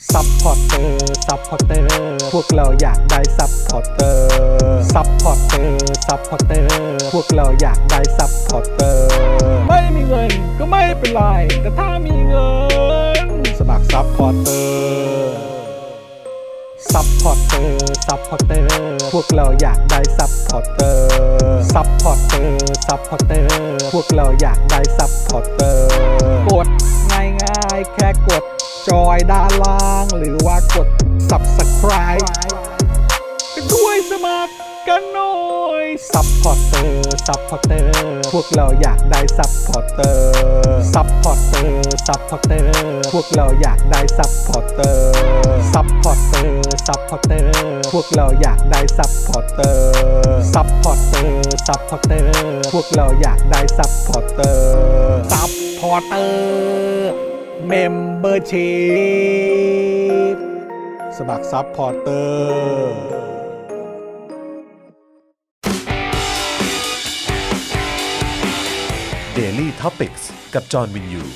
ซัพพอร์เตอร์พวกเราอยากได้ซัพพอร์เตอร์พวกเราอยากได้ซัพพอร์เตอร์ไม่มีเงินก็ไม่เป็นไรแต่ถ้ามีเงินสมัครซัพพอร์เตอร์พวกเราอยากได้ซัพพอร์เตอร์พวกเราอยากได้ซัพพอร์เตอร์กดง่ายๆแค่กดจอยด้านล่างหรือว่ากด Subscribe ไปด้วยสมัครกันหน่อยซัพพอร์เตอร์พวกเราอยากได้ซัพพอร์เตอร์พวกเราอยากได้ซัพพอร์เตอร์พวกเราอยากได้ซัพพอร์เตอร์พวกเราอยากได้ซัพพอร์เตอร์เมมเบอร์ชีพสมัครซัพพอร์เตอร์ Daily Topics กับจอห์นวินยู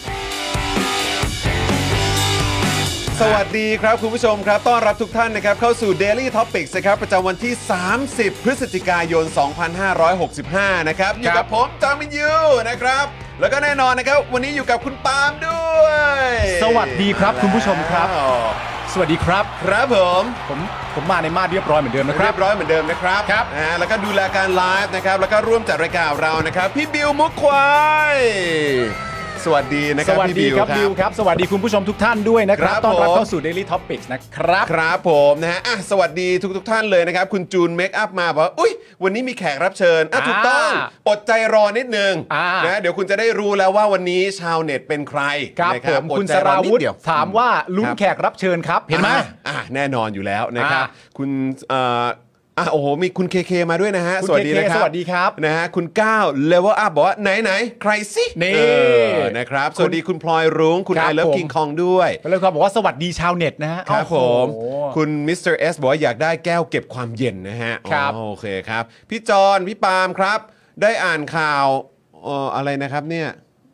สวัสดีครับคุณผู้ชมครับต้อนรับทุกท่านนะครับเข้าสู่ Daily Topics นะครับประจำวันที่30พฤศจิกายน2565นะครับอยู่กับผมจอห์นวินยูนะครับแล้วก็แน่นอนนะครับวันนี้อยู่กับคุณปาล์มด้วยสวัสดีครับคุณผู้ชมครับสวัสดีครับครับผมมาในมาดเรียบร้อยเหมือนเดิมนะครับเรียบร้อยเหมือนเดิมนะครับแล้วก็ดูแลการไลฟ์นะครับแล้วก็ร่วมจัดรายการเรานะครับพี่บิวมุกควายสวัสดีนะครับพี่บิวครับสวัสดีคุณผู้ชมทุกท่านด้วยนะครับต้อนรับเข้าสู่ Daily Topics นะครับครับผมนะฮะสวัสดีทุกท่านเลยนะครับคุณจูนเมคอัพมาบอกว่าอุ๊ยวันนี้มีแขกรับเชิญถูกต้องอดใจรอนิดนึงนะเดี๋ยวคุณจะได้รู้แล้วว่าวันนี้ชาวเน็ตเป็นใครนะครับคุณสราวุธถามว่าลุ้นแขกรับเชิญครับเห็นไหมแน่นอนอยู่แล้วนะครับคุณโอ้โหมีคุณเคมาด้วยนะฮะสวัสดีนะครับสวัสดีครับนะฮะคุณก้าว Level Up บอกว่าไหนใครสินะครับสวัสดีคุณพลอยรุ้งคุณ I Love King Kong ด้วยแล้วก็บอกว่าสวัสดีชาวเน็ตนะฮะครับผมคุณมิสเตอร์เอสบอกว่าอยากได้แก้วเก็บความเย็นนะฮะโอเคครับพี่จอนพี่ปาล์มครับได้อ่านข่าวอะไรนะครับเนี่ย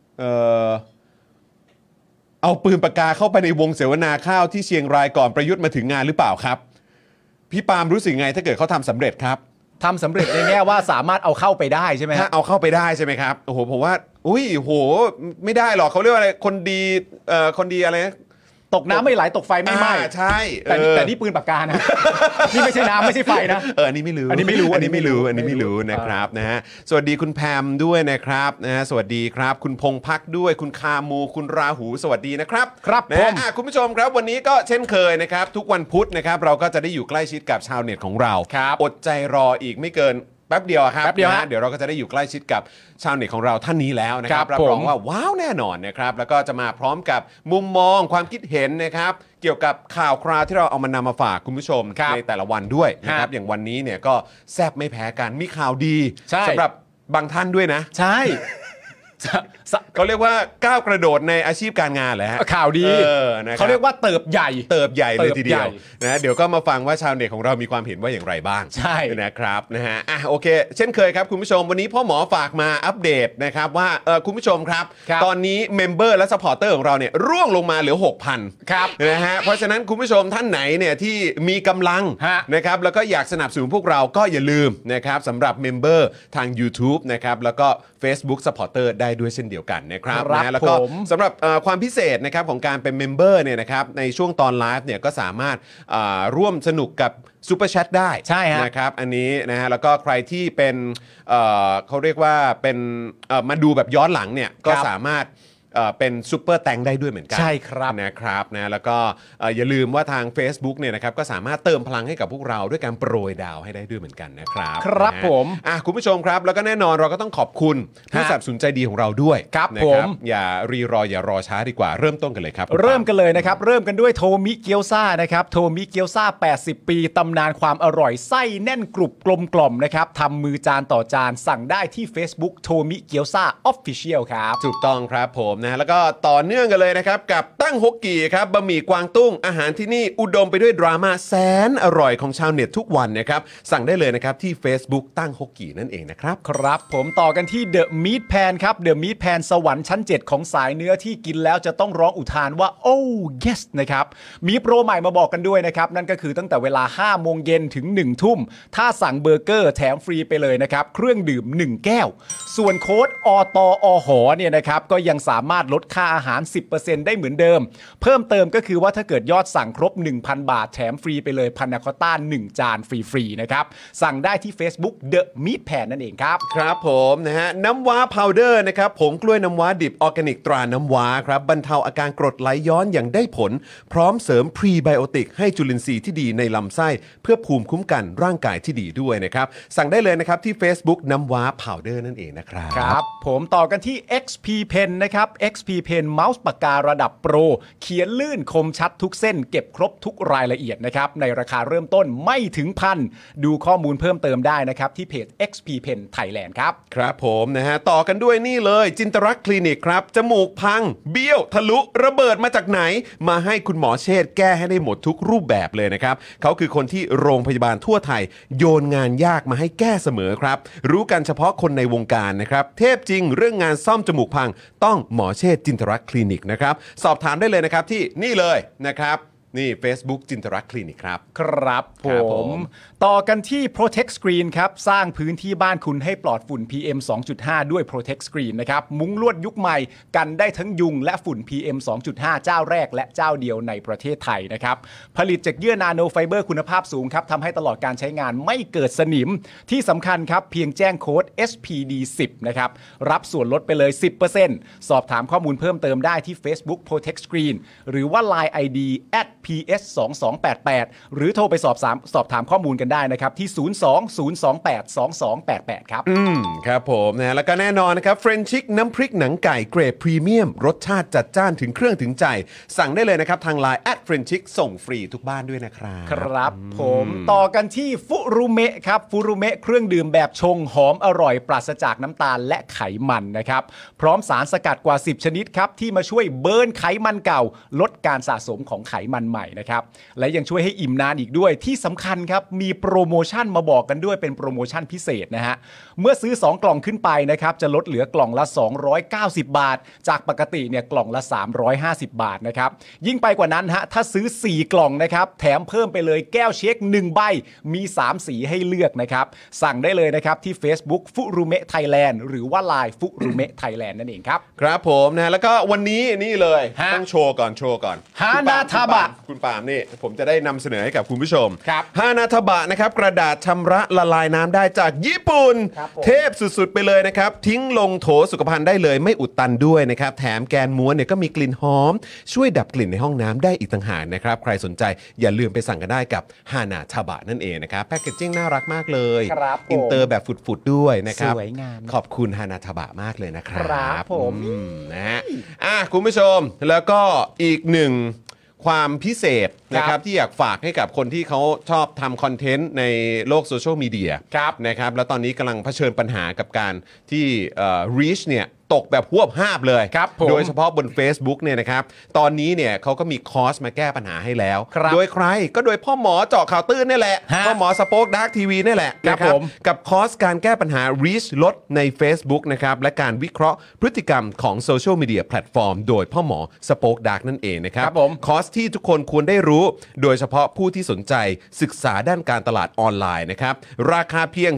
เอาปืนปากกาเข้าไปในวงเสวนาข้าวที่เชียงรายก่อนประยุทธ์มาถึงงานหรือเปล่าครับพี่ปาล์มรู้สึกไงถ้าเกิดเขาทำสำเร็จครับทำสำเร็จในแง่ว่าสามารถเอาเข้าไปได้ใช่ไหมถ้าเอาเข้าไปได้ใช่ไหมครับโอ้โหผมว่าไม่ได้หรอกเขาเรียกว่าอะไรคนดีอะไรนะตกน้ำไม่ไหลตกไฟไม่ไหม้ใช่แต่นี่ปืนปากกานะนี่ไม่ใช่น้ำไม่ใช่ไฟนะอันนี้ไม่รู้นะครับนะฮะสวัสดีคุณแพมด้วยนะครับนะฮะสวัสดีครับคุณพงพักด้วยคุณคามูคุณราหูสวัสดีนะครับครับนะคุณผู้ชมครับวันนี้ก็เช่นเคยนะครับทุกวันพุธนะครับเราก็จะได้อยู่ใกล้ชิดกับชาวเน็ตของเราอดใจรออีกไม่เกินแป๊บเดียวครับเดี๋ยวเราก็จะได้อยู่ใกล้ชิดกับชาวเน็ตของเราท่านนี้แล้วนะครับรับรองว่าว้าวแน่นอนนะครับแล้วก็จะมาพร้อมกับมุมมองความคิดเห็นนะครับเกี่ยวกับข่าวคราวที่เราเอามานำมาฝากคุณผู้ชชมในแต่ละวันด้วยนะครับอย่างวันนี้เนี่ยก็แซ่บไม่แพ้กันมีข่าวดีสำหรับบางท่านด้วยนะใช่เขาเรียกว่าก้าวกระโดดในอาชีพการงานแหละฮะข่าวดีเขาเรียกว่าเติบใหญ่เลยทีเดียวนะเดี๋ยวก็มาฟังว่าชาวเน็ตของเรามีความเห็นว่าอย่างไรบ้างใช่นะครับนะฮะโอเคเช่นเคยครับคุณผู้ชมวันนี้พ่อหมอฝากมาอัปเดตนะครับว่าคุณผู้ชมครับตอนนี้เมมเบอร์และซัพพอร์เตอร์ของเราเนี่ยร่วงลงมาเหลือ 6,000 ครับนะฮะเพราะฉะนั้นคุณผู้ชมท่านไหนเนี่ยที่มีกำลังนะครับแล้วก็อยากสนับสนุนพวกเราก็อย่าลืมนะครับสำหรับเมมเบอร์ทาง YouTube นะครับแล้วก็ Facebook Supporter ได้ด้วยเช่นเดียวกันนะครับนะแล้วก็สำหรับความพิเศษนะครับของการเป็นเมมเบอร์เนี่ยนะครับในช่วงตอนไลฟ์เนี่ยก็สามารถร่วมสนุกกับซูเปอร์แชทได้ใช่ฮะนะครับอันนี้นะฮะแล้วก็ใครที่เป็นเขาเรียกว่าเป็นมาดูแบบย้อนหลังเนี่ยก็สามารถเป็นซุปเปอร์แตงได้ด้วยเหมือนกันใช่ครับนะครับนะแล้วก็อย่าลืมว่าทาง Facebook เนี่ยนะครับก็สามารถเติมพลังให้กับพวกเราด้วยการโปรยดาวให้ได้ด้วยเหมือนกันนะครับครับผมคุณผู้ชมครับแล้วก็แน่นอนเราก็ต้องขอบคุณผู้สนับสนุนใจดีของเราด้วยครับผมอย่ารอช้าดีกว่าเริ่มต้นกันเลยครับเริ่มกันเลยนะครับเริ่มกันด้วยโทมิเกียวซ่านะครับโทมิเกียวซ่า80ปีตำนานความอร่อยไส้แน่นกรุบกลมกล่อมนะครับทำมือจานต่อจานสั่งได้ที่ Facebook โทมิเกียวซ่า Official ครับถูกต้องครับผมนะแล้วก็ต่อเนื่องกันเลยนะครับกับตั้งฮกกี่ครับบะหมี่กวางตุ้งอาหารที่นี่อุดมไปด้วยดราม่าแสนอร่อยของชาวเน็ตทุกวันนะครับสั่งได้เลยนะครับที่ Facebook ตั้งฮกกี่นั่นเองนะครับครับผมต่อกันที่ The Meat Pan ครับ The Meat Pan สวรรค์ชั้น 7 ของสายเนื้อที่กินแล้วจะต้องร้องอุทานว่า oh yes นะครับมีโปรใหม่มาบอกกันด้วยนะครับนั่นก็คือตั้งแต่เวลา 5 โมงเย็นถึง 1 ทุ่มถ้าสั่งเบอร์เกอร์แถมฟรีไปเลยนะครับเครื่องดื่ม 1 แก้วส่วนโค้ดอตอหเนี่ยนะครับก็ยังสามารถลดค่าอาหาร 10% ได้เหมือนเดิมเพิ่มเติมก็คือว่าถ้าเกิดยอดสั่งครบ 1,000 บาทแถมฟรีไปเลยพานาคอตต้า1 จานฟรีๆนะครับสั่งได้ที่ Facebook The Meat Pan นั่นเองครับครับผมนะฮะน้ำว้าพาวเดอร์นะครับผงกล้วยน้ำว้าดิบออร์แกนิกตราน้ำว้าครับบรรเทาอาการกรดไหลย้อนอย่างได้ผลพร้อมเสริมพรีไบโอติกให้จุลินทรีย์ที่ดีในลำไส้เพื่อภูมิคุ้มกันร่างกายที่ดีด้วยนะครับสั่งได้เลยนะครับที่ Facebook น้ำว้าพาวเดอร์นั่นเองนะครับครับผมต่อกันที่ XP Pen นะครับ XP Pen เมาส์ปากการะดับโปรเขียนลื่นคมชัดทุกเส้นเก็บครบทุกรายละเอียดนะครับในราคาเริ่มต้นไม่ถึงพันดูข้อมูลเพิ่มเติมได้นะครับที่เพจ XP Pen Thailand ครับครับผมนะฮะต่อกันด้วยนี่เลยจินตรักษณ์คลินิกครับจมูกพังเบี้ยวทะลุระเบิดมาจากไหนมาให้คุณหมอเชษฐ์แก้ให้ได้หมดทุกรูปแบบเลยนะครับเขาคือคนที่โรงพยาบาลทั่วไทยโยนงานยากมาให้แก้เสมอครับรู้กันเฉพาะคนในวงการนะครับเทพจริงเรื่องงานซ่อมจมูกพังต้องหมอเชษฐ์จินตรักษณ์คลินิกนะครับสอบถามได้เลยนะครับที่นี่เลยนะครับนี่ Facebook จินตรักษณ์คลินิกครับครับผมต่อกันที่ Protect Screen ครับสร้างพื้นที่บ้านคุณให้ปลอดฝุ่น PM 2.5 ด้วย Protect Screen นะครับมุ้งลวดยุคใหม่กันได้ทั้งยุงและฝุ่น PM 2.5 เจ้าแรกและเจ้าเดียวในประเทศไทยนะครับผลิตจากเยื่อนาโนไฟเบอร์คุณภาพสูงครับทำให้ตลอดการใช้งานไม่เกิดสนิมที่สำคัญครับเพียงแจ้งโค้ด SPD10 นะครับรับส่วนลดไปเลย 10% สอบถามข้อมูลเพิ่มเติมได้ที่ Facebook Protect Screen หรือว่า Line ID @ps2288 หรือโทรไปสอบถามข้อมูลกันได้นะครับที่020282288ครับครับผมนะแล้วก็แน่นอนนะครับเฟรนชิกน้ำพริกหนังไก่เกรดพรีเมียมรสชาติจัดจ้านถึงเครื่องถึงใจสั่งได้เลยนะครับทาง Line @เฟรนชิกส่งฟรีทุกบ้านด้วยนะครับครับผมต่อกันที่ฟุรุเมะครับฟุรุเมะเครื่องดื่มแบบชงหอมอร่อยปราศจากน้ำตาลและไขมันนะครับพร้อมสารสกัดกว่า10ชนิดครับที่มาช่วยเบิร์นไขมันเก่าลดการสะสมของไขมันใหม่นะครับและยังช่วยให้อิ่มนานอีกด้วยที่สำคัญครับมีโปรโมชั่นมาบอกกันด้วยเป็นโปรโมชั่นพิเศษนะฮะเมื่อซื้อ2กล่องขึ้นไปนะครับจะลดเหลือกล่องละ290 บาทจากปกติเนี่ยกล่องละ350 บาทนะครับยิ่งไปกว่านั้นฮะถ้าซื้อ4กล่องนะครับแถมเพิ่มไปเลยแก้วเช็ค1ใบมี3สีให้เลือกนะครับสั่งได้เลยนะครับที่ Facebook ฟุรุเมะไทยแลนด์หรือว่า Line ฟุรุเมะไทยแลนด์นั่นเองครับครับผมนะแล้วก็วันนี้นี่เลยต้องโชว์ก่อนฮานาทาบะคุณปาล์มนี่ผมจะได้นำเสนอให้กับคุณผู้ชมครับฮานาทาบะนะครับกระดาษชำระละลายน้ำได้จากญี่ปุ่นเทพสุดๆไปเลยนะครับทิ้งลงโถสุขภัณฑ์ได้เลยไม่อุดตันด้วยนะครับแถมแกนม้วนเนี่ยก็มีกลิ่นหอมช่วยดับกลิ่นในห้องน้ำได้อีกต่างหากนะครับใครสนใจอย่าลืมไปสั่งกันได้กับฮานาทาบะนั่นเองนะครับแพคเกจจิ้งน่ารักมากเลยอินเตอร์แบบฝุดๆด้วยนะครับสวยงามขอบคุณฮานาทาบะมากเลยนะครับครับผมนะฮะคุณผู้ชมแล้วก็อีกหนึ่งความพิเศษนะครับที่อยากฝากให้กับคนที่เขาชอบทำคอนเทนต์ในโลกโซเชียลมีเดียนะครับแล้วตอนนี้กำลังเผชิญปัญหากับการที่reach เนี่ยตกแบบหวบหาบเลยโดยเฉพาะบน Facebook เนี่ยนะครับตอนนี้เนี่ยเขาก็มีคอร์สมาแก้ปัญหาให้แล้วโดยใครก็โดยพ่อหมอเจาะข่าวตื้นนี่แหละพ่อหมอสป็อคดักทีวีนี่แหละนะครับกับคอร์สการแก้ปัญหา reach ลดใน Facebook นะครับและการวิเคราะห์พฤติกรรมของโซเชียลมีเดียแพลตฟอร์มโดยพ่อหมอสป็อคดักนั่นเองนะครับคอร์สที่ทุกคนควรได้รู้โดยเฉพาะผู้ที่สนใจศึกษาด้านการตลาดออนไลน์นะครับราคาเพียง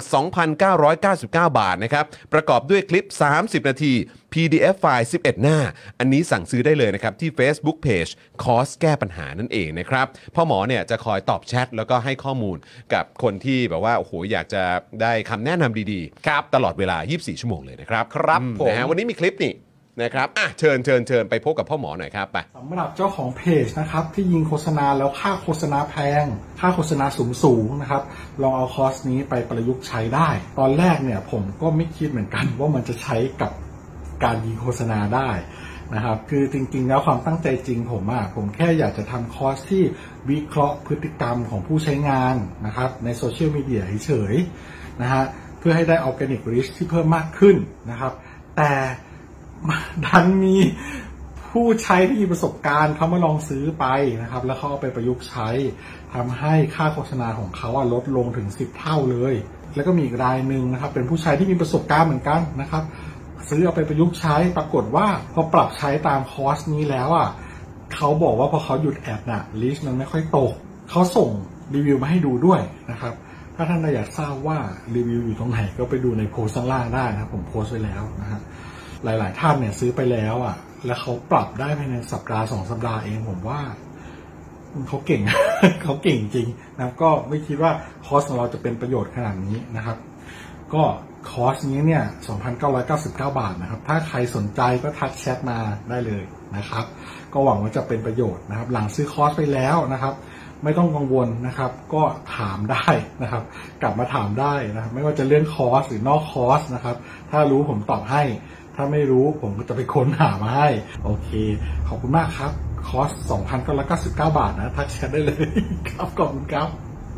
2,999 บาทนะครับประกอบด้วยคลิป30นาทีPDF ไฟล์11 หน้าอันนี้สั่งซื้อได้เลยนะครับที่ Facebook Page คอร์สแก้ปัญหานั่นเองนะครับพ่อหมอเนี่ยจะคอยตอบแชทแล้วก็ให้ข้อมูลกับคนที่แบบว่าโอ้โหอยากจะได้คำแนะนำดีๆครับตลอดเวลา24ชั่วโมงเลยนะครับครับผมนะฮะวันนี้มีคลิปนี่นะครับเชิญไปพบกับพ่อหมอหน่อยครับไปสำหรับเจ้าของเพจนะครับที่ยิงโฆษณาแล้วค่าโฆษณาแพงค่าโฆษณาสูงนะครับลองเอาคอร์สนี้ไปประยุกต์ใช้ได้ตอนแรกเนี่ยผมก็ไม่คิดเหมือนกันว่ามันจะใช้กับการยิงโฆษณาได้นะครับคือจริงๆแล้วความตั้งใจจริงผมแค่อยากจะทำคอร์สที่วิเคราะห์พฤติกรรมของผู้ใช้งานนะครับในโซเชียลมีเดียเฉยๆนะฮะเพื่อให้ได้ออร์แกนิกรีชที่เพิ่มมากขึ้นนะครับแต่ดันมีผู้ใช้ที่มีประสบการณ์เขามาลองซื้อไปนะครับแล้วเขาเอาไปประยุกต์ใช้ทำให้ค่าโฆษณาของเขาลดลงถึง10 เท่าเลยแล้วก็มีอีกรายหนึ่งนะครับเป็นผู้ใช้ที่มีประสบการณ์เหมือนกันนะครับซื้อเอาไปประยุกต์ใช้ปรากฏว่าพอปรับใช้ตามคอร์สนี้แล้วเขาบอกว่าพอเขาหยุดแอดลิสต์มันไม่ค่อยตกเขาส่งรีวิวมาให้ดูด้วยนะครับถ้าท่านอยากทราบว่ารีวิวอยู่ตรงไหนก็ไปดูในโพสต์ข้างล่างได้นะครับผมโพสต์ไว้แล้วนะฮะหลายๆท่านเนี่ยซื้อไปแล้วแล้วเขาปรับได้ภายในสัปดาห์2 สัปดาห์เองผมว่าเขาเก่ง เขาเก่งจริงนะก็ไม่คิดว่าคอร์สของเราจะเป็นประโยชน์ขนาดนี้นะครับก็คอร์สนี้เนี่ย 2,999 บาทนะครับถ้าใครสนใจก็ทักแชทมาได้เลยนะครับก็หวังว่าจะเป็นประโยชน์นะครับหลังซื้อคอร์สไปแล้วนะครับไม่ต้องกังวลนะครับก็ถามได้นะครับกลับมาถามได้นะครับไม่ว่าจะเรื่องคอร์สหรือนอกคอร์สนะครับถ้ารู้ผมตอบให้ถ้าไม่รู้ผมก็จะไปค้นหามาให้โอเคขอบคุณมากครับคอร์ส 2,999 บาทนะทักแชทได้เลยครับขอบคุณครับ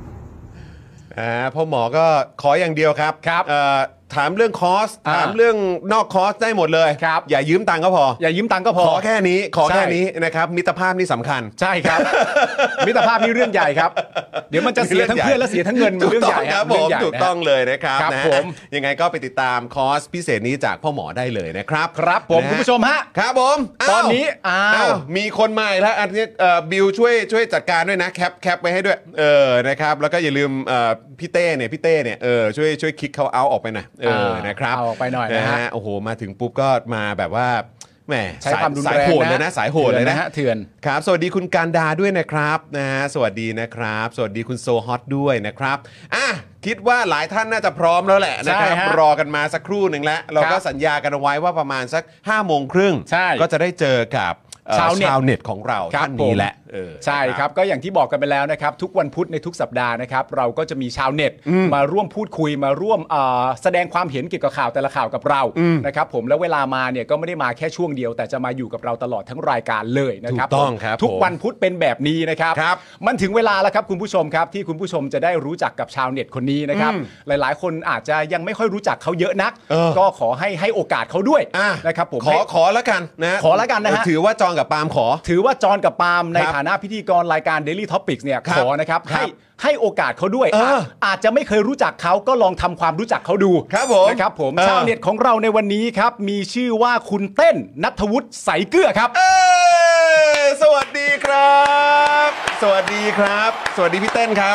พ่อหมอก็ขออย่างเดียวครับถามเรื่องคอร์สถามเรื่องนอกคอร์สได้หมดเลยอย่ายืมตังค์ก็พอขอแค่นี้นะครับมิตรภาพนี่สำคัญใช่ครับ มิตรภาพนี่เรื่องใหญ่ครับเดี๋ยวมันจะเสียทั้งเพื่อนและเสียทั้งเงินมันเรื่องใหญ่ครับผมถูกต้องเลยนะครับนะยังไงก็ไปติดตามคอร์สพิเศษนี้จากพ่อหมอได้เลยนะครับครับผมคุณผู้ชมฮะครับผมตอนนี้มีคนใหม่แล้วอันนี้บิวช่วยจัดการด้วยนะแคปไว้ให้ด้วยนะครับแล้วก็อย่าลืมพี่เต้เนี่ยช่วยคลิกเขาเอาออกไปหน่อยนะครับเอาออกไปหน่อยนะฮะโอ้โหมาถึงปุ๊บก็มาแบบว่าแหมใช้ความรุนแรงนะสายโหดเลยนะเถื่อนครับสวัสดีคุณการดาด้วยนะครับนะฮะสวัสดีนะครับสวัสดีคุณโซฮอตด้วยนะครับคิดว่าหลายท่านน่าจะพร้อมแล้วแหละนะครับรอกันมาสักครู่หนึ่งแล้วเราก็สัญญากันเอาไว้ว่าประมาณสัก 5:30 น.ก็จะได้เจอกับชาวเน็ตของเราท่านนี้แหละใช่ครับก็อย่างที่บอกกันไปแล้วนะครับทุกวันพุธในทุกสัปดาห์นะครับเราก็จะมีชาวเน็ตมาร่วมพูดคุยมาร่วมแสดงความเห็นเกี่ยวกับข่าวแต่ละข่าวกับเรานะครับผมแล้วเวลามาเนี่ยก็ไม่ได้มาแค่ช่วงเดียวแต่จะมาอยู่กับเราตลอดทั้งรายการเลยนะครับถูกต้องครับทุกวันพุธเป็นแบบนี้นะครับมันถึงเวลาแล้วครับคุณผู้ชมครับที่คุณผู้ชมจะได้รู้จักกับชาวเน็ตคนนี้นะครับหลายๆคนอาจจะยังไม่ค่อยรู้จักเขาเยอะนักก็ขอให้โอกาสเขาด้วยนะครับผมขอแล้วกันนะขอแล้วกันนะฮะถือว่าจอนกับปาล์มถือว่าจอนกับปาล์มในฐานะพิธีกรรายการ Daily Topics เนี่ยขอนะครับให้โอกาสเขาด้วยอาจจะไม่เคยรู้จักเขาก็ลองทำความรู้จักเขาดูนะครับผมชาวเน็ตของเราในวันนี้ครับมีชื่อว่าคุณเต้นณัฐวุฒิใสเกลือครับสวัสดีครับสวัสดีพี่เต้นครับ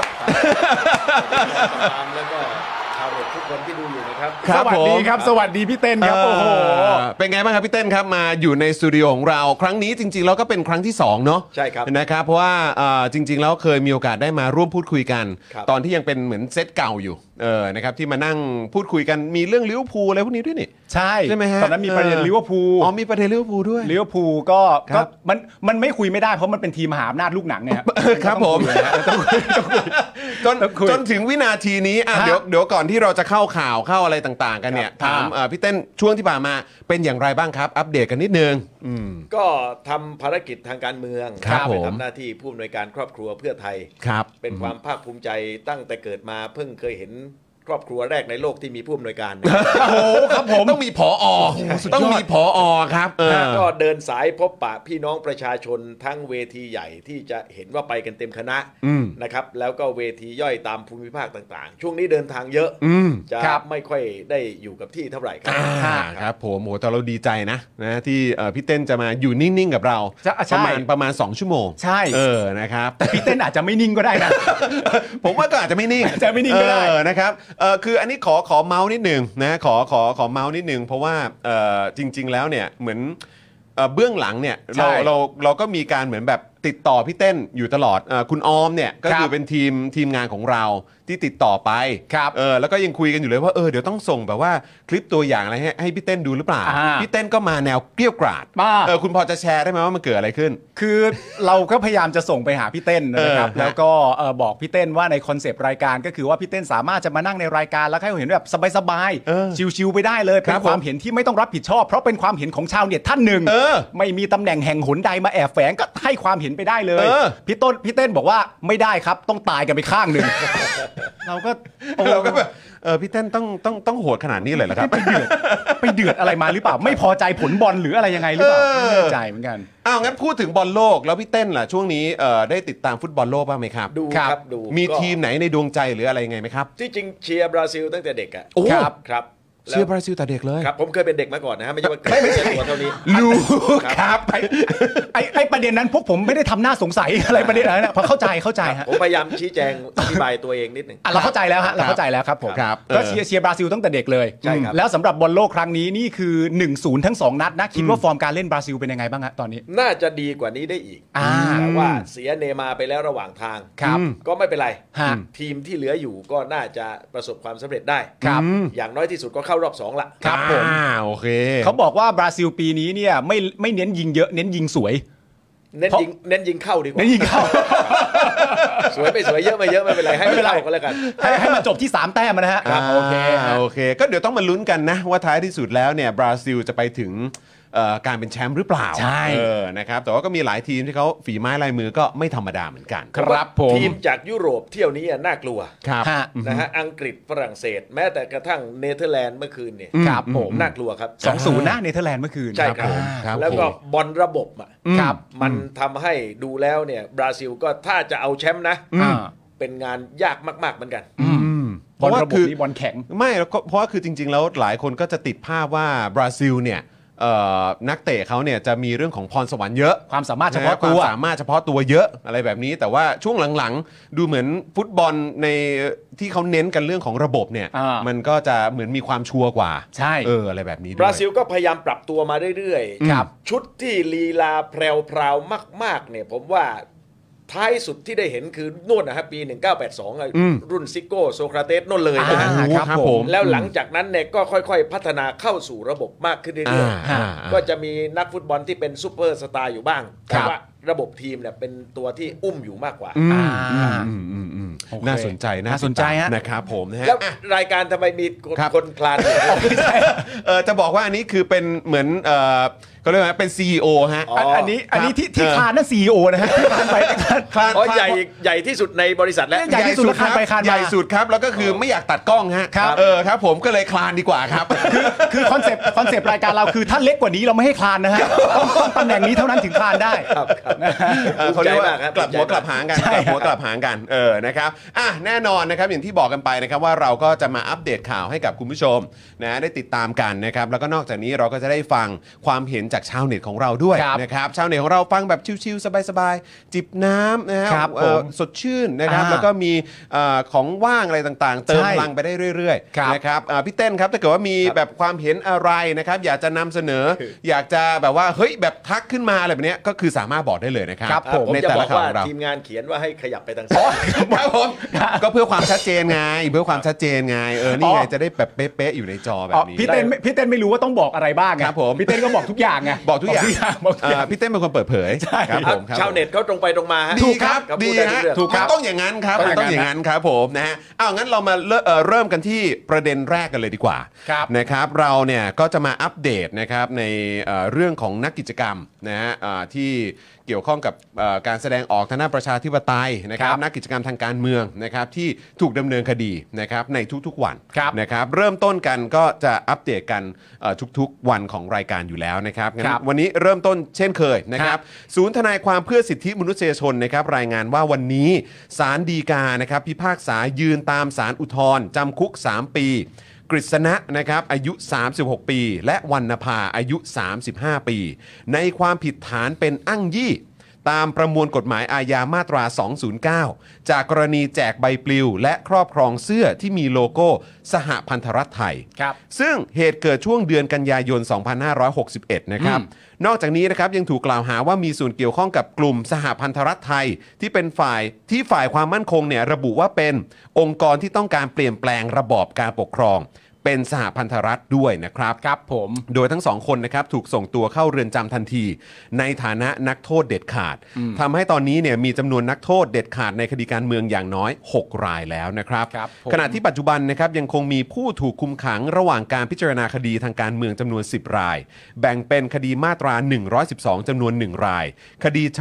แล้วก็ชาวเน็ตทุกคนที่ดูอยู่นะครับสวัสดีครับสวัสดีพี่เต้นครับโอ้โหเป็นไงบ้างครับพี่เต้นครับมาอยู่ในสตูดิโอของเราครั้งนี้จริงๆแล้วก็เป็นครั้งที่2เนาะใช่ครับนะครับเพราะว่าจริงๆแล้วเคยมีโอกาสได้มาร่วมพูดคุยกันตอนที่ยังเป็นเหมือนเซตเก่าอยู่นะครับที่มานั่งพูดคุยกันมีเรื่องลิเวอร์พูลอะไรพวกนี้ด้วยนี่ใช่ไหมฮะตอนนั้นมีประเด็นลิเวอร์พูลมีประเด็นลิเวอร์พูลด้วยลิเวอร์พูลก็มันไม่คุยไม่ได้เพราะมันเป็นทีมมหาอำนาจลูกหนังเนี่ยครับผมจนถึงวินาทีนี้เดี๋ยวก่อนที่เราจะเข้าข่าวเข้าอะไรต่างๆกันเนี่ยถามพี่เต้นช่วงที่ผ่านมาเป็นอย่างไรบ้างครับอัปเดตกันนิดนึงก็ทำภารกิจทางการเมืองไปทำหน้าที่ผู้อำนวยการครอบครัวเพื่อไทยเป็นความภาคภูมิใจตั้งแต่เกิดมาเพิ่งเคยเห็นครอบครัวแรกในโลกที่มีผู้อำนวยการโอ้โหครับผมต้องมีผอ.ต้องมีผอ.ครับก็เดินสายพบปะพี่น้องประชาชนทั้งเวทีใหญ่ที่จะเห็นว่าไปกันเต็มคณะนะครับแล้วก็เวทีย่อยตามภูมิภาคต่างๆช่วงนี้เดินทางเยอะจะไม่ค่อยได้อยู่กับที่เท่าไหร่ครับผมโหแต่เราดีใจนะที่พี่เต้นจะมาอยู่นิ่งๆกับเราประมาณ2 ชั่วโมงใช่นะครับแต่พี่เต้นอาจจะไม่นิ่งก็ได้นะผมว่าก็อาจจะไม่นิ่งก็ได้นะครับคืออันนี้ขอเมาส์นิดนึงนะขอเมาส์นิดนึงเพราะว่าจริงๆแล้วเนี่ยเหมือนเบื้องหลังเนี่ยเราก็มีการเหมือนแบบติดต่อพี่เต้นอยู่ตลอดคุณออมเนี่ยก็คือเป็นทีมงานของเราที่ติดต่อไปแล้วก็ยังคุยกันอยู่เลยว่าเดี๋ยวต้องส่งแบบว่าคลิปตัวอย่างอะไรให้พี่เต้นดูหรือเปล่าพี่เต้นก็มาแนวเกรี้ยวกราดคุณพอจะแชร์ได้ไหมว่ามันเกิดอะไรขึ้นคือเราก็พยายามจะส่งไปหาพี่เต้นนะครับแล้วก็บอกพี่เต้นว่าในคอนเซปต์รายการก็คือว่าพี่เต้นสามารถจะมานั่งในรายการแล้วให้เห็นแบบสบายๆชิวๆไปได้เลยเป็นความเห็นที่ไม่ต้องรับผิดชอบเพราะเป็นความเห็นของชาวเน็ตท่านหนึ่งไม่มีตำแหน่งแห่งหนใดมาแอบแฝงก็ให้ความเห็นไปได้เลย พี่เต้นบอกว่าไม่ได้ครับต้องตายกันไปข้างหนึ่ง เราก็แบบพี่เต้นต้องโหดขนาดนี้เลยเหรอครับไปเดือดอะไรมาหรือเปล่าไม่พอใจผลบอลหรืออะไรยังไงหรือเปล่าไม่แน่ใจเหมือนกันงั้นพูดถึงบอลโลกแล้วพี่เต้นล่ะช่วงนี้ได้ติดตามฟุตบอลโลกบ้างไหมครับดูครับดูมีทีมไหนในดวงใจหรืออะไรยังไงไหมครับที่จริงเชียร์บราซิลตั้งแต่เด็กอ่ะครับเชียร์บราซิลแต่เด็กเลยครับผมเคยเป็นเด็กมาก่อนนะฮะไม่ใช่ว่าไม่ใช่ตัวเท่านี้รู้ครับไอ้ประเด็นนั้นพวกผมไม่ได้ทำหน้าสงสัยอะไรประเด็นนั้นเพราะเข้าใจฮะผมพยายามชี้แจงอธิบายตัวเองนิดนึงเราเข้าใจแล้วฮะเราเข้าใจแล้วครับผมก็เชียร์บราซิลตั้งแต่เด็กเลยใช่ครับแล้วสำหรับบอลโลกครั้งนี้นี่คือ 1-0 ทั้ง2นัดนะคิดว่าฟอร์มการเล่นบราซิลเป็นยังไงบ้างฮะตอนนี้น่าจะดีกว่านี้ได้อีกแต่ว่าเสียเนย์มาร์ไปแล้วระหว่างทางก็ไม่เป็นไรทีมที่เหลืออยู่ก็น่าจะประสบความสำเร็จได้อย่างน้อยที่สุดก็เข้ารอบ2ละครับผมโอเคเขาบอกว่าบราซิลปีนี้เนี่ยไม่เน้นยิงเยอะเน้นยิงสวยเน้นยิงเข้าดีกว่าเน้นยิงเข้าสวยไม่สวยเยอะไม่เยอะไม่เป็นไรให้ไม่เล่าก็แล้วกันให้มันจบที่3แต้มนะฮะโอเคก็เดี๋ยวต้องมาลุ้นกันนะว่าท้ายที่สุดแล้วเนี่ยบราซิลจะไปถึงการเป็นแชมป์หรือเปล่าใช่นะครับแต่ว่าก็มีหลายทีมที่เขาฝีไม้ลายมือก็ไม่ธรรมดาเหมือนกันครับผมทีมจากยุโรปเที่ยวนี้น่ากลัวครับนะฮะอังกฤษฝรั่งเศสแม้แต่กระทั่งเนเธอร์แลนด์เมื่อคืนเนี่ยครับผมน่ากลัวครับ 2-0 นะเนเธอร์แลนด์เมื่อคืนใช่ครับแล้วก็บอลระบบครับมันทำให้ดูแล้วเนี่ยบราซิลก็ถ้าจะเอาแชมป์นะเป็นงานยากมากๆเหมือนกันเพราะว่าคือบอลแข็งไม่เพราะว่าคือจริงๆแล้วหลายคนก็จะติดภาพว่าบราซิลเนี่ยนักเตะเขาเนี่ยจะมีเรื่องของพรสวรรค์เยอะความสามารถเฉพาะตัวความสามารถเฉพาะตัวเยอะอะไรแบบนี้แต่ว่าช่วงหลังๆดูเหมือนฟุตบอลในที่เขาเน้นกันเรื่องของระบบเนี่ยมันก็จะเหมือนมีความชัวร์กว่าใช่อะไรแบบนี้บราซิลก็พยายามปรับตัวมาเรื่อยๆครับชุดที่ลีลาแพรวๆมากๆเนี่ยผมว่าท้ายสุดที่ได้เห็นคือนู่นนะครับปี1982รุ่นซิโก้โซคราเตสนู่นเลยนะครับผมแล้วหลังจากนั้นเนี่ยก็ค่อยๆพัฒนาเข้าสู่ระบบมากขึ้นเรื่อยๆก็จะมีนักฟุตบอลที่เป็นซุปเปอร์สตาร์อยู่บ้างแต่ว่าระบบทีมเนี่ยเป็นตัวที่อุ้มอยู่มากกว่าน่าสนใจนะครับผมนะฮะแล้วรายการทำไมมีคนคลานจะบอกว่าอันนี้คือเป็นเหมือนก็เรียกว่าเป็น CEO ฮะอันนี้ที่คลานนั่น CEO นะฮะคลานไปคลานใหญ่ที่สุดในบริษัทแล้วใหญ่ที่สุดคลานไปคลานมาใหญ่สุดครับแล้วก็คือไม่อยากตัดกล้องฮะครับผมก็เลยคลานดีกว่าครับคือคอนเซปต์รายการเราคือถ้าเล็กกว่านี้เราไม่ให้คลานนะฮะตำแหน่งนี้เท่านั้นถึงคลานได้เขาเรียกว่ากลับหัวกลับหางกันนะครับแน่นอนนะครับอย่างที่บอกกันไปนะครับว่าเราก็จะมาอัปเดตข่าวให้กับคุณผู้ชมนะได้ติดตามกันนะครับแล้วก็นอกจากนี้เราก็จะได้ฟังความเห็นจากชาวเน็ตของเราด้วยนะครับชาวเน็ตของเราฟังแบบชิลๆสบายๆจิบน้ำนะครับสดชื่นนะครับแล้วก็มีของว่างอะไรต่างๆเติมพลังไปได้เรื่อยๆนะครับพี่เต้นครับถ้าเกิดว่ามีแบบความเห็นอะไรนะครับอยากจะนำเสนออยากจะแบบว่าเฮ้ยแบบทักขึ้นมาอะไรแบบนี้ก็คือสามารถบอกได้เลยนะครับในแต่ละข่าวของเราทีมงานเขียนว่าให้ขยับไปทางซ้ายครับผมก็เพื่อความชัดเจนไงนี่ไงจะได้แบบเป๊ะๆอยู่ในจอแบบนี้พี่เต้นไม่รู้ว่าต้องบอกอะไรบ้างครับผมพี่เต้นก็บอกทุกอย่างไงบอกทุกอย่างพี่เต้นเป็นคนเปิดเผยครับผมชาวเน็ตเขาตรงไปตรงมาดีครับดีฮะถูกครับต้องอย่างนั้นครับต้องอย่างนั้นครับผมนะฮะงั้นเรามาเริ่มกันที่ประเด็นแรกกันเลยดีกว่านะครับเราเนี่ยก็จะมาอัปเดตนะครับในเรื่องของนักกิจกรรมนะฮะที่เกี่ยวข้องกับการแสดงออกทางด้านประชาธิปไตยนะครับนักกิจกรรมทางการเมืองนะครับที่ถูกดำเนินคดีนะครับในทุกๆวันนะครับเริ่มต้นกันก็จะอัปเดตกันทุกๆวันของรายการอยู่แล้วนะครับงั้นวันนี้เริ่มต้นเช่นเคยนะครับศูนย์ทนายความเพื่อสิทธิมนุษยชนนะครับรายงานว่าวันนี้ศาลฎีกานะครับพิพากษายืนตามศาลอุทธรณ์จำคุก3 ปีกฤษณะนะครับอายุ36 ปีและวรรณภาอายุ35 ปีในความผิดฐานเป็นอ้างยี่ตามประมวลกฎหมายอาญามาตรา209จากกรณีแจกใบปลิวและครอบครองเสื้อที่มีโลโก้สหพันธรัฐไทยซึ่งเหตุเกิดช่วงเดือนกันยายน2561นะครับนอกจากนี้นะครับยังถูกกล่าวหาว่ามีส่วนเกี่ยวข้องกับกลุ่มสหพันธรัฐไทยที่เป็นฝ่ายความมั่นคงเนี่ยระบุว่าเป็นองค์กรที่ต้องการเปลี่ยนแปลงระบอบการปกครองเป็นสหพันธรัฐด้วยนะครับครับผมโดยทั้งสองคนนะครับถูกส่งตัวเข้าเรือนจำทันทีในฐานะนักโทษเด็ดขาดทำให้ตอนนี้เนี่ยมีจำนวนนักโทษเด็ดขาดในคดีการเมืองอย่างน้อย6 รายแล้วนะครับขณะที่ปัจจุบันนะครับยังคงมีผู้ถูกคุมขังระหว่างการพิจารณาคดีทางการเมืองจำนวน10 รายแบ่งเป็นคดีมาตรา112จำนวน1 รายคดี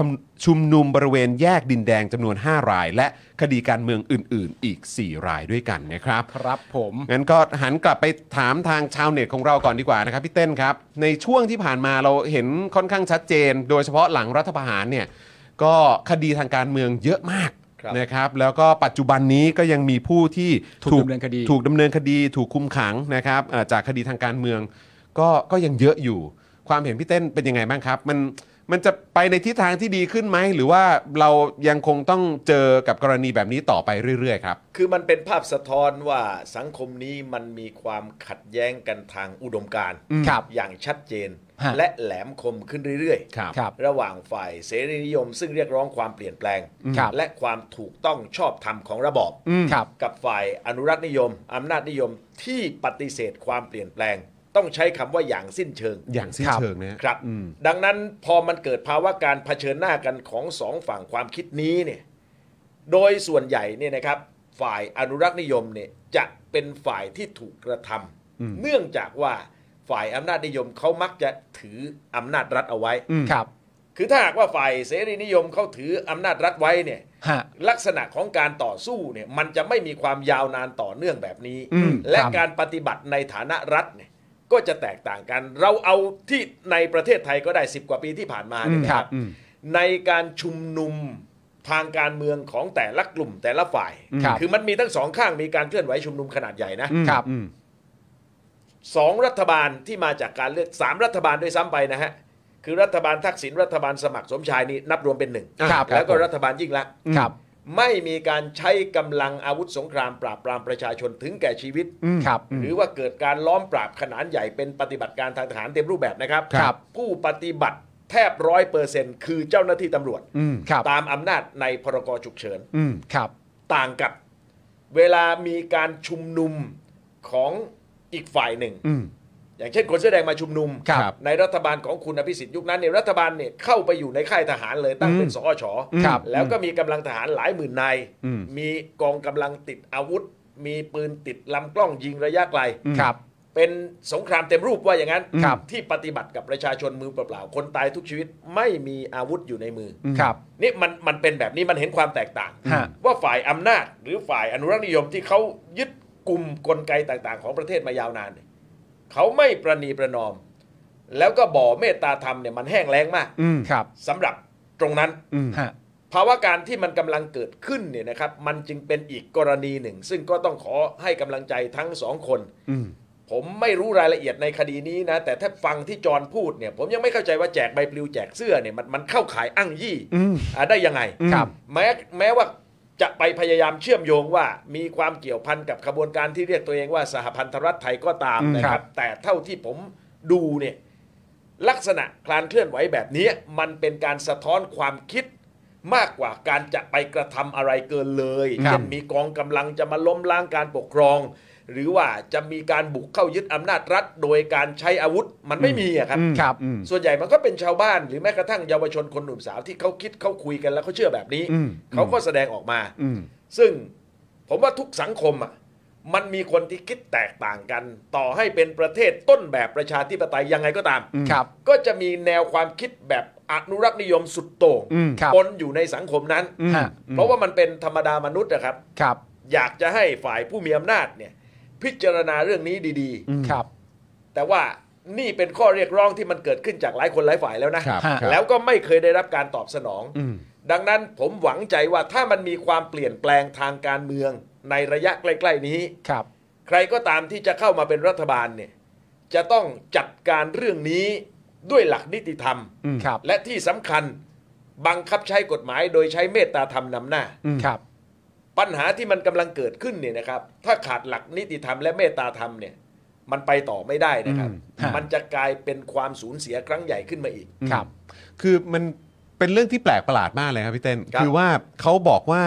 ชุมนุมบริเวณแยกดินแดงจำนวน5รายและคดีการเมืองอื่นๆอีก4รายด้วยกันนะครับครับผมงั้นก็หันกลับไปถามทางชาวเน็ตของเราก่อนดีกว่านะครับพี่เต้นครับในช่วงที่ผ่านมาเราเห็นค่อนข้างชัดเจนโดยเฉพาะหลังรัฐประหารเนี่ยก็คดีทางการเมืองเยอะมากนะครับแล้วก็ปัจจุบันนี้ก็ยังมีผู้ที่ถูกดำเนินคดีถูกคุมขังนะครับจากคดีทางการเมืองก็ยังเยอะอยู่ความเห็นพี่เต้นเป็นยังไงบ้างครับมันจะไปในทิศทางที่ดีขึ้นไหมหรือว่าเรายังคงต้องเจอกับกรณีแบบนี้ต่อไปเรื่อยๆครับคือมันเป็นภาพสะท้อนว่าสังคมนี้มันมีความขัดแย้งกันทางอุดมการณ์อย่างชัดเจนและแหลมคมขึ้นเรื่อยๆระหว่างฝ่ายเสรีนิยมซึ่งเรียกร้องความเปลี่ยนแปลงและความถูกต้องชอบธรรมของระบอบกับฝ่ายอนุรักษ์นิยมอำนาจนิยมที่ปฏิเสธความเปลี่ยนแปลงต้องใช้คำว่าอย่างสิ้นเชิงนะครับดังนั้นพอมันเกิดภาวะการเผชิญหน้ากันของสองฝั่งความคิดนี้เนี่ยโดยส่วนใหญ่เนี่ยนะครับฝ่ายอนุรักษ์นิยมเนี่ยจะเป็นฝ่ายที่ถูกกระทำเนื่องจากว่าฝ่ายอำนาจนิยมเขามักจะถืออำนาจรัฐเอาไว้คือถ้าหากว่าฝ่ายเสรีนิยมเขาถืออำนาจรัฐไว้เนี่ยลักษณะของการต่อสู้เนี่ยมันจะไม่มีความยาวนานต่อเนื่องแบบนี้และการปฏิบัติในฐานะรัฐเนี่ยก็จะแตกต่างกันเราเอาที่ในประเทศไทยก็ได้10กว่าปีที่ผ่านมาเนี่ยนะครับในการชุมนุมทางการเมืองของแต่ละกลุ่มแต่ละฝ่ายคือมันมีทั้งสองข้างมีการเคลื่อนไหวชุมนุมขนาดใหญ่นะครับ2รัฐบาลที่มาจากการเลือก3รัฐบาลด้วยซ้ำไปนะฮะคือรัฐบาลทักษิณรัฐบาลสมัครสมชายนี่นับรวมเป็น1แล้วก็รัฐบาลยิ่งลักษณ์ไม่มีการใช้กำลังอาวุธสงครามปราบปรามประชาชนถึงแก่ชีวิตหรือว่าเกิดการล้อมปราบขนาดใหญ่เป็นปฏิบัติการทางทหารเต็มรูปแบบนะครับผู้ปฏิบัติแทบ 100% คือเจ้าหน้าที่ตำรวจตามอำนาจในพรกฉุกเฉินต่างกับเวลามีการชุมนุมของอีกฝ่ายหนึ่งอย่างเช่นคนเสื้อแดงมาชุมนุมในรัฐบาลของคุณอภิสิทธิ์ยุคนั้นเนี่ยรัฐบาลเนี่ยเข้าไปอยู่ในค่ายทหารเลยตั้งเป็นสอช.แล้วก็มีกำลังทหารหลายหมื่นนายมีกองกำลังติดอาวุธมีปืนติดลำกล้องยิงระยะไกลเป็นสงครามเต็มรูปว่าอย่างนั้นที่ปฏิบัติกับประชาชนมือเปล่าๆคนตายทุกชีวิตไม่มีอาวุธอยู่ในมือนี่มันเป็นแบบนี้มันเห็นความแตกต่างว่าฝ่ายอำนาจหรือฝ่ายอนุรักษ์นิยมที่เขายึดกลุ่มกลไกต่างๆของประเทศมายาวนานเขาไม่ประนีประนอมแล้วก็บ่อเมตตาธรรมเนี่ยมันแห้งแล้งมากสำหรับตรงนั้นภาวะการที่มันกำลังเกิดขึ้นเนี่ยนะครับมันจึงเป็นอีกกรณีหนึ่งซึ่งก็ต้องขอให้กำลังใจทั้งสองคนผมไม่รู้รายละเอียดในคดีนี้นะแต่ถ้าฟังที่จรพูดเนี่ยผมยังไม่เข้าใจว่าแจกใบปลิวแจกเสื้อเนี่ยมันเข้าขายอ้างยี่ได้ยังไงแม้ว่าจะไปพยายามเชื่อมโยงว่ามีความเกี่ยวพันกับขบวนการที่เรียกตัวเองว่าสหพันธรัฐไทยก็ตามนะครับแต่เท่าที่ผมดูเนี่ยลักษณะคลานเคลื่อนไหวแบบนี้มันเป็นการสะท้อนความคิดมากกว่าการจะไปกระทำอะไรเกินเลยเช่นมีกองกำลังจะมาล้มล้างการปกครองหรือว่าจะมีการบุกเข้ายึดอำนาจรัฐโดยการใช้อาวุธมันไม่มีอะครับส่วนใหญ่มันก็เป็นชาวบ้านหรือแม้กระทั่งเยาวชนคนหนุ่มสาวที่เขาคิดเขาคุยกันแล้วเขาเชื่อแบบนี้เขาก็แสดงออกมาซึ่งผมว่าทุกสังคมอ่ะมันมีคนที่คิดแตกต่างกันต่อให้เป็นประเทศต้นแบบประชาธิปไตยยังไงก็ตามก็จะมีแนวความคิดแบบอนุรักษ์นิยมสุดโต่งปนอยู่ในสังคมนั้นเพราะว่ามันเป็นธรรมดามนุษย์นะครับอยากจะให้ฝ่ายผู้มีอำนาจเนี่ยพิจารณาเรื่องนี้ดีๆแต่ว่านี่เป็นข้อเรียกร้องที่มันเกิดขึ้นจากหลายคนหลายฝ่ายแล้วนะแล้วก็ไม่เคยได้รับการตอบสนองดังนั้นผมหวังใจว่าถ้ามันมีความเปลี่ยนแปลงทางการเมืองในระยะใกล้ๆนี้ใครก็ตามที่จะเข้ามาเป็นรัฐบาลเนี่ยจะต้องจัดการเรื่องนี้ด้วยหลักนิติธรรมและที่สำคัญบังคับใช้กฎหมายโดยใช้เมตตาธรรมนำหน้าปัญหาที่มันกำลังเกิดขึ้นเนี่ยนะครับถ้าขาดหลักนิติธรรมและเมตตาธรรมเนี่ยมันไปต่อไม่ได้นะครับมันจะกลายเป็นความสูญเสียครั้งใหญ่ขึ้นมาอีกคือมันเป็นเรื่องที่แปลกประหลาดมากเลยครับพี่เต้นคือว่าเขาบอกว่า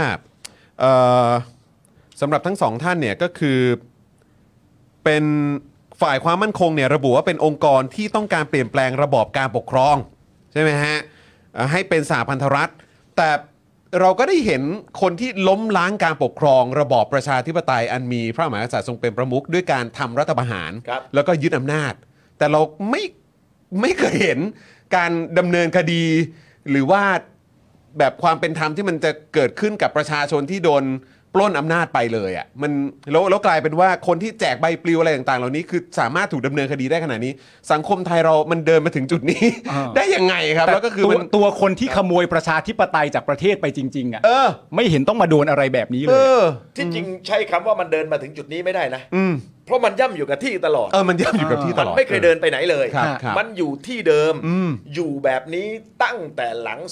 สำหรับทั้งสองท่านเนี่ยก็คือเป็นฝ่ายความมั่นคงเนี่ยระบุว่าเป็นองค์กรที่ต้องการเปลี่ยนแปลงระบอบการปกครองใช่ไหมฮะให้เป็นสหพันธรัฐแต่เราก็ได้เห็นคนที่ล้มล้างการปกครองระบอบประชาธิปไตยอันมีพระมหากษัตริย์ทรงเป็นประมุขด้วยการทำรัฐประหารแล้วก็ยึดอำนาจแต่เราไม่เคยเห็นการดำเนินคดีหรือว่าแบบความเป็นธรรมที่มันจะเกิดขึ้นกับประชาชนที่โดนปล้นอำนาจไปเลยอ่ะมันแล้วกลายเป็นว่าคนที่แจกใบปลิวอะไรต่างๆเหล่านี้คือสามารถถูกดำเนินคดีได้ขนาดนี้สังคมไทยเรามันเดินมาถึงจุดนี้ ได้ยังไงครับแล้วก็คือมันตัวคนที่ขโมยประชาธิปไตยจากประเทศไปจริงๆอ่ะ ไม่เห็นต้องมาโดนอะไรแบบนี้เลยที่จริงใช้คำว่ามันเดินมาถึงจุดนี้ไม่ได้นะเพราะมันย่ำอยู่กับที่ตลอดมันย่ำอยู่กับที่ตลอดมันไม่เคยเดินไปไหนเลยครับมันอยู่ที่เดิมอยู่แบบนี้ตั้งแต่หลัง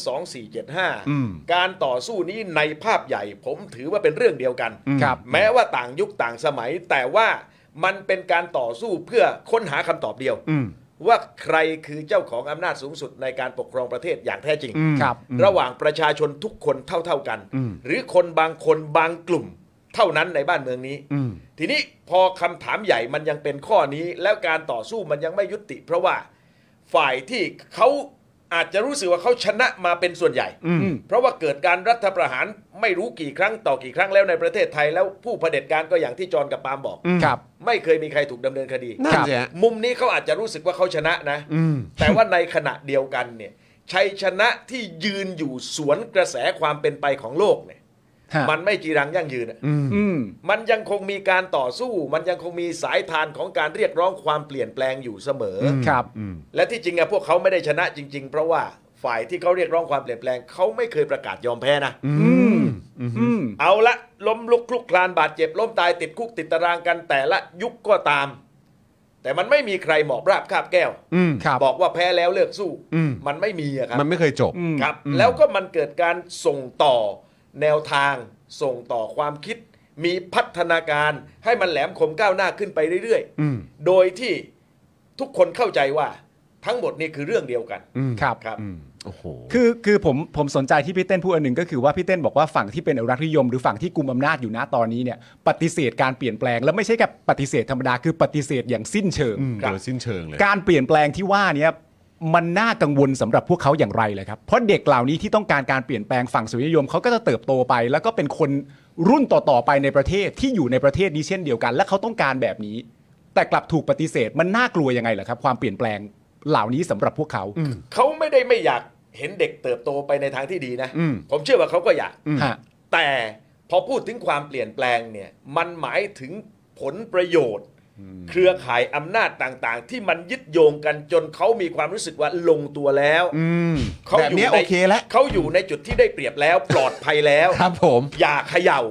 2475การต่อสู้นี้ในภาพใหญ่ผมถือว่าเป็นเรื่องเดียวกันแม้ว่าต่างยุคต่างสมัยแต่ว่ามันเป็นการต่อสู้เพื่อค้นหาคำตอบเดียวว่าใครคือเจ้าของอำนาจสูงสุดในการปกครองประเทศอย่างแท้จริงระหว่างประชาชนทุกคนเท่าๆกันหรือคนบางคนบางกลุ่มเท่านั้นในบ้านเมืองนี้ทีนี้พอคำถามใหญ่มันยังเป็นข้อนี้แล้วการต่อสู้มันยังไม่ยุติเพราะว่าฝ่ายที่เขาอาจจะรู้สึกว่าเขาชนะมาเป็นส่วนใหญ่เพราะว่าเกิดการรัฐประหารไม่รู้กี่ครั้งต่อกี่ครั้งแล้วในประเทศไทยแล้วผู้เผด็จการก็อย่างที่จรกับปาล์มบอกไม่เคยมีใครถูกดำเนินคดีมุมนี้เขาอาจจะรู้สึกว่าเขาชนะนะแต่ว่าในขณะเดียวกันเนี่ยชัยชนะที่ยืนอยู่สวนกระแสความเป็นไปของโลกเนี่ยมันไม่จีรังยั่งยืนมันยังคงมีการต่อสู้มันยังคงมีสายทานของการเรียกร้องความเปลี่ยนแปลงอยู่เสมอครับและที่จริงพวกเขาไม่ได้ชนะจริงๆเพราะว่าฝ่ายที่เขาเรียกร้องความเปลี่ยนแปลงเขาไม่เคยประกาศยอมแพ้นะเอาละล้มลุกคลุกคลานบาดเจ็บล้มตายติดคุกติดตารางกันแต่ละยุคก็ตามแต่มันไม่มีใครหมอบราบคาบแก้วบอกว่าแพ้แล้วเลิกสู้มันไม่มีครับมันไม่เคยจบครับแล้วก็มันเกิดการส่งต่อแนวทางส่งต่อความคิดมีพัฒนาการให้มันแหลมคมก้าวหน้าขึ้นไปเรื่อยๆโดยที่ทุกคนเข้าใจว่าทั้งหมดนี่คือเรื่องเดียวกันครับโอ้โหคือผมสนใจที่พี่เต้นพูดอันหนึ่งก็คือว่าพี่เต้นบอกว่าฝั่งที่เป็นอนุรักษ์นิยมหรือฝั่งที่กุมอำนาจอยู่ณตอนนี้เนี่ยปฏิเสธการเปลี่ยนแปลงแล้วไม่ใช่แค่ปฏิเสธธรรมดาคือปฏิเสธอย่างสิ้นเชิงโดยสิ้นเชิงเลยการเปลี่ยนแปลงที่ว่านี้มันน่ากังวลสำหรับพวกเขาอย่างไรเลยครับเพราะเด็กเหล่านี้ที่ต้องการการเปลี่ยนแปลงฝั่งสุริยยมเขาก็จะเติบโตไปแล้วก็เป็นคนรุ่นต่อๆไปในประเทศที่อยู่ในประเทศนี้เช่นเดียวกันและเขาต้องการแบบนี้แต่กลับถูกปฏิเสธมันน่ากลัวยังไงเหรอครับความเปลี่ยนแปลงเหล่านี้สำหรับพวกเขาเขาไม่ได้ไม่อยากเห็นเด็กเติบโตไปในทางที่ดีนะผมเชื่อว่าเขาก็อยากแต่พอพูดถึงความเปลี่ยนแปลงเนี่ยมันหมายถึงผลประโยชน์เครือข่ายอำนาจต่างๆที่มันยึดโยงกันจนเขามีความรู้สึกว่าลงตัวแล้วเขาอยู่ในโอเคแล้วเขาอยู่ในจุดที่ได้เปรียบแล้วปลอดภัยแล้วครับผมอย่าเขย่า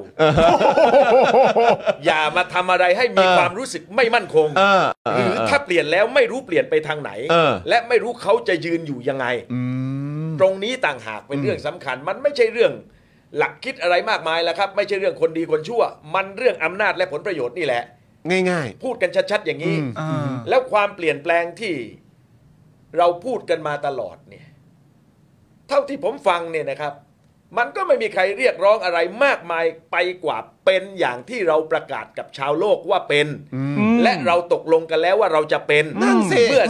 อย่ามาทำอะไรให้มีความรู้สึกไม่มั่นคงหรือถ้าเปลี่ยนแล้วไม่รู้เปลี่ยนไปทางไหนและไม่รู้เขาจะยืนอยู่ยังไงตรงนี้ต่างหากเป็นเรื่องสำคัญมันไม่ใช่เรื่องหลักคิดอะไรมากมายแล้วครับไม่ใช่เรื่องคนดีคนชั่วมันเรื่องอำนาจและผลประโยชน์นี่แหละง่ายๆพูดกันชัดๆอย่างนี้แล้วความเปลี่ยนแปลงที่เราพูดกันมาตลอดเนี่ยเท่าที่ผมฟังเนี่ยนะครับมันก็ไม่มีใครเรียกร้องอะไรมากมายไปกว่าเป็นอย่างที่เราประกาศกับชาวโลกว่าเป็นและเราตกลงกันแล้วว่าเราจะเป็นเมื่อ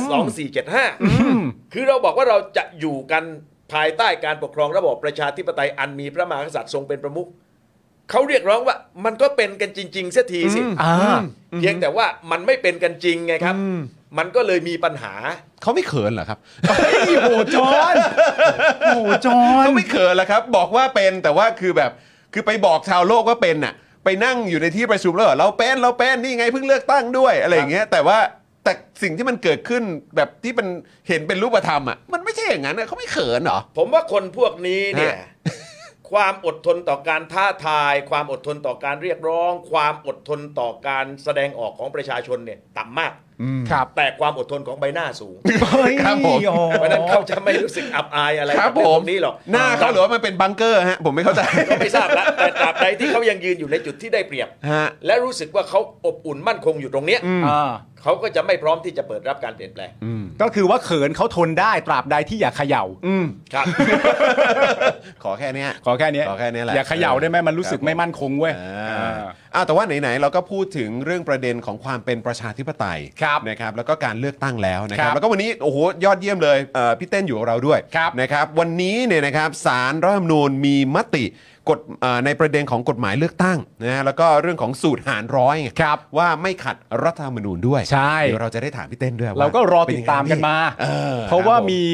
2475คือเราบอกว่าเราจะอยู่กันภายใต้การปกครองระบอบประชาธิปไตยอันมีพระมหากษัตริย์ทรงเป็นประมุขเขาเรียกร้องว่ามันก็เป็นกันจริงๆเสียทีสิเพียงแต่ว่ามันไม่เป็นกันจริงไงครับมันก็เลยมีปัญหาเขาไม่เขินเหรอครับโหจอนเขาไม่เขินเหรอครับบอกว่าเป็นแต่ว่าคือไปบอกชาวโลกว่าเป็นน่ะไปนั่งอยู่ในที่ประชุมแล้วเราเป็นนี่ไงเพิ่งเลือกตั้งด้วยอะไรอย่างเงี้ยแต่สิ่งที่มันเกิดขึ้นแบบที่มันเห็นเป็นรูปธรรมอ่ะมันไม่ใช่อย่างนั้นเขาไม่เขินเหรอผมว่าคนพวกนี้เนี่ยความอดทนต่อการท้าทายความอดทนต่อการเรียกร้องความอดทนต่อการแสดงออกของประชาชนเนี่ยต่ำมากแต่ความอดทนของใบหน้าสูงครับผมเพราะนั้นเขาจะไม่รู้สึกอับอายอะไรกับพวกนี้หรอกหน้าเขาหรือว่ามันเป็นบังเกอร์ฮะผมไม่เข้าใจก็ไม่ทราบละแต่ตราบใดที่เขายังยืนอยู่ในจุดที่ได้เปรียบและรู้สึกว่าเขาอบอุ่นมั่นคงอยู่ตรงเนี้ยเขาก็จะไม่พร้อมที่จะเปิดรับการเปลี่ยนแปลงก็คือว่าเขินเขาทนได้ตราบใดที่อย่าเขย่าครับขอแค่นี้แหละอย่าเขย่าได้ไหมมันรู้สึกไม่มั่นคงเว้ยแต่ว่าไหนๆเราก็พูดถึงเรื่องประเด็นของความเป็นประชาธิปไตยนะครับแล้วก็การเลือกตั้งแล้วนะครับแล้วก็วันนี้โอ้โหยอดเยี่ยมเลยพี่เต้นอยู่กับเราด้วยนะครับวันนี้เนี่ยนะครับศาลรัฐธรรมนูญมีมติในประเด็นของกฎหมายเลือกตั้งนะแล้วก็เรื่องของสูตรหารร้อยว่าไม่ขัดรัฐธรรมนูญด้วยใช่เดี๋ยวเราจะได้ถามพี่เต้นด้วยเราก็รอติดตามกันมาเพราะว่ามี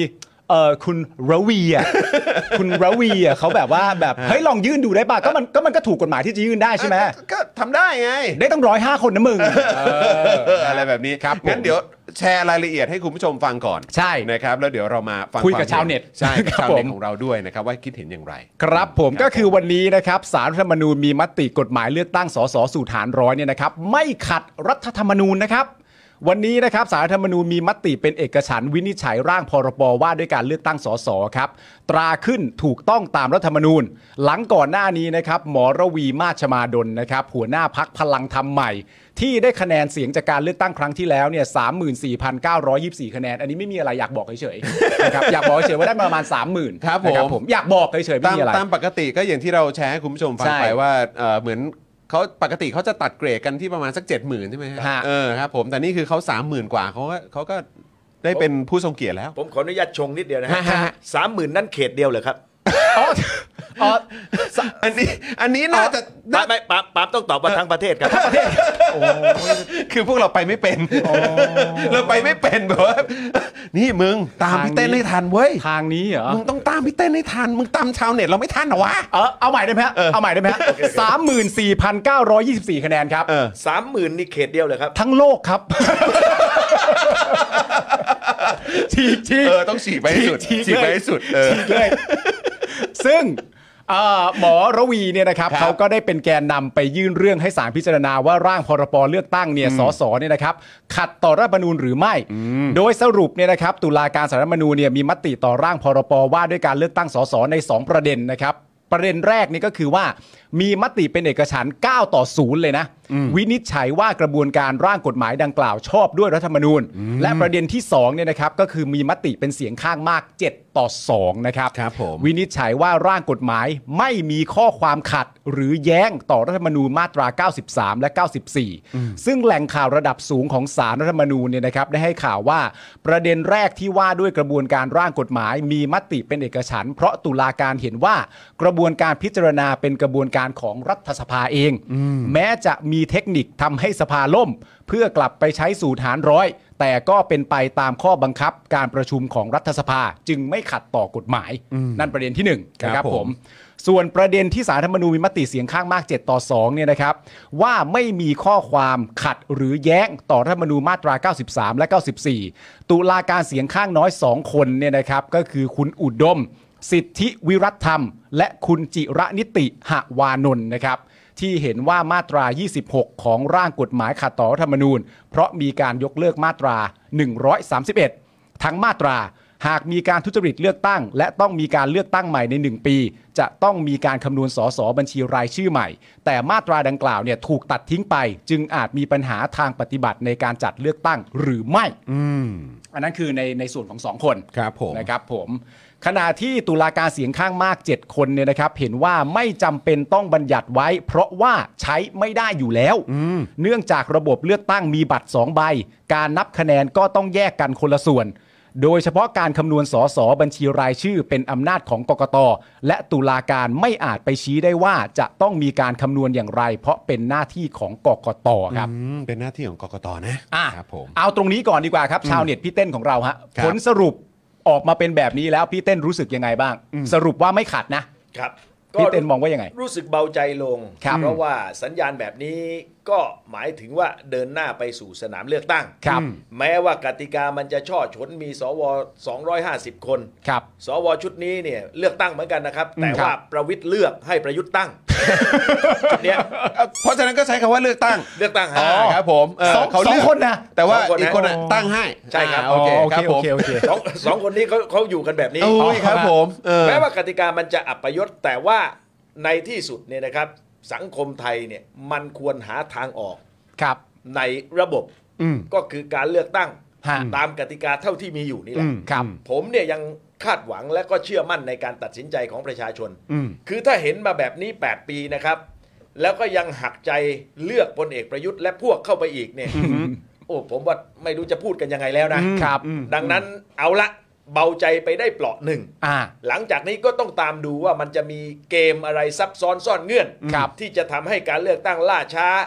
คุณระวีอ่ะ คุณระวีอ่ะเขาแบบว่าแบบเฮ้ยลองยื่นดูได้ป่ะก็มันก็ถูกกฎหมายที่จะยื่นได้ใช่ไหมก็ทำได้ไงได้ต้อง105 คนนะมึงอะไรแบบนี้ครับงั้นเดี๋ยวแชร์รายละเอียดให้คุณผู้ชมฟังก่อนใช่นะครับแล้วเดี๋ยวเรามาฟังคุยกับชาวเน็ตใช่ครับชาวเน็ตผมของเราด้วยนะครับว่าคิดเห็นอย่างไรครับผมก็คือวันนี้นะครับศาลรัฐธรรมนูญมีมติกฎหมายเลือกตั้งสสสู่ฐานร้อยเนี่ยนะครับไม่ขัดรัฐธรรมนูญนะครับวันนี้นะครับศาลรัฐธรรมนูญมีมติเป็นเอกฉันท์วินิจฉัยร่างพรบว่าด้วยการเลือกตั้งสสครับตราขึ้นถูกต้องตามรัฐธรรมนูญหลังก่อนหน้านี้นะครับหมอระวีมาชมาดลนะครับหัวหน้าพรรคพลังธรรมใหม่ที่ได้คะแนนเสียงจากการเลือกตั้งครั้งที่แล้วเนี่ย 34,924 คะแนนอันนี้ไม่มีอะไรอยากบอกเฉยๆนะครับอยากบอกเฉยๆว่าได้ประมาณ 30,000 ครับผมอยากบอกเฉยๆไม่มีอะไรตามปกติก็อย่างที่เราแชร์ให้คุณผู้ชมฟังใช่ไปว่าเหมือนเขาปกติเขาจะตัดเกรดกันที่ประมาณสัก 70,000 ใช่ไหมฮะฮะครับผมแต่นี่คือเขา 30,000 กว่าเขาก็ได้เป็นผู้ทรงเกียรติแล้วผมขออนุญาตชงนิดเดียวนะฮะฮะ 30,000นั่นเขตเดียวเหรอครับอันนี้น่าจะไม่ปาล์มต้องตอบว่าทั้งประเทศครับคือพวกเราไปไม่เป็นเราไปไม่เป็นแบบว่านี่มึงตามพี่เต้นให้ทันเว้ยทางนี้เหรอมึงต้องตามพี่เต้นให้ทันมึงตามชาวเน็ตเราไม่ทันเหรอวะเอาใหม่ได้ไหมฮะเอาใหม่ได้ไหมฮะ 34,924 คะแนนครับ 30,000นี่เขตเดียวเหรอครับทั้งโลกครับฉีกต้องฉีกไปให้สุดฉีกไปให้สุดฉีกเลยซึ่งหมอระวีเนี่ยนะครับครับเขาก็ได้เป็นแกนนำไปยื่นเรื่องให้ศาลพิจารณาว่าร่างพรบเลือกตั้งเนี่ยสสเนี่ยนะครับขัดต่อรัฐธรรมนูญหรือไม่ โดยสรุปเนี่ยนะครับตุลาการศาลรัฐธรรมนูญเนี่ยมีมติต่อร่างพรบว่าด้วยการเลือกตั้งสสใน2ประเด็นนะครับประเด็นแรกนี่ก็คือว่ามีมติเป็นเอกฉันท์9-0เลยนะวินิจฉัยว่ากระบวนการร่างกฎหมายดังกล่าวชอบด้วยรัฐธรรมนูญและประเด็นที่2เนี่ยนะครับก็คือมีมติเป็นเสียงข้างมาก7-2นะครับครับผมวินิจฉัยว่าร่างกฎหมายไม่มีข้อความขัดหรือแย้งต่อรัฐธรรมนูญมาตรา 93 และ 94 ซึ่งแหล่งข่าวระดับสูงของศาลรัฐธรรมนูญเนี่ยนะครับได้ให้ข่าวว่าประเด็นแรกที่ว่าด้วยกระบวนการร่างกฎหมายมีมติเป็นเอกฉันท์เพราะตุลาการเห็นว่ากระบวนการพิจารณาเป็นกระบวนการของรัฐสภาเองแม้จะมีเทคนิคทำให้สภาล่มเพื่อกลับไปใช้สู่ฐานร้อยแต่ก็เป็นไปตามข้อบังคับการประชุมของรัฐสภาจึงไม่ขัดต่อกฎหมายนั่นประเด็นที่1นะครับผมส่วนประเด็นที่ศาลรัฐธรรมนูญมีมติเสียงข้างมาก7-2เนี่ยนะครับว่าไม่มีข้อความขัดหรือแย้งต่อรัฐธรรมนูญมาตรา 93 และ 94 ตุลาการเสียงข้างน้อย2คนเนี่ยนะครับก็คือคุณอุดมสิทธิวิรัตธรรมและคุณจิระนิติหวานนท์นะครับที่เห็นว่ามาตรา 26 ของร่างกฎหมายขัดต่อรัฐธรรมนูญเพราะมีการยกเลิกมาตรา 131 ทั้งมาตราหากมีการทุจริตเลือกตั้งและต้องมีการเลือกตั้งใหม่ใน1ปีจะต้องมีการคำนวณสสบัญชีรายชื่อใหม่แต่มาตราดังกล่าวเนี่ยถูกตัดทิ้งไปจึงอาจมีปัญหาทางปฏิบัติในการจัดเลือกตั้งหรือไม่อันนั้นคือในส่วนของ2คนครับผมนะครับผมขณะที่ตุลาการเสียงข้างมาก7คนเนี่ยนะครับเห็นว่าไม่จำเป็นต้องบัญญัติไว้เพราะว่าใช้ไม่ได้อยู่แล้วเนื่องจากระบบเลือกตั้งมีบัตร2ใบการนับคะแนนก็ต้องแยกกันคนละส่วนโดยเฉพาะการคำนวณสสบัญชีรายชื่อเป็นอำนาจของกกต.และตุลาการไม่อาจไปชี้ได้ว่าจะต้องมีการคำนวณอย่างไรเพราะเป็นหน้าที่ของกกต.ครับเป็นหน้าที่ของกกต.นะครับผมเอาตรงนี้ก่อนดีกว่าครับชาวเน็ตพี่เต้นของเราฮะผลสรุปออกมาเป็นแบบนี้แล้วพี่เต้นรู้สึกยังไงบ้างสรุปว่าไม่ขัดนะครับพี่เต้นมองว่ายังไงรู้สึกเบาใจลงเพราะว่าสัญญาณแบบนี้ก็หมายถึงว่าเดินหน้าไปสู่สนามเลือกตั้งแม้ว่ากติกามันจะช่อฉนมีสว250 คนสวชุดนี้เนี่ยเลือกตั้งเหมือนกันนะครับแต่ว่าประวิตรเลือกให้ประยุทธ์ตั้งเนี่ยเพราะฉะนั้นก็ใช้คำว่าเลือกตั้งครับผมเขา2คนนะแต่ว่าอีกคนตั้งให้ใช่ครับโอเคครับผมสองคนนี้เขาอยู่กันแบบนี้ครับผมแม้ว่ากติกามันจะอัปยศแต่ว่าในที่สุดเนี่ยนะครับสังคมไทยเนี่ยมันควรหาทางออกในระบบก็คือการเลือกตั้งตามกติกาเท่าที่มีอยู่นี่แหละผมเนี่ยยังคาดหวังและก็เชื่อมั่นในการตัดสินใจของประชาชนคือถ้าเห็นมาแบบนี้8 ปีนะครับแล้วก็ยังหักใจเลือกพลเอกประยุทธ์และพวกเข้าไปอีกเนี่ยโอ้ผมว่าไม่รู้จะพูดกันยังไงแล้วนะดังนั้นเอาละเบาใจไปได้เปลาะหนึ่งหลังจากนี้ก็ต้องตามดูว่ามันจะมีเกมอะไรซับซ้อนซ่อนเงื่อนที่จะทำให้การเลือกตั้งล่าช้า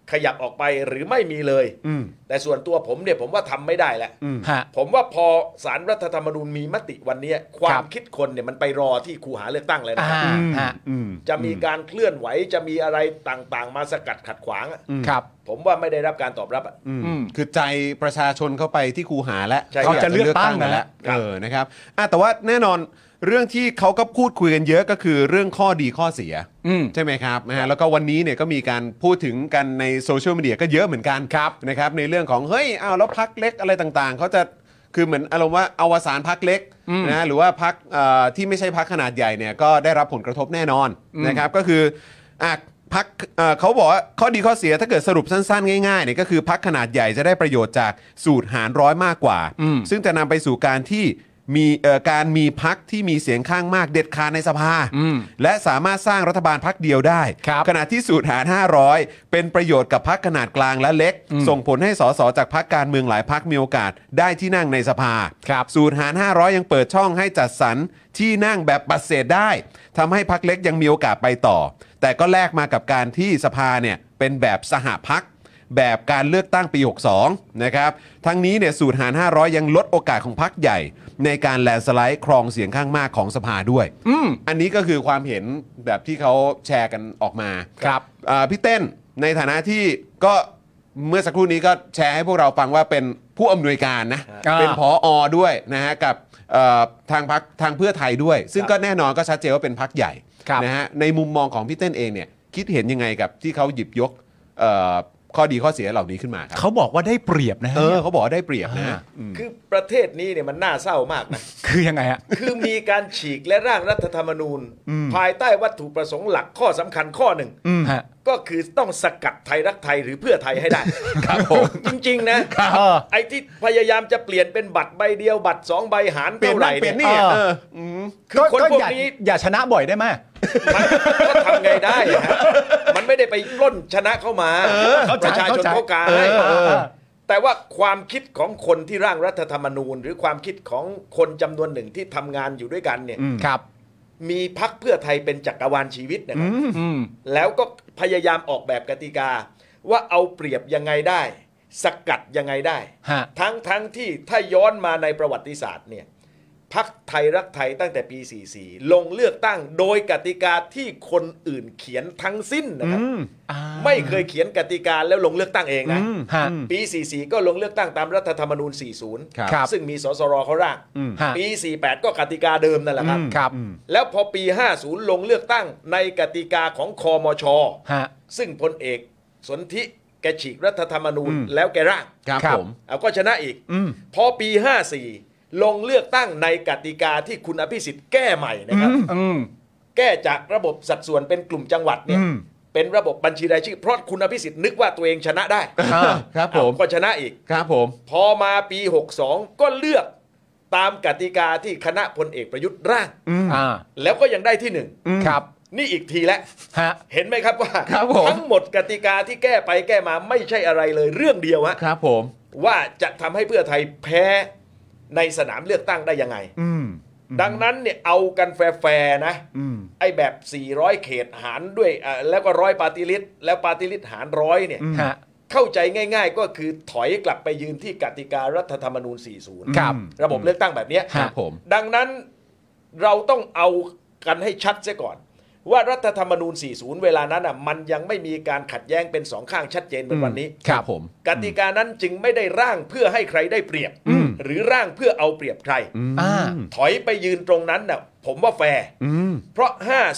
ขยับออกไปหรือไม่มีเลยแต่ส่วนตัวผมเนี่ยผมว่าทำไม่ได้แหละผมว่าพอศาลรัฐธรรมนูญมีมติวันนี้ความคิดคนเนี่ยมันไปรอที่คูหาเลือกตั้งเลยนะครับจะมีการเคลื่อนไหวจะมีอะไรต่างๆมาสกัดขัดขวางครับผมว่าไม่ได้รับการตอบรับคือใจประชาชนเข้าไปที่คูหาแล้วเขาจะเลือกตั้งแล้วนะครับแต่ว่าแน่นอนเรื่องที่เขาก็พูดคุยกันเยอะก็คือเรื่องข้อดีข้อเสียใช่ไหมครับนะฮะแล้วก็วันนี้เนี่ยก็มีการพูดถึงกันในโซเชียลมีเดียก็เยอะเหมือนกันนะครับในเรื่องของเฮ้ยอ้าวแล้วพรรคเล็กอะไรต่างๆเขาจะคือเหมือนอารมณ์ว่าอวสานพรรคเล็กนะหรือว่าพรรคที่ไม่ใช่พรรคขนาดใหญ่เนี่ยก็ได้รับผลกระทบแน่นอนนะครับก็คือพรรคเขาบอกว่าข้อดีข้อเสียถ้าเกิดสรุปสั้นๆง่ายๆเนี่ยก็คือพรรคขนาดใหญ่จะได้ประโยชน์จากสูตรหารร้อยมากกว่าซึ่งจะนำไปสู่การที่มีการมีพรรคที่มีเสียงข้างมากเด็ดขาดในสภาและสามารถสร้างรัฐบาลพรรคเดียวได้ขณะที่สูตรหาร500เป็นประโยชน์กับพรรคขนาดกลางและเล็กส่งผลให้สสจากพรรคการเมืองหลายพรรคมีโอกาสได้ที่นั่งในสภาสูตรหาร500ยังเปิดช่องให้จัดสรรที่นั่งแบบปัดเศษได้ทำให้พรรคเล็กยังมีโอกาสไปต่อแต่ก็แลกมากับการที่สภาเนี่ยเป็นแบบสหพรรคแบบการเลือกตั้งปี62นะครับทั้งนี้เนี่ยสูตรหาร500ยังลดโอกาสของพรรคใหญ่ในการแลนสไลด์ครองเสียงข้างมากของสภาด้วยอันนี้ก็คือความเห็นแบบที่เขาแชร์กันออกมาครับพี่เต้นในฐานะที่ก็เมื่อสักครู่นี้ก็แชร์ให้พวกเราฟังว่าเป็นผู้อำนวยการนะเป็นผอ.ด้วยนะฮะกับทางพรรคทางเพื่อไทยด้วยซึ่งก็แน่นอนก็ชัดเจนว่าเป็นพรรคใหญ่นะฮะในมุมมองของพี่เต้นเองเนี่ยคิดเห็นยังไงกับที่เขาหยิบยกข้อดีข้อเสียเหล่านี้ขึ้นมาครับเขาบอกว่าได้เปรียบนะเขาบอกว่าได้เปรียบนะคือประเทศนี้เนี่ยมันน่าเศร้ามากนะคือยังไงฮะคือมีการฉีกและร่างรัฐธรรมนูญภายใต้วัตถุประสงค์หลักข้อสำคัญข้อหนึ่งก็คือต้องสกัดไทยรักไทยหรือเพื่อไทยให้ได้ครับผมจริงๆนะไอ้ที่พยายามจะเปลี่ยนเป็นบัตรใบเดียวบัตร2ใบหารเท่าไหร่เนี่ยคือคนพวกนี้อย่าชนะบ่อยได้ไหมก็ทำไงได้มันไม่ได้ไปปล้นชนะเข้ามาประชาชนเขาการให้แต่ว่าความคิดของคนที่ร่างรัฐธรรมนูญหรือความคิดของคนจำนวนหนึ่งที่ทำงานอยู่ด้วยกันเนี่ยมีพรรคเพื่อไทยเป็นจักรวาลชีวิตนะครับแล้วก็พยายามออกแบบกติกาว่าเอาเปรียบยังไงได้สกัดยังไงได้ทั้งที่ถ้าย้อนมาในประวัติศาสตร์เนี่ยพรรคไทยรักไทยตั้งแต่ปี44ลงเลือกตั้งโดยกติกาที่คนอื่นเขียนทั้งสิ้นนะครับไม่เคยเขียนกติกาแล้วลงเลือกตั้งเองนะปี44ก็ลงเลือกตั้งตามรัฐธรรมนูญ40ซึ่งมีสสรเขาร่างปี48ก็กติกาเดิมนั่นแหละครับแล้วพอปี50ลงเลือกตั้งในกติกาของคมช.ซึ่งพลเอกสนธิแกฉีกรัฐธรรมนูญแล้วแกร่างเอาก็ชนะอีกพอปี54ลงเลือกตั้งในกติกาที่คุณอภิสิทธิ์แก้ใหม่นะครับแก้จากระบบสัดส่วนเป็นกลุ่มจังหวัดเนี่ยเป็นระบบบัญชีรายชื่อเพราะคุณอภิสิทธิ์นึกว่าตัวเองชนะได้ครับผมก็ชนะอีกครับผมพอมาปี62ก็เลือกตามกติกาที่คณะพลเอกประยุทธ์ร่างแล้วก็ยังได้ที่1 ครับนี่อีกทีแล้วเห็นไหมครับว่าทั้งหมดกติกาที่แก้ไปแก้มาไม่ใช่อะไรเลยเรื่องเดียวครับผมว่าจะทำให้เพื่อไทยแพ้ในสนามเลือกตั้งได้ยังไงดังนั้นเนี่ยเอากันแฟร์ๆนะไอ้แบบ400เขตหารด้วยแล้วก็100ปาร์ตี้ลิสต์แล้วปาร์ตี้ลิสต์หาร100เนี่ยเข้าใจง่ายๆก็คือถอยกลับไปยืนที่กติการัฐธรรมนูญ40ระบบเลือกตั้งแบบนี้ดังนั้นเราต้องเอากันให้ชัดเสียก่อนว่ารัฐธรรมนูญ40เวลานั้นมันยังไม่มีการขัดแย้งเป็นสองข้างชัดเจนเหมือนวันนี้ครับผมกติกานั้นจึงไม่ได้ร่างเพื่อให้ใครได้เปรียบหรือร่างเพื่อเอาเปรียบใครถอยไปยืนตรงนั้นผมว่าแฟร์เพราะ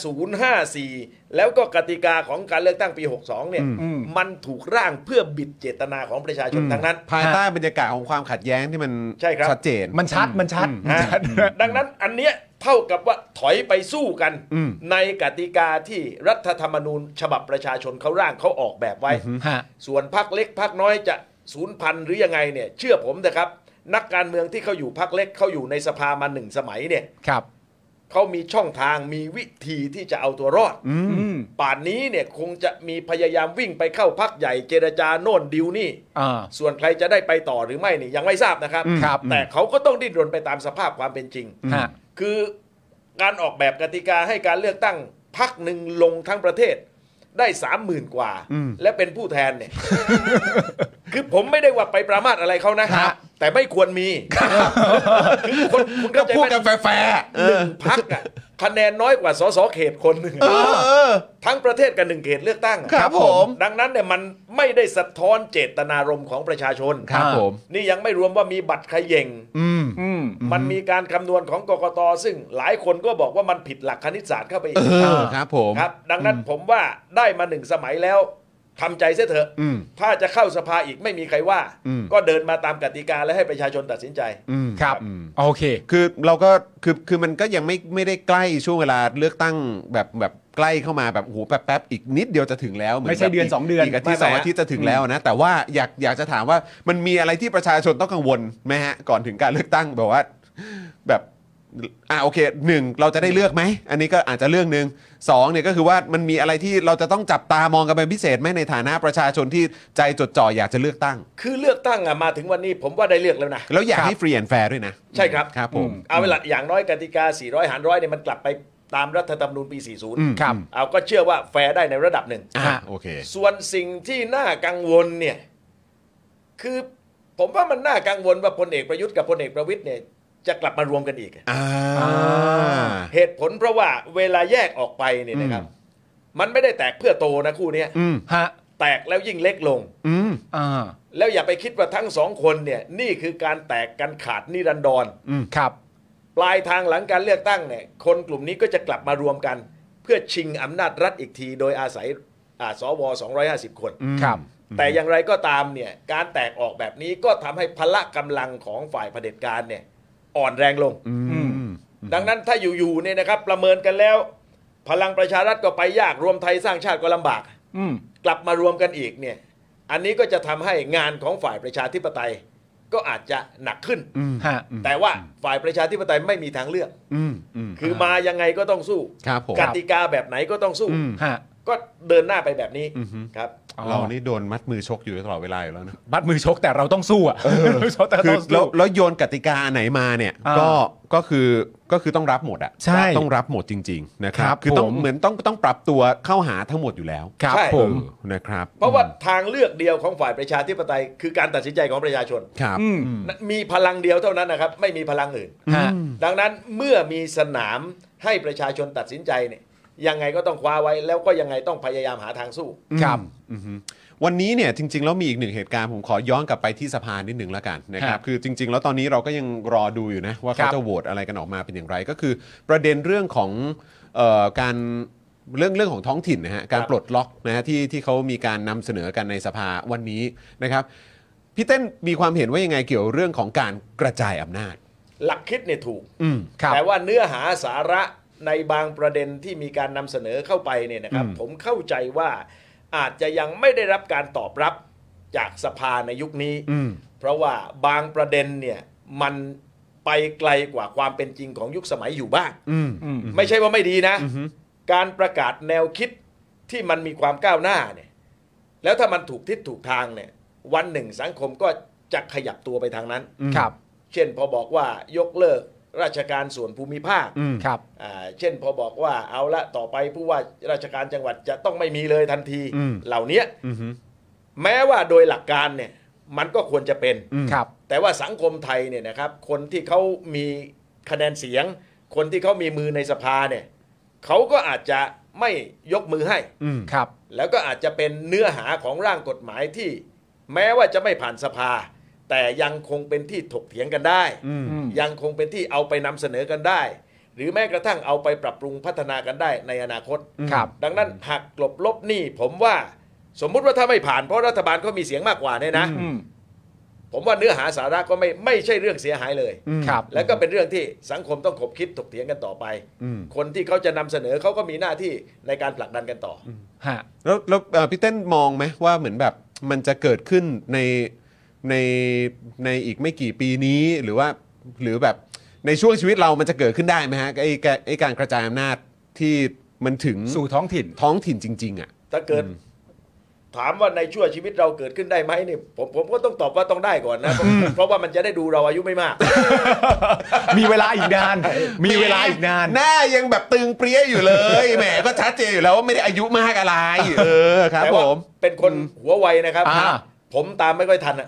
5054แล้วก็กติกาของการเลือกตั้งปี62เนี่ยมันถูกร่างเพื่อบิดเจตนาของประชาชนทั้งนั้นภายใต้บรรยากาศของความขัดแย้งที่มันชัดเจนมันชัดดังนั้นอันเนี้ยเท่ากับว่าถอยไปสู้กันในกติกาที่รัฐธรรมนูญฉบับประชาชนเขาร่างเขาออกแบบไว้ส่วนพรรคเล็กพรรคน้อยจะสูญพันธุ์หรือยังไงเนี่ยเชื่อผมนะครับนักการเมืองที่เขาอยู่พรรคเล็กเขาอยู่ในสภามา1สมัยเนี่ยเขามีช่องทางมีวิธีที่จะเอาตัวรอดป่านนี้เนี่ยคงจะมีพยายามวิ่งไปเข้าพรรคใหญ่เจรจาโน่นดิวนี่ส่วนใครจะได้ไปต่อหรือไม่นี่ยังไม่ทราบนะครับแต่เขาก็ต้องดิ้นรนไปตามสภาพความเป็นจริงคือการออกแบบกติกาให้การเลือกตั้งพรรคหนึ่งลงทั้งประเทศได้ 30,000 กว่าและเป็นผู้แทนเนี่ย คือผมไม่ได้ว่าไปประมาทอะไรเขานะแต่ไม่ควรมีคือคุณก็เข้าใจพูดไหมกันแฟร์หนึ่งพรรคอะคะแนนน้อยกว่าสสเขตคนหนึ่งทั้งประเทศกัน1 เขตเลือกตั้งอะครับผมดังนั้นเนี่ยมันไม่ได้สะท้อนเจตนารมณ์ของประชาชนครับผมนี่ยังไม่รวมว่ามีบัตรเขย่งมันมีการคำนวณของกกตซึ่งหลายคนก็บอกว่ามันผิดหลักคณิตศาสตร์เข้าไปอีกครับผมครับดังนั้นผมว่าได้มา1 สมัยแล้วทำใจเสียเถอะถ้าจะเข้าสภาอีกไม่มีใครว่า ก็เดินมาตามกติกาและให้ประชาชนตัดสินใจครับโอเคคือเราก็คือมันก็ยังไม่ได้ใกล้ช่วงเวลาเลือกตั้งแบบใกล้เข้ามาแบบโอ้โหแป๊บๆอีกนิดเดียวจะถึงแล้วเหมือนไม่ใช่เดือนแบบ 2 เดือนอีกอาทิตย์2 อาทิตย์จะถึงแล้วนะแต่ว่าอยากจะถามว่ามันมีอะไรที่ประชาชนต้องกังวลไหมฮะก่อนถึงการเลือกตั้งแบบว่าแบบโอเค1เราจะได้เลือกไหมอันนี้ก็อาจจะเรื่องนึง2เนี่ยก็คือว่ามันมีอะไรที่เราจะต้องจับตามองกันเป็นพิเศษไหมในฐานะประชาชนที่ใจจดจ่ออยากจะเลือกตั้งคือเลือกตั้งอะมาถึงวันนี้ผมว่าได้เลือกแล้วนะแล้วอยากให้ฟรีแอนด์แฟร์ด้วยนะใช่ครับครับผมเอาเวลาอย่างน้อยกติกา400 หาร 100เนี่ยมันกลับไปตามรัฐธรรมนูญปี 40 ครับเอาก็เชื่อว่าแฟร์ได้ในระดับหนึ่งโอเคส่วนสิ่งที่น่ากังวลเนี่ยคือผมว่ามันน่ากังวลว่าพลเอกประยุทธ์กับพลเอกประวิตรเนี่ยจะกลับมารวมกันอีกเหตุผลเพราะว่าเวลาแยกออกไปเนี่ยนะครับมันไม่ได้แตกเพื่อโตนะคู่เนี้ยฮะแตกแล้วยิ่งเล็กลง แล้วอย่าไปคิดว่าทั้งสองคนเนี่ยนี่คือการแตกกันขาดนิรันดรครับปลายทางหลังการเลือกตั้งเนี่ยคนกลุ่มนี้ก็จะกลับมารวมกัน เพื่อชิงอำนาจรัฐอีกทีโดยอาศัยสว250 คนครับแต่อย่างไรก็ตามเนี่ยการแตกออกแบบนี้ก็ทำให้พละกำลังของฝ่ายเผด็จการเนี่ยอ่อนแรงลง ดังนั้นถ้าอยู่ๆเนี่ยนะครับประเมินกันแล้ว พลังประชารัฐก็ไปยากรวมไทยสร้างชาติก็ลำบากกลับมารวมกันอีกเนี่ยอันนี้ก็จะทำให้งานของฝ่ายประชาธิปไตยก็อาจจะหนักขึ้น แต่ว่าฝ่ายประชาธิปไตยไม่มีทางเลือกคือมายังไงก็ต้องสู้ครับผมกติกาแบบไหนก็ต้องสู้ฮะก็เดินหน้าไปแบบนี้ครับเรานี่โดนมัดมือชกอยู่ตลอดเวลาอยู่แล้วนะบัดมือชกแต่เราต้องสู้อ่ะชกแต่เราคือต้องสู้แล้วโยนกติกาไหนมาเนี่ยก็คือต้องรับหมดอ่ะใช่ต้องรับหมดจริงๆนะครัครับ บคือต้องผมเหมือนต้องปรับตัวเข้าหาทั้งหมดอยู่แล้วครับใช่ผมนะครับเพราะว่าทางเลือกเดียวของฝ่ายประชาธิปไตยคือการตัดสินใจของประชาชนครับมีพลังเดียวเท่านั้นนะครับไม่มีพลังอื่นฮะดังนั้นเมื่อมีสนามให้ประชาชนตัดสินใจเนี่ยยังไงก็ต้องคว้าไว้แล้วก็ยังไงต้องพยายามหาทางสู้ครับวันนี้เนี่ยจริงๆแล้วมีอีกหนึ่งเหตุการณ์ผมขอย้อนกลับไปที่สภานิดหนึ่งแล้วกันนะครับคือจริงๆแล้วตอนนี้เราก็ยังรอดูอยู่นะว่าเขาจะโหวตอะไรกันออกมาเป็นอย่างไรก็คือประเด็นเรื่องของการเรื่องของท้องถิ่นนะฮะการปลดล็อกนะฮะที่เขามีการนำเสนอกันในสภาวันนี้นะครับพี่เต้นมีความเห็นว่ายังไงเกี่ยวเรื่องของการกระจายอำนาจหลักคิดเนี่ยถูกครับแต่ว่าเนื้อหาสาระในบางประเด็นที่มีการนำเสนอเข้าไปเนี่ยนะครับผมเข้าใจว่าอาจจะยังไม่ได้รับการตอบรับจากสภาในยุคนี้เพราะว่าบางประเด็นเนี่ยมันไปไกลกว่าความเป็นจริงของยุคสมัยอยู่บ้างไม่ใช่ว่าไม่ดีนะ การประกาศแนวคิดที่มันมีความก้าวหน้าเนี่ยแล้วถ้ามันถูกทิศถูกทางเนี่ยวันหนึ่งสังคมก็จะขยับตัวไปทางนั้นครับเช่นพอบอกว่ายกเลิกราชการส่วนภูมิภาคครับเช่นพอบอกว่าเอาละต่อไปผู้ว่าราชการจังหวัดจะต้องไม่มีเลยทันที เหล่านี้แม้ว่าโดยหลักการเนี่ยมันก็ควรจะเป็นครับแต่ว่าสังคมไทยเนี่ยนะครับคนที่เขามีคะแนนเสียง คนที่เขามีมือในสภาเนี่ยเขาก็อาจจะไม่ยกมือให้ครับแล้วก็อาจจะเป็นเนื้อหาของร่างกฎหมายที่แม้ว่าจะไม่ผ่านสภา แต่ยังคงเป็นที่ถกเถียงกันได้ ยังคงเป็นที่เอาไปนำเสนอกันได้ หรือแม้กระทั่งเอาไปปรับปรุงพัฒนากันได้ในอนาคตครับดังนั้นหักกลบลบหนี้ผมว่าสมมุติว่าถ้าไม่ผ่านเพราะรัฐบาลเขามีเสียงมากกว่าเนี่ยนะ ผมว่าเนื้อหาสาระก็ไม่ใช่เรื่องเสียหายเลยครับแล้วก็เป็นเรื่องที่สังคมต้องขบคิดถกเถียงกันต่อไป คนที่เขาจะนำเสนอเขาก็มีหน้าที่ในการผลักดันกันต่อฮะแล้วพี่เต้นมองไหมว่าเหมือนแบบมันจะเกิดขึ้นในอีกไม่กี่ปีนี้หรือแบบในช่วงชีวิตเรามันจะเกิดขึ้นได้ไหมฮะไอ้การกระจายอำนาจที่มันถึงสู่ท้องถิ่นท้องถิ่นจริงๆอ่ะถ้าเกิดถามว่าในชั่วชีวิตเราเกิดขึ้นได้ไหมนี่ผมก็ต้องตอบว่าต้องได้ก่อนนะเพราะว่ามันจะได้ดูเราอายุไม่มากมีเวลาอีกนานมีเวลาอีกนานหน้ายังแบบตึงเปรี้ยอยู่เลยแหมก็ชัดเจนอยู่แล้วว่าไม่ได้อายุมากอะไรครับแต่ผว่าม เป็นคนหัวไวนะครับ ผมตามไม่ค่อยทันอ่ะ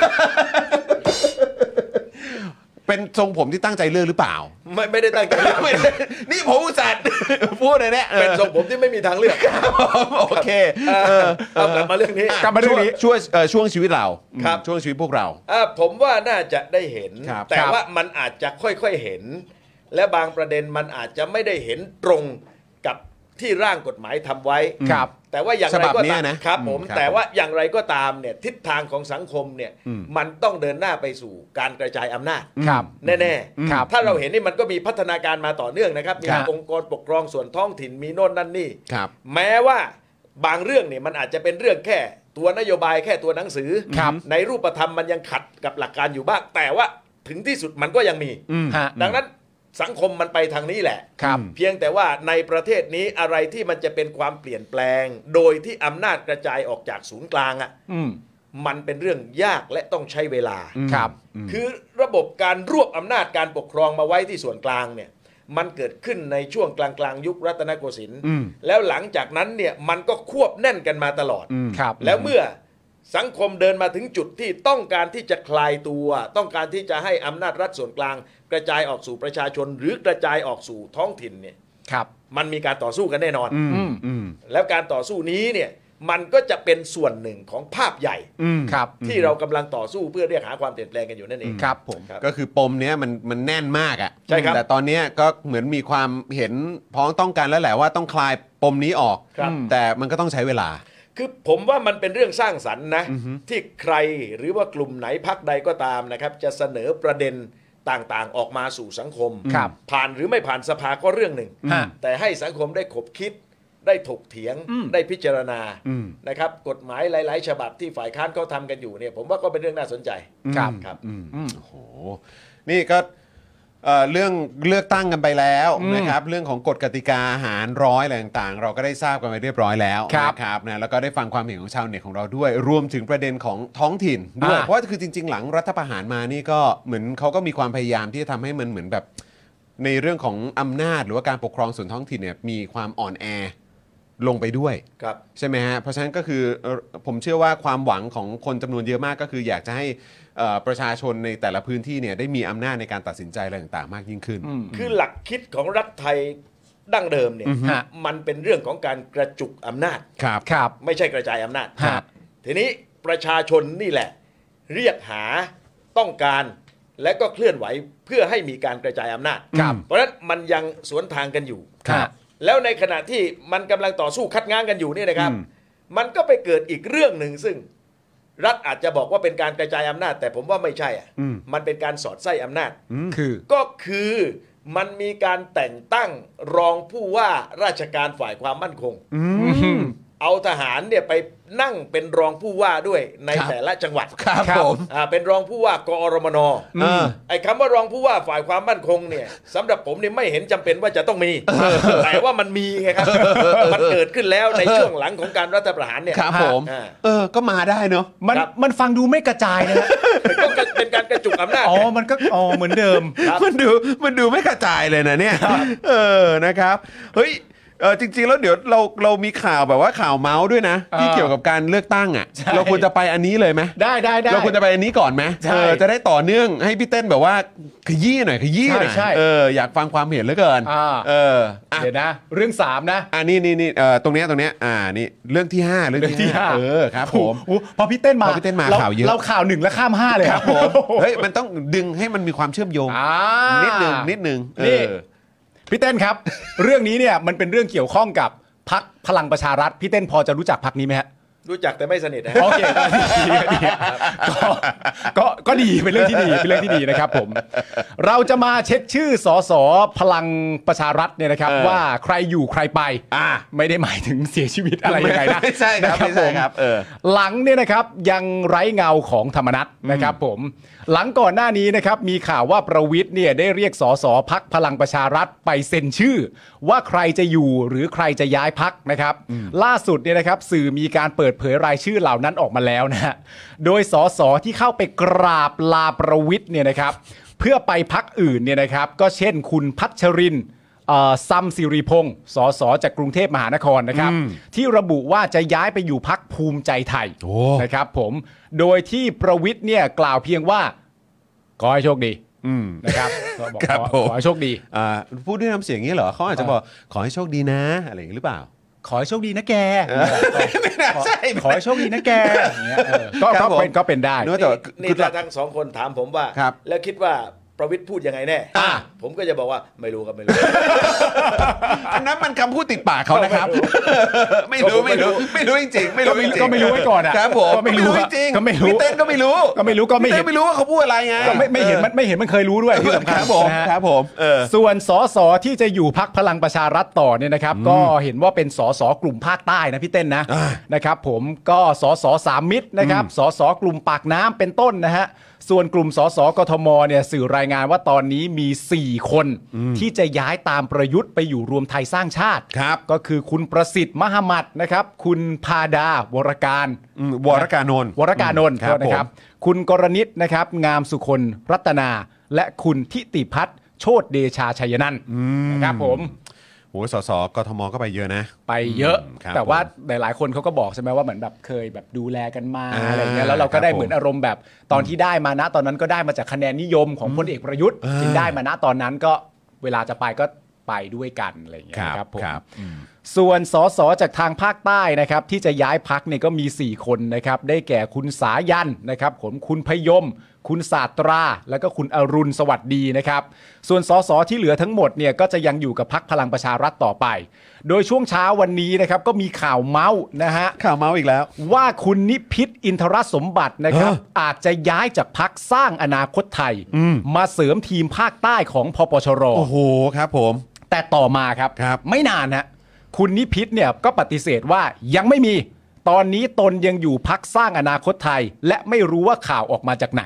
เป็นทรงผมที่ตั้งใจเลือกหรือเปล่าไม่ได้ตั้งใจเลือกไม่ได้นี่ผมอุตส่าห์พูดเลยเนี่ยเป็นทรงผมที่ไม่มีทางเลือกโอเคเอากลับมาเรื่องนี้กลับมาเรื่องนี้ช่วงชีวิตเราครับช่วงชีวิตพวกเราผมว่าน่าจะได้เห็นครับแต่ว่ามันอาจจะค่อยๆเห็น และบางประเด็นมันอาจจะไม่ได้เห็นตรงกับที่ร่างกฎหมายทำไว้ครับแต่ว่าอย่างไรฉบับก็เนี้ตาย มนะครับผมครับแต่ว่าอย่างไรก็ตามเนี่ยทิศทางของสังคมเนี่ยมันต้องเดินหน้าไปสู่การกระจายอำนาจครับแน่ครับถ้าเราเห็นนี่มันก็มีพัฒนาการมาต่อเนื่องนะครับมีครับองค์กรปกครองส่วนท้องถิ่นมีโน่นนั่นนี่ครับแม้ว่าบางเรื่องเนี่ยมันอาจจะเป็นเรื่องแค่ตัวนโยบายแค่ตัวหนังสือครับในรูปธรรมมันยังขัดกับหลักการอยู่บ้างแต่ว่าถึงที่สุดมันก็ยังมีฮะดังนั้นสังคมมันไปทางนี้แหละครับเพียงแต่ว่าในประเทศนี้อะไรที่มันจะเป็นความเปลี่ยนแปลง โดยที่อำนาจกระจายออกจากศูนย์กลางอ่ะอืมมันเป็นเรื่องยากและต้องใช้เวลาครับคือระบบการรวบอำนาจการปกครองมาไว้ที่ส่วนกลางเนี่ยมันเกิดขึ้นในช่วงกลางยุครัตนโกสินทร์แล้วหลังจากนั้นเนี่ยมันก็ควบแน่นกันมาตลอดครับแล้วเมื่อสังคมเดินมาถึงจุดที่ต้องการที่จะคลายตัว ต้องการที่จะให้อำนาจรัฐส่วนกลางกระจายออกสู่ประชาชน หรือกระจายออกสู่ท้องถิ่นเนี่ยครับมันมีการต่อสู้กันแน่นอนอืมแล้วการต่อสู้นี้เนี่ยมันก็จะเป็นส่วนหนึ่งของภาพใหญ่ครับที่เรากำลังต่อสู้เพื่อเรียกหาความเปลี่ยนแปลงกันอยู่นั่นเองครับผมครับก็คือปมเนี้ยมันแน่นมากอ่ะใช่ครับแต่ตอนเนี้ยก็เหมือนมีความเห็นพ้องต้องกันแล้วแหละว่าต้องคลายปมนี้ออกครับแต่มันก็ต้องใช้เวลาคือผมว่ามันเป็นเรื่องสร้างสรรค์นะที่ใครหรือว่ากลุ่มไหนพรรคใดก็ตามนะครับจะเสนอประเด็นต่างๆออกมาสู่สังคมครับผ่านหรือไม่ผ่านสภาก็เรื่องหนึ่งฮะแต่ให้สังคมได้ขบคิดได้ถกเถียงได้พิจารณานะครับกฎหมายหลาย ๆ ฉบับที่ฝ่ายค้านเขาทำกันอยู่เนี่ยผมว่าก็เป็นเรื่องน่าสนใจครับครับโอ้โหนี่ก็เรื่องเลือกตั้งกันไปแล้วนะครับเรื่องของกฎกติกาหารร้อยอะไรต่างๆ เราก็ได้ทราบกันไปเรียบร้อยแล้วครับนะครับนะแล้วก็ได้ฟังความเห็นของชาวเน็ตของเราด้วย รวมถึงประเด็นของท้องถิ่นด้วยเพราะว่าคือจริง ๆ หลังรัฐประหารมานี่ก็เหมือนเขาก็มีความพยายามที่จะทำให้มันเหมือนแบบในเรื่องของอำนาจหรือว่าการปกครองส่วนท้องถิ่นเนี่ยมีความอ่อนแอลงไปด้วยครับใช่ไหมฮะ เพราะฉะนั้นก็คือผมเชื่อว่าความหวังของคนจำนวนเยอะมากก็คืออยากจะให้ประชาชนในแต่ละพื้นที่เนี่ยได้มีอำนาจในการตัดสินใจอะไรต่างๆมากยิ่งขึ้นคือหลักคิดของรัฐไทยดั้งเดิมเนี่ยฮะมันเป็นเรื่องของการกระจุกอำนาจครับครับไม่ใช่กระจายอำนาจครับทีนี้ประชาชนนี่แหละ เรียกหาต้องการและก็เคลื่อนไหวเพื่อให้มีการกระจายอำนาจครับเพราะฉะนั้นมันยังสวนทางกันอยู่ครับแล้วในขณะที่มันกำลังต่อสู้คัดง้างกันอยู่เนี่ยนะครับ มันก็ไปเกิดอีกเรื่องหนึ่งซึ่งรัฐอาจจะบอกว่าเป็นการกระจายอำนาจ แต่ผมว่าไม่ใช่อ่ะมันเป็นการสอดไส้อำนาจคือก็คือมันมีการแต่งตั้งรองผู้ว่าราชการฝ่ายความมั่นคง เอาทหารเนี่ยไปนั่งเป็นรองผู้ว่าด้วยในครับแต่ละจังหวัดครับผมเป็นรองผู้ว่ากอรมนมไอ้คำว่ารองผู้ว่าฝ่ายความมั่นคงเนี่ยสำหรับผมเนี่ยไม่เห็นจำเป็นว่าจะต้องมี แต่ว่ามันมีไงครับ มันเกิดขึ้นแล้วในช่วงหลังของการรัฐประหารเนี่ยครับผมอ่าก็มาได้เนอะมันครับมันฟังดูไม่กระจายนะฮะก็เป็นการกระจุกอำนาจอ๋อ มันก็อ๋อเหมือนเดิมครับมันดูไม่กระจายเลยนะเนี่ยนะครับเฮ้ยจริงๆแล้วเดี๋ยวเรามีข่าวแบบว่าข่าวเมาส์ด้วยนะที่เกี่ยวกับการเลือกตั้งอ่ะใช่เราควรจะไปอันนี้เลยไหมได้ได้ได้เราควรจะไปอันนี้ก่อนไหมใช่จะได้ต่อเนื่องให้พี่เต้นแบบว่าขยี้หน่อยใช่อยากฟังความเห็นเหลือเกินอ่าอ่ะเดี๋ยวนะ เรื่อง3นะนี่ตรงเนี้ยนี่เรื่องที่5เรื่องที่ห้าครับผมโอ้โหพอพี่เต้นมาพอพี่เต้นมารข่าวเยอะเราข่าว1แล้วข้าม 5 เลยครับผมเฮ้ยมันต้องดึงให้มันมีความเชื่อมโยง นิดนึงนี่พี่เต้นครับ เรื่องนี้เนี่ยมันเป็นเรื่องเกี่ยวข้องกับพรรคพลังประชารัฐพี่เต้นพอจะรู้จักพรรคนี้ไหมฮะรู้จักแต่ไม่สนิทนะโอเคก็ดีก็ดีเป็นเรื่องที่ดีเป็นเรื่องที่ดีนะครับผมเราจะมาเช็คชื่อสสพลังประชารัฐเนี่ยนะครับว่าใครอยู่ใครไปไม่ได้หมายถึงเสียชีวิตอะไรยังไงนะไม่ใช่ครับนะไม่ใช่ครับหลังเนี่ยนะครับยังไร้เงาของธรรมนัสนะครับผมหลังก่อนหน้านี้นะครับมีข่าวว่าประวิตรเนี่ยได้เรียกสสพรรคพลังประชารัฐไปเซ็นชื่อ ว่าใครจะอยู่หรือใครจะย้ายพรรคนะครับล่าสุดเนี่ยนะครับสื่อมีการเปิดดเผยรายชื่อเหล่านั้นออกมาแล้วนะฮะโดยสสที่เข้าไปกราบลาประวิตรเนี่ยนะครับเพื่อไปพรรคอื่นเนี่ยนะครับก็เช่นคุณพัชรินทร์ซัมศิริพงศ์สสจากกรุงเทพมหานครนะครับที่ระบุว่าจะย้ายไปอยู่พรรคภูมิใจไทยนะครับผมโดยที่ประวิตรเนี่ยกล่าวเพียงว่าขอให้โชคดีนะครับบอกขอให้โชคดีพูดด้วยน้ำเสียงนี้เหรอเขาอาจจะบอกขอให้โชคดีนะอะไรอย่างนี้หรือเปล่าขอให้โชคดีนะแกไม่น่าใช่ขอให้โชคดีนะแกอย่างเงี้ยก็เป็นได้นี่ถ้าทั้งสองคนถามผมว่าแล้วคิดว่าประวิตรพูดยังไงแน่ผมก็จะบอกว่าไม่รู้ครับไม่รู้อันนั้นมันคำพูดติดปากเขานะครับไม่รู้จริงๆไม่รู้จริงๆก็ไม่รู้ไว้ก่อนอ่ะครับผมไม่รู้จริงพี่เต้นก็ไม่รู้ไม่รู้ว่าเขาพูดอะไรไงก็ไม่เห็นมันเคยรู้ด้วยที่สำคัญครับผมส่วนสสที่จะอยู่พรรคพลังประชารัฐต่อเนี่ยนะครับก็เห็นว่าเป็นสสกลุ่มภาคใต้นะพี่เต้นนะครับผมก็สสสามมิตรนะครับสสกลุ่มปากน้ำเป็นต้นนะฮะส่วนกลุ่มสสกทมเนี่ยสื่อรายงานว่าตอนนี้มี4คนที่จะย้ายตามประยุทธ์ไปอยู่รวมไทยสร้างชาติก็คือคุณประสิทธิ์มหมัดนะครับคุณพาดาวรการนนท์นะครับคุณกรณิตนะครับงามสุคนรัตนาและคุณทิติพัฒน์โชติเดชาชัยนันท์นะครับผมโหสสกทมก็ไปเยอะนะไปเยอะแต่ว่าหลายๆคนเขาก็บอกใช่ไหมว่าเหมือนแบบเคยแบบดูแลกันมาอะไรเงี้ยแล้วเราก็ได้เหมือนอารมณ์แบบตอนที่ได้มานะตอนนั้นก็ได้มาจากคะแนนนิยมของพลเอกประยุทธ์จึงได้มานะตอนนั้นก็เวลาจะไปก็ไปด้วยกันอะไรอย่างเงี้ยครับผมส่วนสสจากทางภาคใต้นะครับที่จะย้ายพรรคเนี่ยก็มี4คนนะครับได้แก่คุณสายันนะครับคุณพยมคุณศาสตราแล้วก็คุณอรุณสวัสดีนะครับส่วนสสที่เหลือทั้งหมดเนี่ยก็จะยังอยู่กับพรรคพลังประชารัฐต่อไปโดยช่วงเช้าวันนี้นะครับก็มีข่าวเมาส์นะฮะข่าวเมาส์อีกแล้วว่าคุณนิพิษอินทรสมบัตินะครับอาจจะย้ายจากพรรคสร้างอนาคตไทยมาเสริมทีมภาคใต้ของพปชรโอ้โหครับผมแต่ต่อมาครับไม่นานฮะคุณนิพิษเนี่ยก็ปฏิเสธว่ายังไม่มีตอนนี้ตนยังอยู่พรรคสร้างอนาคตไทยและไม่รู้ว่าข่าวออกมาจากไหน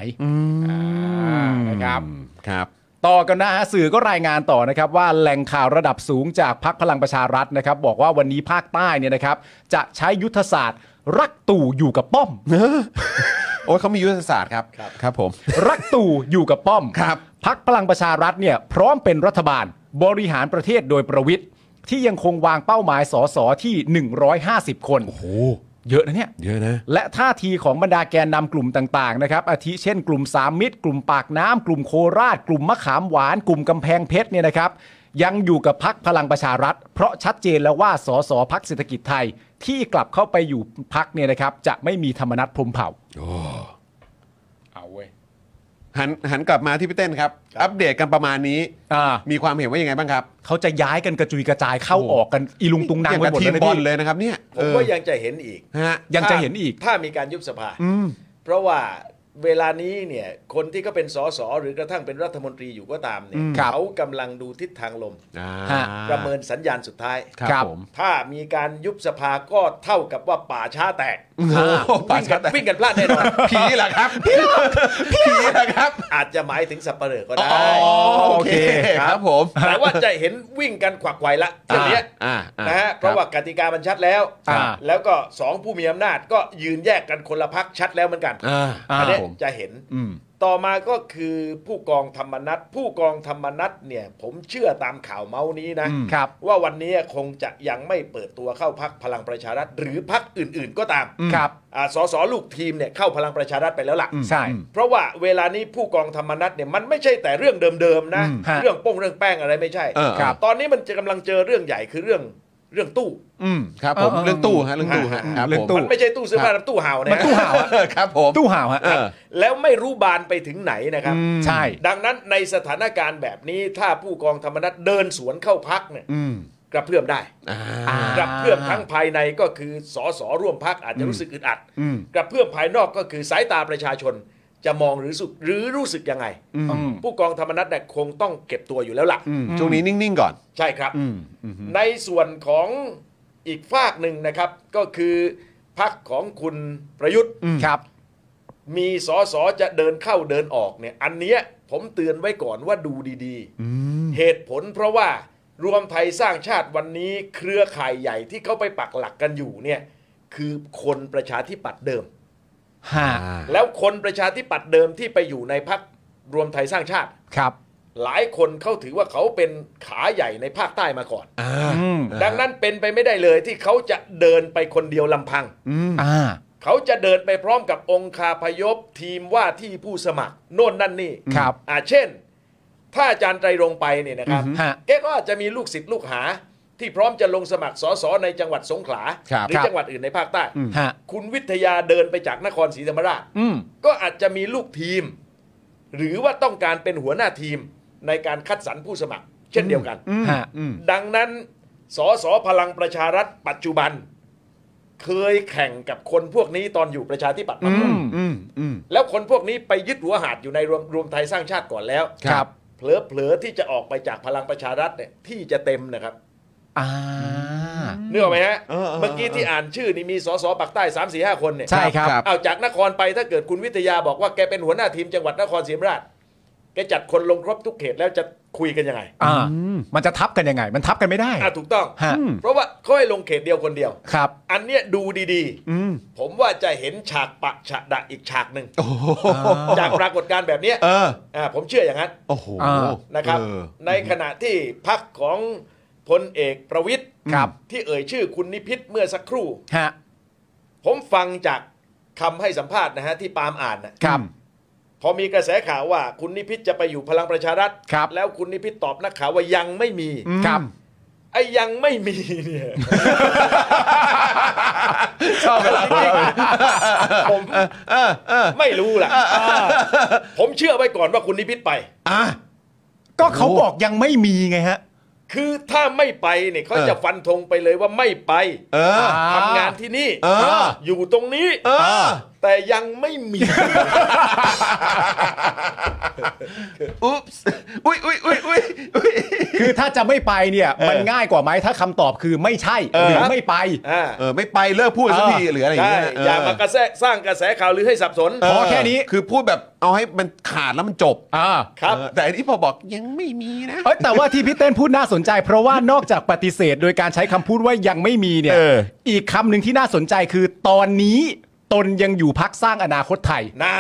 นะครับต่อกันนะฮะสื่อก็รายงานต่อนะครับว่าแหล่งข่าวระดับสูงจากพรรคพลังประชารัฐนะครับบอกว่าวันนี้ภาคใต้เนี่ยนะครับจะใช้ยุทธศาสตร์รักตู่อยู่กับป้อมโอ้เขามียุทธศาสตร์ครับผมรักตู่อยู่กับป้อมครับพรรคพลังประชารัฐเนี่ยพร้อมเป็นรัฐบาลบริหารประเทศโดยประวิตรที่ยังคงวางเป้าหมายสสที่150คนโอ้โหเยอะนะเนี่ยเยอะนะและท่าทีของบรรดาแกนนำกลุ่มต่างๆนะครับอาทิเช่นกลุ่มสามมิตรกลุ่มปากน้ำกลุ่มโคราชกลุ่มมะขามหวานกลุ่มกำแพงเพชรเนี่ยนะครับยังอยู่กับพรรคพลังประชารัฐเพราะชัดเจนแล้วว่าสสพรรคเศรษฐกิจไทยที่กลับเข้าไปอยู่พรรคเนี่ยนะครับจะไม่มีธรรมนัสพรหมเผ่าเอาเว้ยหันกลับมาที่พี่เต้นครับอัปเดตกันประมาณนี้มีความเห็นว่ายังไงบ้างครับเขาจะย้ายกันกระจุยกระจายเข้าออกกันอีลุงตุงนางไปหมดเลยทีมบอลเลยนะครับเนี่ยผมก็ยังจะเห็นอีกยังจะเห็นอีกถ้ามีการยุบสภาเพราะว่าเวลานี้เนี่ยคนที่ก็เป็นสสหรือกระทั่งเป็นรัฐมนตรีอยู่ก็ตามเนี่ยเขากำลังดูทิศทางลมประเมินสัญญาณสุดท้ายถ้ามีการยุบสภาก็เท่ากับว่าป่าช้าแตกวิ่งกันพลาดแน่นอนผีเหรอครับผีเหรอครับอาจจะหมายถึงสัปเหร่อก็ได้โอเคครับผมแต่ว่าจะเห็นวิ่งกันขวักไขว่ละเรื่องนี้นะฮะเพราะว่ากติกามันชัดแล้วแล้วก็2ผู้มีอำนาจก็ยืนแยกกันคนละพรรคชัดแล้วเหมือนกันอันนี้จะเห็นต่อมาก็คือผู้กองธรรมนัสเนี่ยผมเชื่อตามข่าวเมาส์นี้นะว่าวันนี้คงจะยังไม่เปิดตัวเข้าพรรคพลังประชารัฐหรือพรรคอื่นๆก็ตามสสลูกทีมเนี่ยเข้าพลังประชารัฐไปแล้วล่ะใช่เพราะว่าเวลานี้ผู้กองธรรมนัสเนี่ยมันไม่ใช่แต่เรื่องเดิมๆนะเรื่องป้งเรื่องแป้งอะไรไม่ใช่ตอนนี้มันจะกำลังเจอเรื่องใหญ่คือเรื่องตู้ครับผมเรื่องตู้ฮะเรื่องตู้ฮะครับผมมันไม่ใช่ตู้เสื้อผ้าตู้ห่าวนะตู้ห่าวครับผมตู้ห่าวฮะแล้วไม่รู้บานไปถึงไหนนะครับใช่ดังนั้นในสถานการณ์แบบนี้ถ้าผู้กองธรรมนัสเดินสวนเข้าพรรคเนี่ยกระเพื่อมได้กระเพื่อมทั้งภายในก็คือสสร่วมพรรคอาจจะรู้สึกอึดอัดกระเพื่อมภายนอกก็คือสายตาประชาชนจะมองหรือรู้สึกยังไงผู้กองธรรมนัสเนี่ยคงต้องเก็บตัวอยู่แล้วล่ะช่วงนี้นิ่งๆก่อนใช่ครับในส่วนของอีกฝากหนึ่งนะครับก็คือพรรคของคุณประยุทธ์ครับมีสสจะเดินเข้าเดินออกเนี่ยอันเนี้ยผมเตือนไว้ก่อนว่าดูดีๆเหตุผลเพราะว่ารวมไทยสร้างชาติวันนี้เครือข่ายใหญ่ที่เขาไปปักหลักกันอยู่เนี่ยคือคนประชาธิปัตย์เดิมฮะแล้วคนประชาธิปัตย์เดิมที่ไปอยู่ในพรรครวมไทยสร้างชาติครับหลายคนเขาถือว่าเขาเป็นขาใหญ่ในภาคใต้มาก่อน ดังนั้นเป็นไปไม่ได้เลยที่เขาจะเดินไปคนเดียวลำพัง เขาจะเดินไปพร้อมกับองคาพยพทีมว่าที่ผู้สมัครโน่นนั่นนี่ครับเช่น ถ้าอาจารย์ไตรรงค์ไปเนี่ยนะครับฮะแกก็อาจจะมีลูกศิษย์ลูกหา ที่พร้อมจะลงสมัครสสในจังหวัดสงขลาครับหรือจังหวัดอื่นในภาคใต้ฮะคุณวิทยาเดินไปจากนครศรีธรรมราช ก็อาจจะมีลูกทีม หรือว่าต้องการเป็นหัวหน้าทีมในการคัดสรรผู้สมัคร เช่นเดียวกันฮะดังนั้นสสพลังประชารัฐปัจจุบัน เคยแข่งกับคนพวกนี้ตอนอยู่ประชาธิปัตย์มาก่อนแล้วคนพวกนี้ไปยึดหัวหาดอยู่ในรวมไทยสร้างชาติก่อนแล้วครับเผลอๆที่จะออกไปจากพลังประชารัฐเนี่ยที่จะเต็มนะครับ นึกออกไหมฮะ เมื่อกี้ที่อ่านชื่อนี่มีสสปากใต้ 3-4-5 คนเนี่ยใช่ครับเอาจากนครไปถ้าเกิดคุณวิทยาบอกว่าแกเป็นหัวหน้าทีมจังหวัดนครศรีธรรมราชแกจัดคนลงครบทุกเขตแล้วจะคุยกันยังไงมันจะทับกันยังไง มันทับกันไม่ได้ถูกต้องฮะเพราะว่าเขาให้ลงเขตเดียวคนเดียวครับอันเนี้ยดูดีๆผมว่าจะเห็นฉากปะฉะดะอีกฉากหนึ่งจากปรากฏการณ์แบบเนี้ยผมเชื่ออย่างนั้นโอ้โหนะครับ ในขณะที่พรรคของพลเอกประวิตรครับที่เอ่ยชื่อคุณนิพิษเมื่อสักครู่ฮะผมฟังจากคำให้สัมภาษณ์นะฮะที่ปาล์มอ่านนะครับ พอมีกระแสข่าวว่าคุณนิพิษจะไปอยู่พลังประชารัฐครับแล้วคุณนิพิษตอบนักข่าวว่ายังไม่มีครับไอ้ยังไม่มีเนี่ยชอบเวลาผมไม่รู้ล่ะผมเชื่อไว้ก่อนว่าคุณนิพิษไปก็เขาบอกยังไม่มีไงฮะคือถ้าไม่ไปเนี่ยเขาจะฟันธงไปเลยว่าไม่ไปทำงานที่นี่อยู่ตรงนี้แต่ยังไม่มีอุ๊บอุ้ยคือถ้าจะไม่ไปเนี่ยมันง่ายกว่าไหมถ้าคำตอบคือไม่ใช่หรือไม่ไปไม่ไปเลิกพูดสักทีหรืออะไรอย่างใช่เงี้ยอย่ามากระแสสร้างกระแสข่าวหรือให้สับสนพอแค่นี้คือพูดแบบเอาให้มันขาดแล้วมันจบครับแต่อันนี้พอบอกยังไม่มีนะแต่ว่าที่พี่เต้นพูดน่าสนใจ เพราะว่านอกจากปฏิเสธโดยการใช้คำพูดว่ายังไม่มีเนี่ยอีกคำหนึ่งที่น่าสนใจคือตอนนี้ตนยังอยู่พักสร้างอนาคตไทยนั่น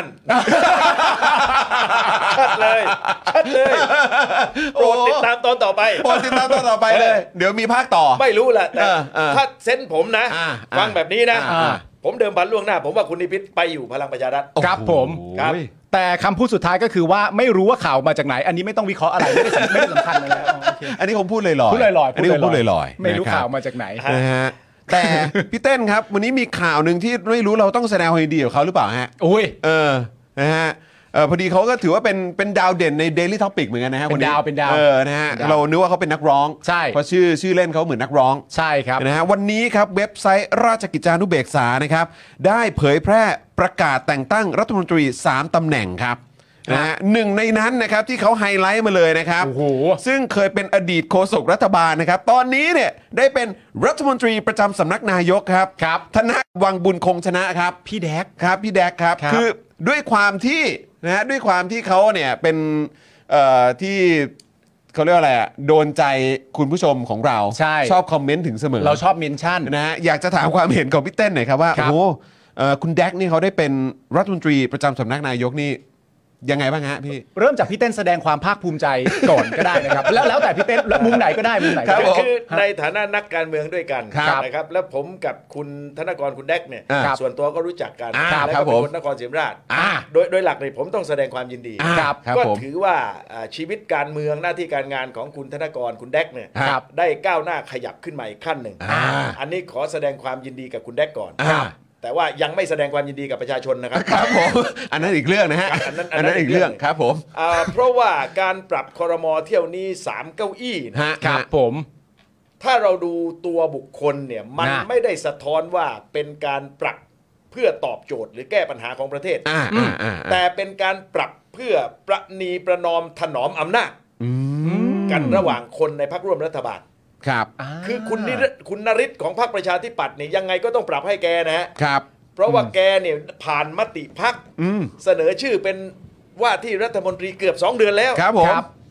ชัดเลยโปรดติดตามตอนต่อไปโปรดติดตามตอนต่อไปเลย เดี๋ยวมีภาคต่อไม่รู้แหละแต่ถ้าเซนส์ผมนะ ฟังแบบนี้นะอ่าผมเดิมพันล่วงหน้า ผมว่าคุณนิพิษไปอยู่พลังประชารัฐครับผมครับแต่คำพูดสุดท้ายก็คือว่าไม่รู้ว่าข่าวมาจากไหน อันนี้ไม่ต้องวิเคราะห์อะไรไม่ได้สำคัญอะไรแล้วโอเคอันนี้ผมพูดลอยๆพูดลอยๆอันนี้ผมพูดลอยๆไม่รู้นะคบข่าวมาจากไหนนะฮะแต่พี่เต้นครับวันนี้มีข่าวหนึ่งที่ไม่รู้เราต้องแสดงความยินดีกับเขาหรือเปล่าฮะอุ้ยนะฮะพอดีเขาก็ถือว่าเป็นดาวเด่นใน Daily Topic เหมือนกันนะฮะเป็นดาววัเป็นดาวนะฮะเป็นดาวเรานึกว่าเขาเป็นนักร้องใช่เพราะชื่อเล่นเขาเหมือนนักร้องใช่ครับนะฮะวันนี้ครับเว็บไซต์ราชกิจจานุเบกษานะครับได้เผยแพร่ประกาศแต่งตั้งรัฐมนตรี3ตำแหน่งครับนะฮะหนึ่งในนั้นนะครับที่เขาไฮไลท์มาเลยนะครับโอ้โหซึ่งเคยเป็นอดีตโฆษกรัฐบาลนะครับตอนนี้เนี่ยได้เป็นรัฐมนตรีประจำสำนักนายกครับครับธนวังบุญคงชนะครับพี่แดกครับพี่แดกครับครับคือด้วยความที่นะฮะด้วยความที่เขาเนี่ยเป็นที่เขาเรียกว่าอะไรอะโดนใจคุณผู้ชมของเราใช่ชอบคอมเมนต์ถึงเสมอเราชอบเมนชั่นนะฮะอยากจะถามความเห็นของพี่เต้นหน่อยครับว่าครัโอ้บโหคุณแดกนี่เขาได้เป็นรัฐมนตรีประจำสำนักนายกนี่ยังไงบ้างฮะพี่เริ่มจากพี่เต้นแสดงความภาคภูมิใจก่อนก็ได้นะครับ แล้วแต่พี่เต้นมุมไหนก็ได้มุมไหนก็ครับได้ผมคือในฐานะนักการเมืองด้วยกันครับนะครับแล้วผมกับคุณธนกรคุณแดกเนี่ยครับส่วนตัวก็รู้จักกันครับและครัก็บเป็นผมคนนครศรีธรรมราชอ่าโดยหลักเนี่ยผมต้องแสดงความยินดีครับครับก็ผมถือว่าชีวิตการเมืองหน้าที่การงานของคุณธนกรคุณแดกเนี่ยครับได้ก้าวหน้าขยับขึ้นมาอีกขั้นหนึ่ง อันนี้ขอแสดงความยินดีกับคุณแดกก่อน แต่ว่ายังไม่แสดงความยินดีกับประชาชนนะครับครับผมอันนั้นอีกเรื่องนะฮะอันนั้นอันนั้นอีกเรื่องครับผมเพราะว่าการปรับครม.เที่ยวนี้3เก้าอี้นะฮะครับผมถ้าเราดูตัวบุคคลเนี่ยมันนะไม่ได้สะท้อนว่าเป็นการปรับเพื่อตอบโจทย์หรือแก้ปัญหาของประเทศ แต่เป็นการปรับเพื่อประนีประนอมถนอมอำนาจกันระหว่างคนในพรรคร่วมรัฐบาลครับคือคุณนฤทธิ์ของพรรคประชาธิปัตย์เนี่ยยังไงก็ต้องปรับให้แกนะฮะครับเพราะว่าแกเนี่ยผ่านมติพรรคเสนอชื่อเป็นว่าที่รัฐมนตรีเกือบ2 เดือนแล้วครับผม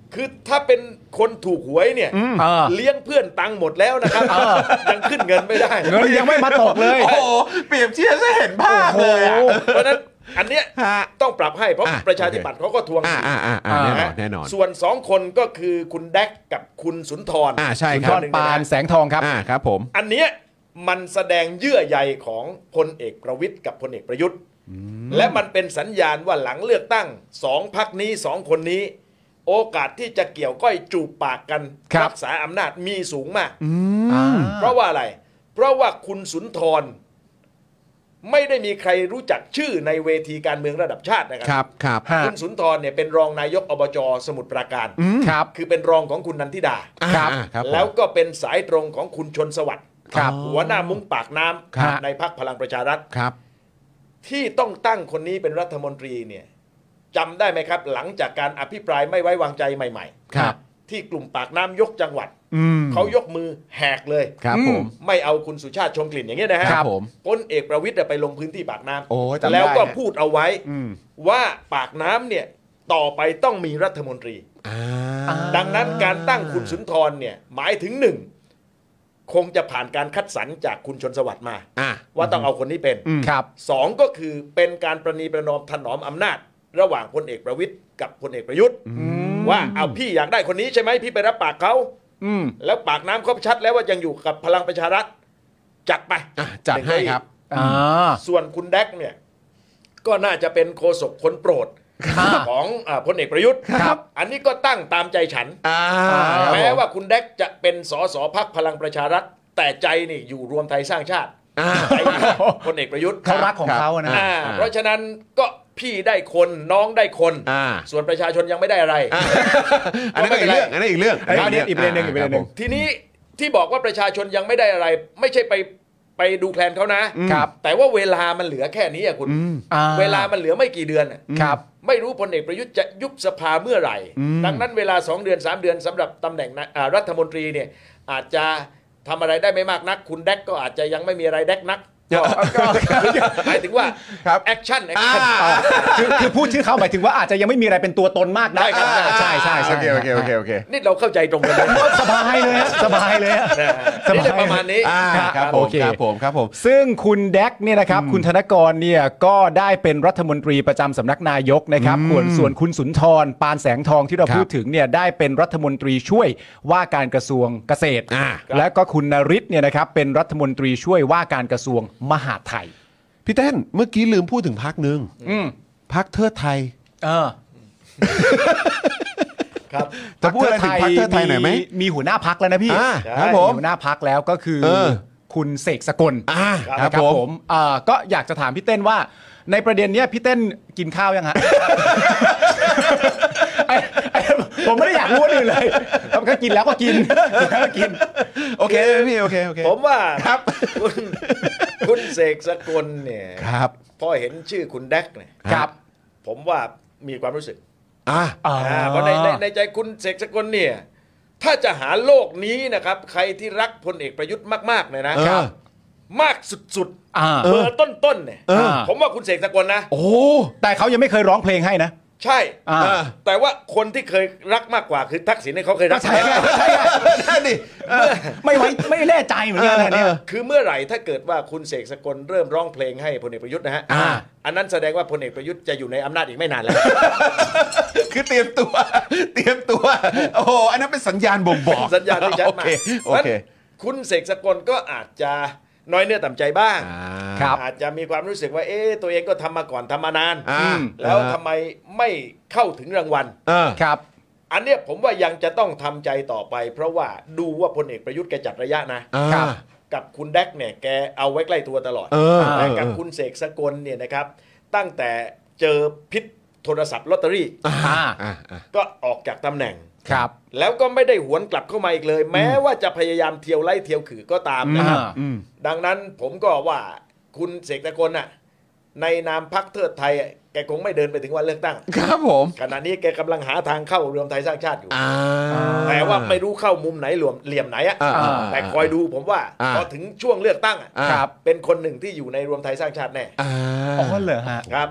คือถ้าเป็นคนถูกหวยเนี่ยเลี้ยงเพื่อนตังค์หมดแล้วนะครับยังขึ้นเงินไม่ได้เงินยังไม่มาตกเลยโอ้โหเปรียบเทียบซะเห็นภาพเลยอะเพราะฉะนั้นอันเนี้ยต้องปรับให้เพราะประชาธิปัตย์เขาก็ทวงแน่นอนส่วน2คนก็คือคุณแดกกับคุณสุนทรใช่สุนคทรับรปานแสงทองครับครับผมอันเนี้ยมันแสดงเยื่อใยของพลเอกประวิตรกับพลเอกประยุทธ์และมันเป็นสัญญาณว่าหลังเลือกตั้ง2 พรรคนี้2 คนนี้โอกาสที่จะเกี่ยวก้อยจูบปากกันครับรักษาอำนาจมีสูงมากเพราะว่าอะไรเพราะว่าคุณสุนทรไม่ได้มีใครรู้จักชื่อในเวทีการเมืองระดับชาตินะคครัรับครับคุณสุนทรเนี่ยเป็นรองนายกอบจสมุทรปราการครับคือเป็นรองของคุณนันทิดาครับครับผมแล้วก็เป็นสายตรงของคุณชนสวัสดิ์ครับหัวหน้ามุ้งปากน้ครับำในพรรคพลังประชารัฐครับที่ต้องตั้งคนนี้เป็นรัฐมนตรีเนี่ยจำได้ไหมครับ หลังจากการอภิปรายไม่ไว้วางใจใหม่ครับที่กลุ่มปากน้ำยกจังหวัดเขายกมือแหกเลยครับผมไม่เอาคุณสุชาติชมกลิ่นอย่างเงี้ยนะฮะครับผมพลเอกประวิตรไปลงพื้นที่ปากน้โอ้จำได้ำแล้วก็ฮะพูดเอาไว้ว่าปากน้ำเนี่ยต่อไปต้องมีรัฐมนตรี ดังนั้นการตั้งคุณสุนทรเนี่ยหมายถึง1คงจะผ่านการคัดสรรจากคุณชนสวัสดิ์มา ว่าต้องเอาคนนี้เป็นครับ 2ก็คือเป็นการประนีประนอมถนอมอำนาจ ระหว่างพลเอกประวิตรกับพลเอกประยุทธ์ว่าเอาพี่อยากได้คนนี้ใช่ไหมพี่ไปรับปากเขาแล้วปากน้ำเขาชัดแล้วว่ายังอยู่กับพลังประชารัฐจัดไปจัดให้ครับส่วนคุณแดกเนี่ยก็น่าจะเป็นโฆษกคนโปรดของพลเอกประยุทธ์ครับอันนี้ก็ตั้งตามใจฉันแม้ว่าคุณแดกจะเป็นสสพรรคพลังประชารัฐแต่ใจนี่อยู่รวมไทยสร้างชาติใจอยู่พลเอกประยุทธ์เขารักของเขานะเพราะฉะนั้นก็พี่ได้คนน้องได้คนส่วนประชาชนยังไม่ได้อะไรอันนั้นก็อีกเรื่องอันนั้นอีกเรื่องอีกประเด็นหนึ่งอีกประเด็นหนึ่งทีนี้ที่บอกว่าประชาชนยังไม่ได้อะไร ไม่ใช่ไปดูแคลนเขานะครับ แต่ว่าเวลามันเหลือแค่นี้อะคุณเวลามันเหลือไม่กี่เดือนอะครับไม่รู้พลเอกประยุทธ์จะยุบสภาเมื่อไหร่ ดังนั้นเวลา2 เดือน 3 เดือนสำหรับตำแหน่งรัฐมนตรีเนี่ยอาจจะทำอะไรได้ไม่มากนัก คุณแดกก็อาจจะยังไม่มีอะไรแดกนักก็หมายถึงว่าแอคชั่นคือพูดชื่อเขาหมายถึงว่าอาจจะยังไม่มีอะไรเป็นตัวตนมากนะใช่ครับใช่ใช่โอเคนี่เราเข้าใจตรงกันเลยสบายเลยฮะสบายเลยฮะนี่ได้ประมาณนี้ครับโอเคครับผมซึ่งคุณแดกเนี่ยนะครับคุณธนกรเนี่ยก็ได้เป็นรัฐมนตรีประจำสำนักนายกนะครับส่วนคุณสุนทรปานแสงทองที่เราพูดถึงเนี่ยได้เป็นรัฐมนตรีช่วยว่าการกระทรวงเกษตรและก็คุณนฤทธิ์เนี่ยนะครับเป็นรัฐมนตรีช่วยว่าการกระทรวงมหาดไทยพี่เต้นเมื่อกี้ลืมพูดถึงพรรคนึงพรรคเทิดไทยครับจะพูดอะไรถึงพรรคเทิดไทยหน่อยไหมมีหัวหน้าพักแล้วนะพี่ครับผมหัวหน้าพักแล้วก็คือคุณเสกสกลครับผมก็อยากจะถามพี่เต้นว่าในประเด็นเนี้ยพี่เต้นกินข้าวยังฮะ ผมไม่ได้อยากรู้อื่นเลยก็กินแล้วก็กินโอเคพี่โอเคผมว่าครับคุณเสกสกลเนี่ยครับพอเห็นชื่อคุณแดกเนี่ยครับผมว่ามีความรู้สึกเพเพราะในใจคุณเสกสกลเนี่ยถ้าจะหาโลกนี้นะครับใครที่รักพลเอกประยุทธ์มากๆเนี่ยนะมากสุดๆเบอร์ต้นๆเนี่ยผมว่าคุณเสกสกลนะโอ้แต่เขายังไม่เคยร้องเพลงให้นะใช่แต่ว่าคนที่เคยรักมากกว่าคือทักษิณเนี่ยเขาเคยรักใช่นั่นดิไม่แน่ใจเหมือนกันนะเนี่ยคือเมื่อไหร่ถ้าเกิดว่าคุณเสกสกลเริ่มร้องเพลงให้พลเอกประยุทธ์นะฮะอันนั้นแสดงว่าพลเอกประยุทธ์จะอยู่ในอำนาจอีกไม่นานแล้วคือเตรียมตัวโอ้โหอันนั้นเป็นสัญญาณบ่งบอกสัญญาณที่ชัดมากโอเคคุณเสกสกลก็อาจจะน้อยเนื้อต่ำใจบ้างครับอาจจะมีความรู้สึกว่าตัวเองก็ทำมาก่อนทำมานานแล้วทำไมไม่เข้าถึงรางวัลครับอันเนี้ยผมว่ายังจะต้องทำใจต่อไป เพราะว่าดูว่าพลเอกประยุทธ์แกจัดระยะนะครับกับคุณแดกเนี่ยแกเอาไว้ใกล้ตัวตลอดแต่กับคุณเสกสกลเนี่ยนะครับตั้งแต่เจอพิษโทรศัพท์ลอตเตอรี่ก็ออกจากตำแหน่งครับแล้วก็ไม่ได้หวนกลับเข้ามาอีกเลย แม้ว่าจะพยายามเที่ยวไล่เที่ยวขื่อก็ตามนะครับดังนั้นผมก็ว่าคุณเสกสกลน่ะในนามพรรคเทิดไทยแกคงไม่เดินไปถึงวันเลือกตั้งครับผมขณะนี้แกกำลังหาทางเข้ารวมไทยสร้างชาติอยู่แต่ว่าไม่รู้เข้ามุมไหนเหลี่ยมไหนแต่คอยดูผมว่าพอถึงช่วงเลือกตั้งเป็นคนหนึ่งที่อยู่ในรวมไทยสร้างชาติแน่อ๋อเหรอฮะครับ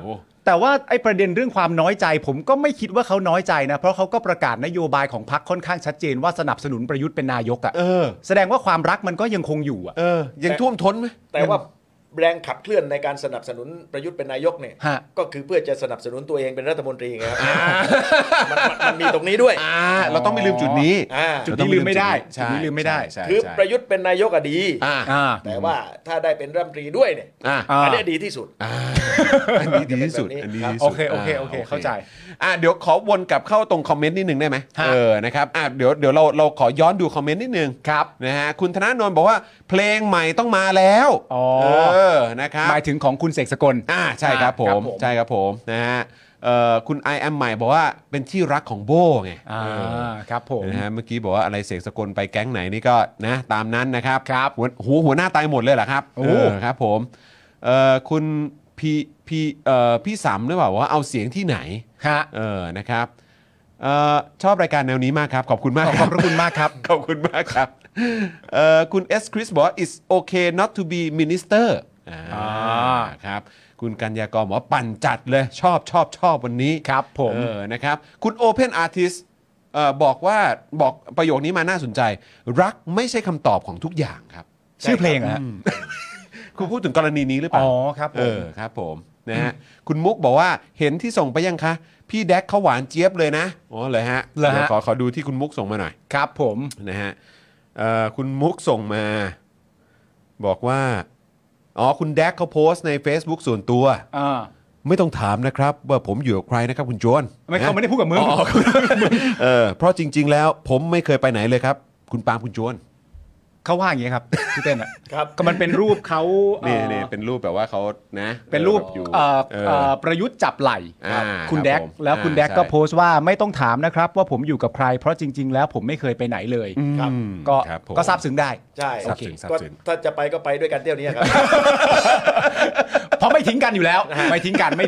แต่ว่าไอ้ประเด็นเรื่องความน้อยใจผมก็ไม่คิดว่าเขาน้อยใจนะเพราะเขาก็ประกาศนโยบายของพรรคค่อนข้างชัดเจนว่าสนับสนุนประยุทธ์เป็นนายกอ่ะแสดงว่าความรักมันก็ยังคงอยู่อ่ะยังท่วมท้นไหมแต่ว่าแรงขับเคลื่อนในการสนับสนุนประยุทธ์เป็นนายกเนี่ยก็คือเพื่อจะสนับสนุนตัวเองเป็นรัฐมนตรีไงครับมันมีตรงนี้ด้วยเราต้องไม่ลืมจุดนี้จุดนี้ลืมไม่ได้จุดนี้ลืมไม่ได้คือประยุทธ์เป็นนายกอะดีแต่ว่าถ้าได้เป็นรัฐมนตรีด้วยเนี่ยอันนี้ดีที่สุดอันนี้ดีที่สุดโอเคเข้าใจเดี๋ยวขอวนกลับเข้าตรงคอมเมนต์นิดนึงได้ไหมนะครับเดี๋ยวเราขอย้อนดูคอมเมนต์นิดนึงนะฮะคุณธนาโนนบอกว่าเพลงใหม่ต้องมาแล้วนะครับหมายถึงของคุณเสกสกลใช่ครับผมใช่ครับผมนะฮะคุณ I am ใหม่บอกว่าเป็นที่รักของโบ้ไงครับผมนะฮะเมื่อกี้บอกว่าอะไรเสกสกลไปแก๊งไหนนี่ก็นะตามนั้นนะครับหัวหน้าตายหมดเลยเหรอครับครับผมคุณพี่สำหรือเปล่าว่าเอาเสียงที่ไหนนะครับชอบรายการแนวนี้มากครับขอบคุณมากขอบคุณมากครับขอบคุณมากครับคุณเอสคริสบอกว่า it's okay not to be minister ครับคุณกัญญากรบอกว่าปั่นจัดเลยชอบวันนี้ครับผมนะครับคุณ Open Artist บอกประโยคนี้มาน่าสนใจรักไม่ใช่คำตอบของทุกอย่างครับชื่อเพลงอะคุณพูดถึงกรณีนี้หรือเปล่าครับผมครับผมนะฮะคุณมุกบอกว่าเห็นที่ส่งไปยังคะพี่แดกเขาหวานเจี๊ยบเลยนะเลยฮะเดี๋ยวขอดูที่คุณมุกส่งมาหน่อยครับผมนะฮะคุณมุกส่งมาบอกว่าคุณแดกเขาโพสต์ใน Facebook ส่วนตัวไม่ต้องถามนะครับว่าผมอยู่กับใครนะครับคุณโจนเขาไม่ได้พูดกับมึงเพราะจริงๆแล้วผมไม่เคยไปไหนเลยครับคุณปาล์มคุณโจนเขาว่าอย่างนี้ครับพี่เต้นครับก็มันเป็นรูปเขานี่เป็นรูปแบบว่าเขานะเป็นรูปประยุทธ์จับไหล่คุณแดกแล้วคุณแดกก็โพสต์ว่าไม่ต้องถามนะครับว่าผมอยู่กับใครเพราะจริงๆแล้วผมไม่เคยไปไหนเลยก็ซาบซึ้งได้ใช่ก็ถ้าจะไปก็ไปด้วยกันเที่ยวนี้ครับเพราะไม่ทิ้งกันอยู่แล้วไม่ทิ้งกัน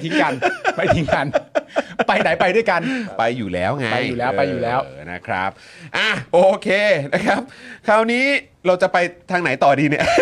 ไปไหนไปด้วยกันไปอยู่แล้วไงไปอยู่แล้วนะครับโอเคนะครับคราวนี้เราจะไปทางไหนต่อดีเนี่ย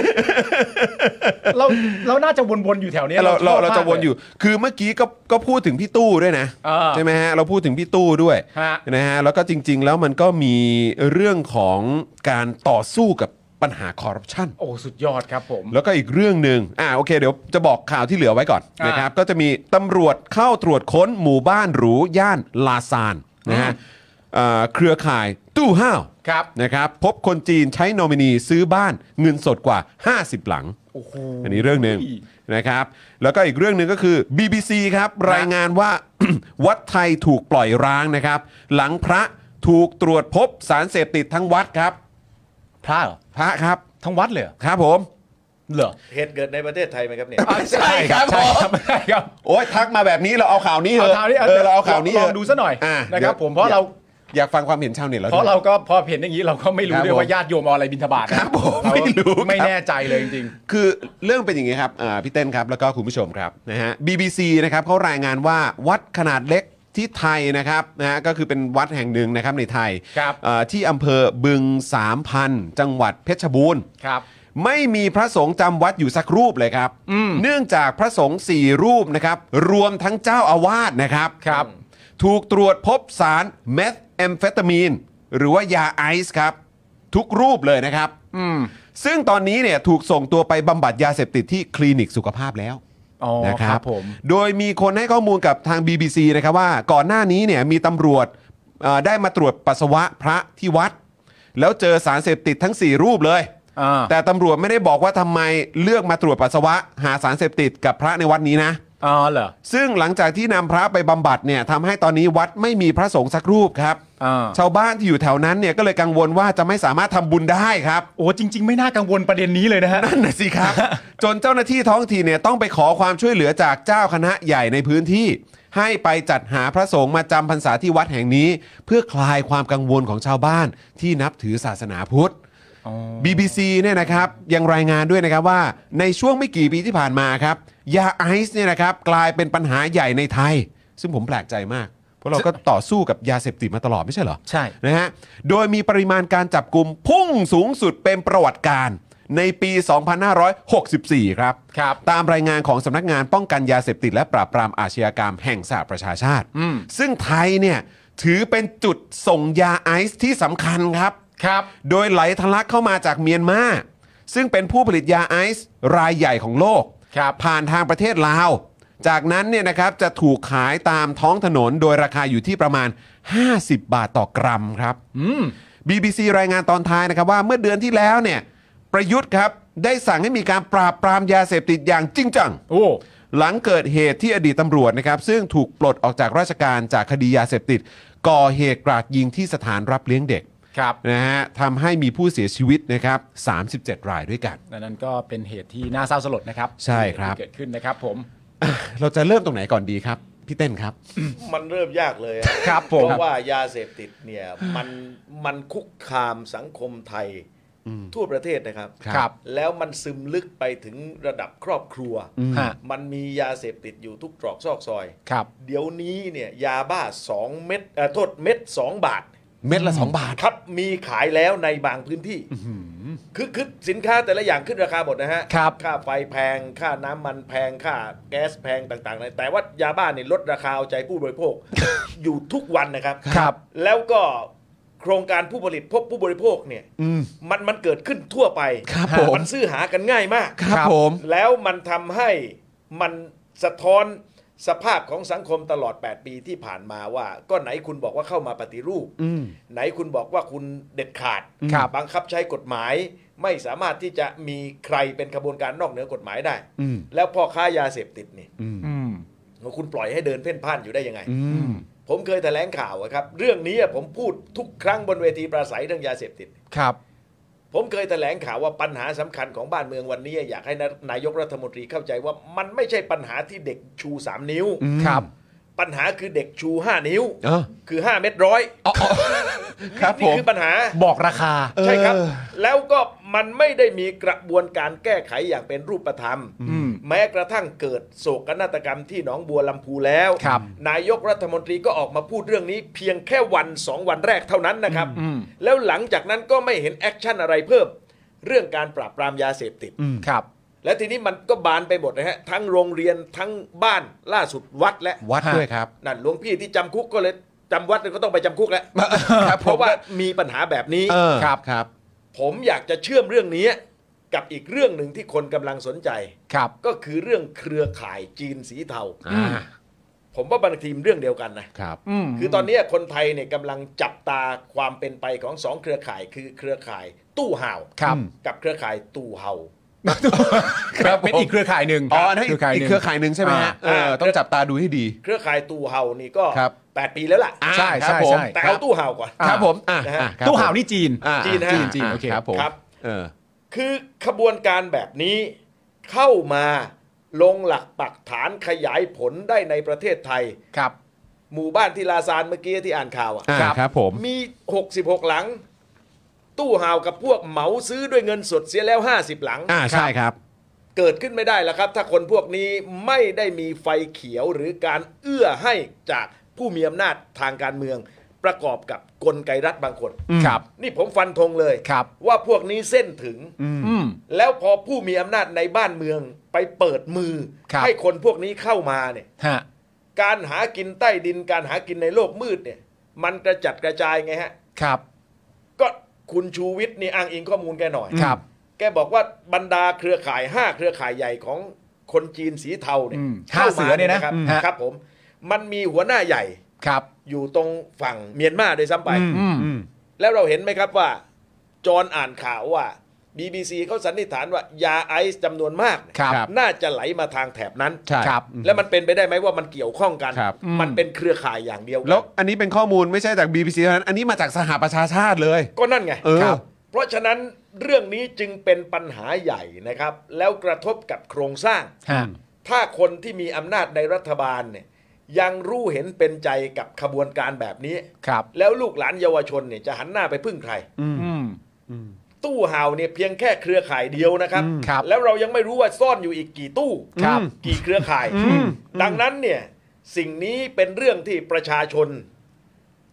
เราน่าจะวนๆอยู่แถวนี้เราจะวนอยู่คือเมื่อกี้ก็พูดถึงพี่ตู้ด้วยนะใช่ไหมฮะเราพูดถึงพี่ตู้ด้วยนะฮะแล้วก็จริงๆแล้วมันก็มีเรื่องของการต่อสู้กับปัญหาคอร์รัปชันโอ้สุดยอดครับผมแล้วก็อีกเรื่องนึงโอเคเดี๋ยวจะบอกข่าวที่เหลือไว้ก่อนนะครับก็จะมีตำรวจเข้าตรวจค้นหมู่บ้านหรูย่านลาซานนะฮะเครือข่ายตู้ห่าวนะครับพบคนจีนใช้นอมินีซื้อบ้านเงินสดกว่า50หลังอันนี้เรื่องนึงนะครับแล้วก็อีกเรื่องนึงก็คือ BBC ครับรายงานว่า วัดไทยถูกปล่อยร้างนะครับหลังพระถูกตรวจพบสารเสพติดทั้งวัดครับพระเหรอพระครับทั้งวัดเลยครับผมเหรอเหตุเกิดในประเทศไทยไหมครับเนี่ยใช่ครับโอ้ยทักมาแบบนี้เราเอาข่าวนี้เถอะเราเอาข่าวนี้ลองดูซะหน่อยนะครับผมเพราะเราอยากฟังความเห็นชาวเน็ตแล้วเพราะเราก็พอเห็นอย่างนี้เราก็ไม่รู้ด้วยว่าญาติโยมเอาอะไรบิณฑบาตครับผมไม่รู้ไม่แน่ใจเลยจริงๆคือเรื่องเป็นอย่างนี้ครับพี่เต้นครับแล้วก็คุณผู้ชมครับนะฮะ BBC นะครับเขารายงานว่าวัดขนาดเล็กที่ไทยนะครับนะฮะก็คือเป็นวัดแห่งหนึ่งนะครับในไทยที่อำเภอบึง3,000จังหวัดเพชรบูรณ์ไม่มีพระสงฆ์จำวัดอยู่สักรูปเลยครับเนื่องจากพระสงฆ์4รูปนะครับรวมทั้งเจ้าอาวาสนะครับถูกตรวจพบสารเมทแอมเฟตามีนหรือว่ายาไอซ์ครับทุกรูปเลยนะครับซึ่งตอนนี้เนี่ยถูกส่งตัวไปบำบัดยาเสพติดที่คลินิกสุขภาพแล้วนะครับโดยมีคนให้ข้อมูลกับทาง BBC นะครับว่าก่อนหน้านี้เนี่ยมีตำรวจได้มาตรวจปัสสาวะพระที่วัดแล้วเจอสารเสพติดทั้ง4รูปเลยแต่ตำรวจไม่ได้บอกว่าทำไมเลือกมาตรวจปัสสาวะหาสารเสพติดกับพระในวัดนี้นะเหรอซึ่งหลังจากที่นำพระไปบำบัดเนี่ยทำให้ตอนนี้วัดไม่มีพระสงฆ์สักรูปครับชาวบ้านที่อยู่แถวนั้นเนี่ยก็เลยกังวลว่าจะไม่สามารถทำบุญได้ครับโอ้จริงๆไม่น่ากังวลประเด็นนี้เลยนะฮะนั่นน่ะสิครับ จนเจ้าหน้าที่ท้องถิ่นเนี่ยต้องไปขอความช่วยเหลือจากเจ้าคณะใหญ่ในพื้นที่ให้ไปจัดหาพระสงฆ์มาจำพรรษาที่วัดแห่งนี้เพื่อคลายความกังวลของชาวบ้านที่นับถือศาสนาพุทธBBC เนี่ยนะครับยังรายงานด้วยนะครับว่าในช่วงไม่กี่ปีที่ผ่านมาครับยาไอซ์เนี่ยนะครับกลายเป็นปัญหาใหญ่ในไทยซึ่งผมแปลกใจมากเพราะเราก็ต่อสู้กับยาเสพติดมาตลอดไม่ใช่เหรอใช่นะฮะโดยมีปริมาณการจับกุมพุ่งสูงสุดเป็นประวัติการในปี 2564 ครับครับตามรายงานของสำนักงานป้องกันยาเสพติดและปราบปรามอาชญากรรมแห่งสหประชาชาติ ซึ่งไทยเนี่ยถือเป็นจุดส่งยาไอซ์ที่สำคัญครับครับโดยไหลทะลักเข้ามาจากเมียนมาซึ่งเป็นผู้ผลิตยาไอซ์รายใหญ่ของโลกครับผ่านทางประเทศลาว จากนั้นเนี่ยนะครับจะถูกขายตามท้องถนนโดยราคาอยู่ที่ประมาณ 50 บาทต่อกรัมครับ BBC รายงานตอนท้ายนะครับว่าเมื่อเดือนที่แล้วเนี่ยประยุทธ์ครับได้สั่งให้มีการปราบปรามยาเสพติดอย่างจริงจังโอ้หลังเกิดเหตุที่อดีตตำรวจนะครับซึ่งถูกปลดออกจากราชการจากคดียาเสพติดก่อเหตุกราดยิงที่สถานรับเลี้ยงเด็กครับนะฮะทำให้มีผู้เสียชีวิตนะครับ37 รายด้วยกันนั่นก็เป็นเหตุที่น่าเศร้าสลดนะครับใช่ครับที่เกิดขึ้นนะครับผมเราจะเริ่มตรงไหนก่อนดีครับพี่เต้นครับมันเริ่มยากเลยอะครับผมเพราะว่ายาเสพติดเนี่ยมันคุกคามสังคมไทยทั่วประเทศนะครับครับแล้วมันซึมลึกไปถึงระดับครอบครัวฮะมันมียาเสพติดอยู่ทุกตรอกซอกซอยครับเดี๋ยวนี้เนี่ยยาบ้า2เม็ดโทษเม็ด2 บาทเม็ดละ 2 บาทครับมีขายแล้วในบางพื้นที่คือสินค้าแต่ละอย่างขึ้นราคาหมดนะฮะครับค่าไฟแพงค่าน้ำมันแพงค่าแก๊สแพงต่างๆแต่ว่ายาบ้าเนี่ยลดราคาเอาใจผู้บริโภค อยู่ทุกวันนะครับครับแล้วก็โครงการผู้ผลิตพบผู้บริโภคเนี่ยมันเกิดขึ้นทั่วไปครับผมมันซื้อหากันง่ายมากครับผมแล้วมันทำให้มันสะท้อนสภาพของสังคมตลอด 8 ปีที่ผ่านมาว่าก็ไหนคุณบอกว่าเข้ามาปฏิรูป ไหนคุณบอกว่าคุณเด็ดขาดครับบังคับใช้กฎหมาย ไม่สามารถที่จะมีใครเป็นขบวนการนอกเหนือกฎหมายได้ แล้วพ่อค้ายาเสพติดนี่อืมคุณปล่อยให้เดินเพ่นพ่านอยู่ได้ยังไง ผมเคยแถลงข่าวอะครับเรื่องนี้ผมพูดทุกครั้งบนเวทีปราศัยเรื่องยาเสพติดครับผมเคยแถลงข่าวว่าปัญหาสำคัญของบ้านเมืองวันนี้อยากให้นายกรัฐมนตรีเข้าใจว่ามันไม่ใช่ปัญหาที่เด็กชู3 นิ้วครับปัญหาคือเด็กชู5 นิ้วเออคือ5 เม็ดร้อยครับผนี่มคือปัญหาบอกราคาใช่ครับ แล้วก็มันไม่ได้มีกระบวนการแก้ไขอย่างเป็นรูปธรรม แม้กระทั่งเกิดโศกนาฏกรรมที่หนองบัวลำพูแล้วครับนายกรัฐมนตรีก็ออกมาพูดเรื่องนี้เพียงแค่2 วันแรกเท่านั้นนะครับ แล้วหลังจากนั้นก็ไม่เห็นแอคชั่นอะไรเพิ่ม เรื่องการปราบปรามยาเสพติดครับและทีนี้มันก็บานไปหมดนะฮะทั้งโรงเรียนทั้งบ้านล่าสุดวัดและวัดด้วยครับนั่นหลวงพี่ที่จำคุกก็เลยจำวัดก็ต้องไปจำคุกแล้วครับเพราะว่ามีปัญหาแบบนี้ครับครับผมอยากจะเชื่อมเรื่องนี้กับอีกเรื่องหนึ่งที่คนกำลังสนใจครับก็คือเรื่องเครือข่ายจีนสีเทาอ่าผมว่าบางทีมเรื่องเดียวกันนะครับ คือตอนนี้คนไทยเนี่ยกำลังจับตาความเป็นไปของ2 เครือข่ายคือเครือข่ายตู้ห่าวครับกับเครือข่ายตู่เฮาครับผมเป็นอีกเครือข่ายหนึ่งอ๋อนั่นอีกเครือข่ายหนึ่งใช่ไหมฮะ ต้องจับตาดูให้ดีเครือข่ายตู่เฮานี่ก็ครับ 8 ปีแล้วล่ะใช่ครับใช่ผมใช่แต่เอาตู้เฮาก่อนครับผมอ่ะนะฮะอ่ะครับตู้ห่าวนี่จีนอ่ะจีนฮะจีนโอเคครับผมครับเออคือขบวนการแบบนี้เข้ามาลงหลักปักฐานขยายผลได้ในประเทศไทยครับหมู่บ้านที่ลาซานเมื่อกี้ที่อ่านข่าวอ่ะครับผมมี 66 หลัง ตู้ห่าวกับพวกเหมาซื้อด้วยเงินสดเสียแล้ว 50 หลังใช่ครับเกิดขึ้นไม่ได้แล้วครับ ถ้าคนพวกนี้ไม่ได้มีไฟเขียวหรือการเอื้อให้จากผู้มีอำนาจทางการเมือง ประกอบกับกลไกรัฐบางคนครับนี่ผมฟันธงเลยครับว่าพวกนี้เส้นถึงอืมแล้วพอผู้มีอำนาจในบ้านเมืองไปเปิดมือครับให้คนพวกนี้เข้ามาเนี่ยฮะการหากินใต้ดินการหากินในโลกมืดเนี่ยมันกระจัดกระจายไงฮะครับก็คุณชูวิทย์นี่อ้างอิงข้อมูลแกหน่อยครับแกบอกว่าบรรดาเครือข่าย5เครือข่ายใหญ่ของคนจีนสีเทาเนี่ยห้าเสือเนี่ยนะครับฮะครับผมมันมีหัวหน้าใหญ่ครับอยู่ตรงฝั่งเมียนมาโดยซ้ำไปอืมแล้วเราเห็นไหมครับว่าจอห์นอ่านข่าวว่า BBC เขาสันนิษฐานว่ายาไอซ์จำนวนมากเนี่ยครับน่าจะไหลมาทางแถบนั้นใช่ครับแล้วมันเป็นไปได้ไหมว่ามันเกี่ยวข้องกันครับมันเป็นเครือข่ายอย่างเดียวกันแล้วอันนี้เป็นข้อมูลไม่ใช่จาก BBC เท่านั้น อันนี้มาจากสหประชาชาติเลยก็นั่นไงเออครับเพราะฉะนั้นเรื่องนี้จึงเป็นปัญหาใหญ่นะครับ แล้วกระทบกับโครงสร้างฮะถ้าคนที่มีอำนาจในรัฐบาลเนี่ยยังรู้เห็นเป็นใจกับขบวนการแบบนี้ครับแล้วลูกหลานเยาวชนเนี่ยจะหันหน้าไปพึ่งใครอืมตู้ห่าวเนี่ยเพียงแค่เครือข่ายเดียวนะครับครับแล้วเรายังไม่รู้ว่าซ่อนอยู่อีกกี่ตู้ครับกี่เครือข่าย ดังนั้นเนี่ยสิ่งนี้เป็นเรื่องที่ประชาชน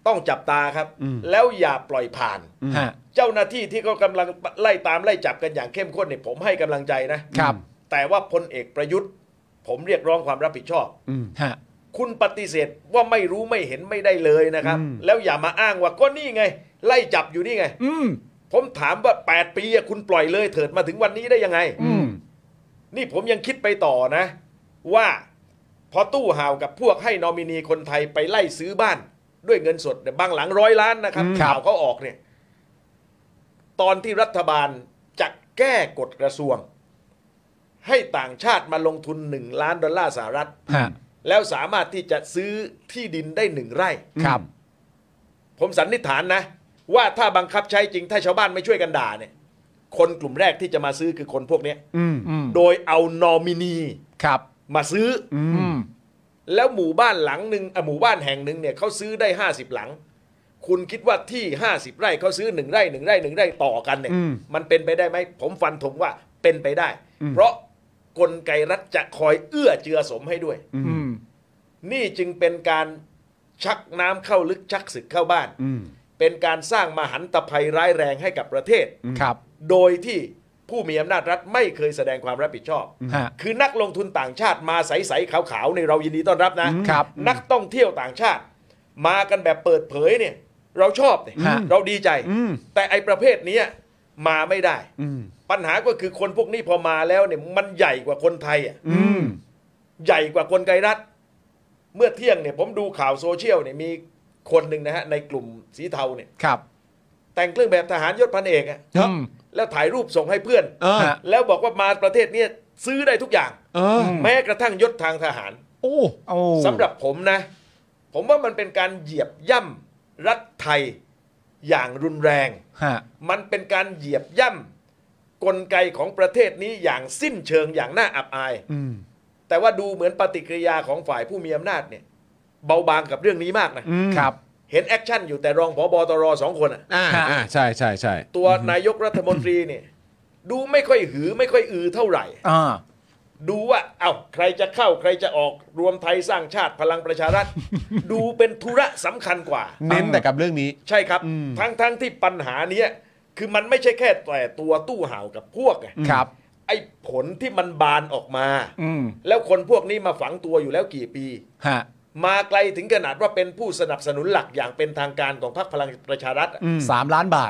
ต้องจับตาครับแล้วอย่าปล่อยผ่านฮะเจ้าหน้าที่ที่เขากำลังไล่ตามไล่จับกันอย่างเข้มข้นเนี่ยผมให้กำลังใจนะครับ แต่ว่าพลเอกประยุทธ์ผมเรียกร้องความรับผิดชอบฮะคุณปฏิเสธว่าไม่รู้ไม่เห็นไม่ได้เลยนะครับแล้วอย่ามาอ้างว่าก็นี่ไง ไล่จับอยู่นี่ไงผมถามว่า8 ปีคุณปล่อยเลยเถิดมาถึงวันนี้ได้ยังไงนี่ผมยังคิดไปต่อนะว่าพอตู้ห่าวกับพวกให้นอมินีคนไทยไปไล่ซื้อบ้านด้วยเงินสดบางหลัง100 ล้านนะครับข่าวเขาออกเนี่ยตอนที่รัฐบาลจะแก้กฎกระทรวงให้ต่างชาติมาลงทุน$1 ล้านสหรัฐแล้วสามารถที่จะซื้อที่ดินได้1 ไร่ครับผมสันนิษฐานนะว่าถ้าบังคับใช้จริงถ้าชาวบ้านไม่ช่วยกันด่าเนี่ยคนกลุ่มแรกที่จะมาซื้อคือคนพวกนี้โดยเอานอมินีครับมาซื้อแล้วหมู่บ้านหลังหนึ่งหมู่บ้านแห่งหนึ่งเนี่ยเขาซื้อได้50 หลังคุณคิดว่าที่50 ไร่เขาซื้อ1 ไร่1 ไร่ 1 ไร่ต่อกันเนี่ยมันเป็นไปได้ไหมผมฟันธงว่าเป็นไปได้ เพราะกลไกรัฐจะคอยเอื้อเจือสมให้ด้วยนี่จึงเป็นการชักน้ำเข้าลึกชักศึกเข้าบ้านเป็นการสร้างมหันตภัยร้ายแรงให้กับประเทศครับโดยที่ผู้มีอำนาจรัฐไม่เคยแสดงความรับผิดชอบ คือนักลงทุนต่างชาติมาใสๆขาวๆในเรายินดีต้อนรับนะครับ นักท่องเที่ยวต่างชาติมากันแบบเปิดเผยเนี่ยเราชอบเนี่ยเราดีใจแต่ไอประเภทนี้มาไม่ได้ปัญหาก็คือคนพวกนี้พอมาแล้วเนี่ยมันใหญ่กว่าคนไทยใหญ่กว่ากลไกรัฐเมื่อเที่ยงเนี่ยผมดูข่าวโซเชียลเนี่ยมีคนหนึ่งนะฮะในกลุ่มสีเทาเนี่ยครับแต่งเครื่องแบบทหารยศพันเอกอะแล้วถ่ายรูปส่งให้เพื่อนแล้วบอกว่ามาประเทศนี้ซื้อได้ทุกอย่างแม้กระทั่งยศทางทหารสำหรับผมนะผมว่ามันเป็นการเหยียบย่ำรัฐไทยอย่างรุนแรงมันเป็นการเหยียบย่ำกลไกของประเทศนี้อย่างสิ้นเชิงอย่างน่าอับอายแต่ว่าดูเหมือนปฏิกิริยาของฝ่ายผู้มีอำนาจเนี่ยเบาบางกับเรื่องนี้มากนะครับเห็นแอคชั่นอยู่แต่รองผบตร2 คนใช่ตัวนายกรัฐมนตรีเนี่ยดูไม่ค่อยหือไม่ค่อยเท่าไหร่ดูว่าใครจะเข้าใครจะออกรวมไทยสร้างชาติพลังประชารัฐ ดูเป็นธุระสำคัญกว่าเน้นแต่กับเรื่องนี้ใช่ครับทั้งที่ปัญหานี้คือมันไม่ใช่แค่แต่ตัวตู้ห่าวกับพวกครับไอ้ผลที่มันบานออกมาแล้วคนพวกนี้มาฝังตัวอยู่แล้วกี่ปีมาไกลถึงขนาดว่าเป็นผู้สนับสนุนหลักอย่างเป็นทางการของพรรคพลังประชารัฐ 3 ล้านบาท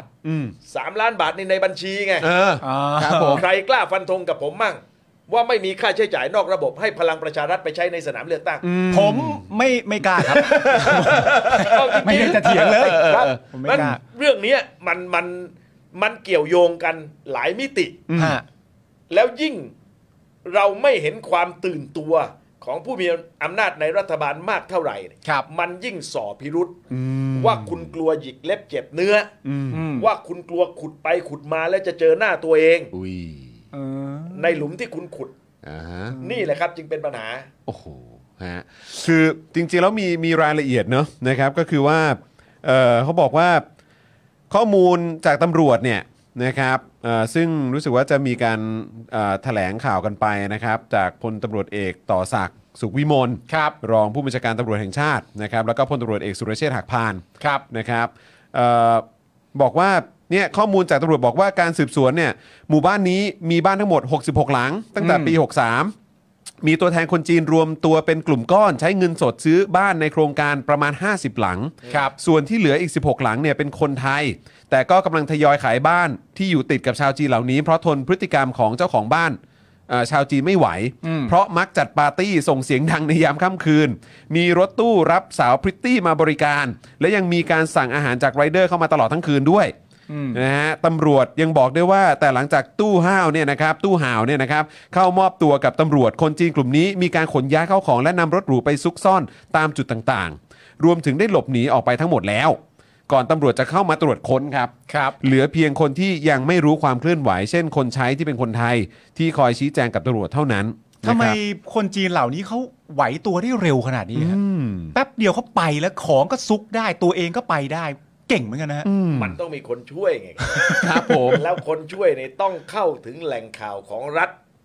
3 ล้านบาทในบัญชีไงครับผมใครกล้าฟันธงกับผมมั่งว่าไม่มีค่าใช้จ่ายนอกระบบให้พลังประชารัฐไปใช้ในสนามเลือกตั้งผมไม่กล้าครับไม่ได้จะเถียงเลยครับผมไม่กล้าเรื่องนี้มันเกี่ยวโยงกันหลายมิติแล้วยิ่งเราไม่เห็นความตื่นตัวของผู้มีอำนาจในรัฐบาลมากเท่าไหร่มันยิ่งส่อพิรุษว่าคุณกลัวหยิกเล็บเจ็บเนื้อว่าคุณกลัวขุดไปขุดมาแล้วจะเจอหน้าตัวเองในหลุมที่คุณขุดนี่แหละครับจึงเป็นปัญหาโอ้โหฮะคือจริงๆแล้วมีรายละเอียดเนอะนะครับก็คือว่าเขาบอกว่าข้อมูลจากตำรวจเนี่ยนะครับซึ่งรู้สึกว่าจะมีการแถลงข่าวกันไปนะครับจากพลตำรวจเอกต่อศักดิ์สุขวิมลรองผู้บัญชาการตำรวจแห่งชาตินะครับแล้วก็พลตำรวจเอกสุรเชษฐ์หักพานนะครับบอกว่าเนี่ยข้อมูลจากตำรวจบอกว่าการสืบสวนเนี่ยหมู่บ้านนี้มีบ้านทั้งหมด66 หลังตั้งแต่ปี 63มีตัวแทนคนจีนรวมตัวเป็นกลุ่มก้อนใช้เงินสดซื้อบ้านในโครงการประมาณ50 หลังส่วนที่เหลืออีก16 หลังเนี่ยเป็นคนไทยแต่ก็กำลังทยอยขายบ้านที่อยู่ติดกับชาวจีนเหล่านี้เพราะทนพฤติกรรมของเจ้าของบ้านชาวจีนไม่ไหวเพราะมักจัดปาร์ตี้ส่งเสียงดังในยามค่ำคืนมีรถตู้รับสาวพริตตี้มาบริการและยังมีการสั่งอาหารจากไรเดอร์เข้ามาตลอดทั้งคืนด้วยนะฮะตำรวจยังบอกด้วยว่าแต่หลังจากตู้ห่าวเนี่ยนะครับเข้ามอบตัวกับตำรวจคนจีนกลุ่มนี้มีการขนย้ายเข้าของและนำรถหรูไปซุกซ่อนตามจุดต่างๆรวมถึงได้หลบหนีออกไปทั้งหมดแล้วก่อนตำรวจจะเข้ามาตรวจค้นครับเหลือเพียงคนที่ยังไม่รู้ความเคลื่อนไหวเช่นคนใช้ที่เป็นคนไทยที่คอยชี้แจงกับตำรวจเท่านั้นทำไมคนจีนเหล่านี้เขาไหวตัวได้เร็วขนาดนี้ครับแป๊บเดียวเขาไปแล้วของก็ซุกได้ตัวเองก็ไปได้เก่งเหมือนกันนะมันต้องมีคนช่วยไงครับผมแล้วคนช่วยเนี่ยต้องเข้าถึงแหล่งข่าวของรัฐ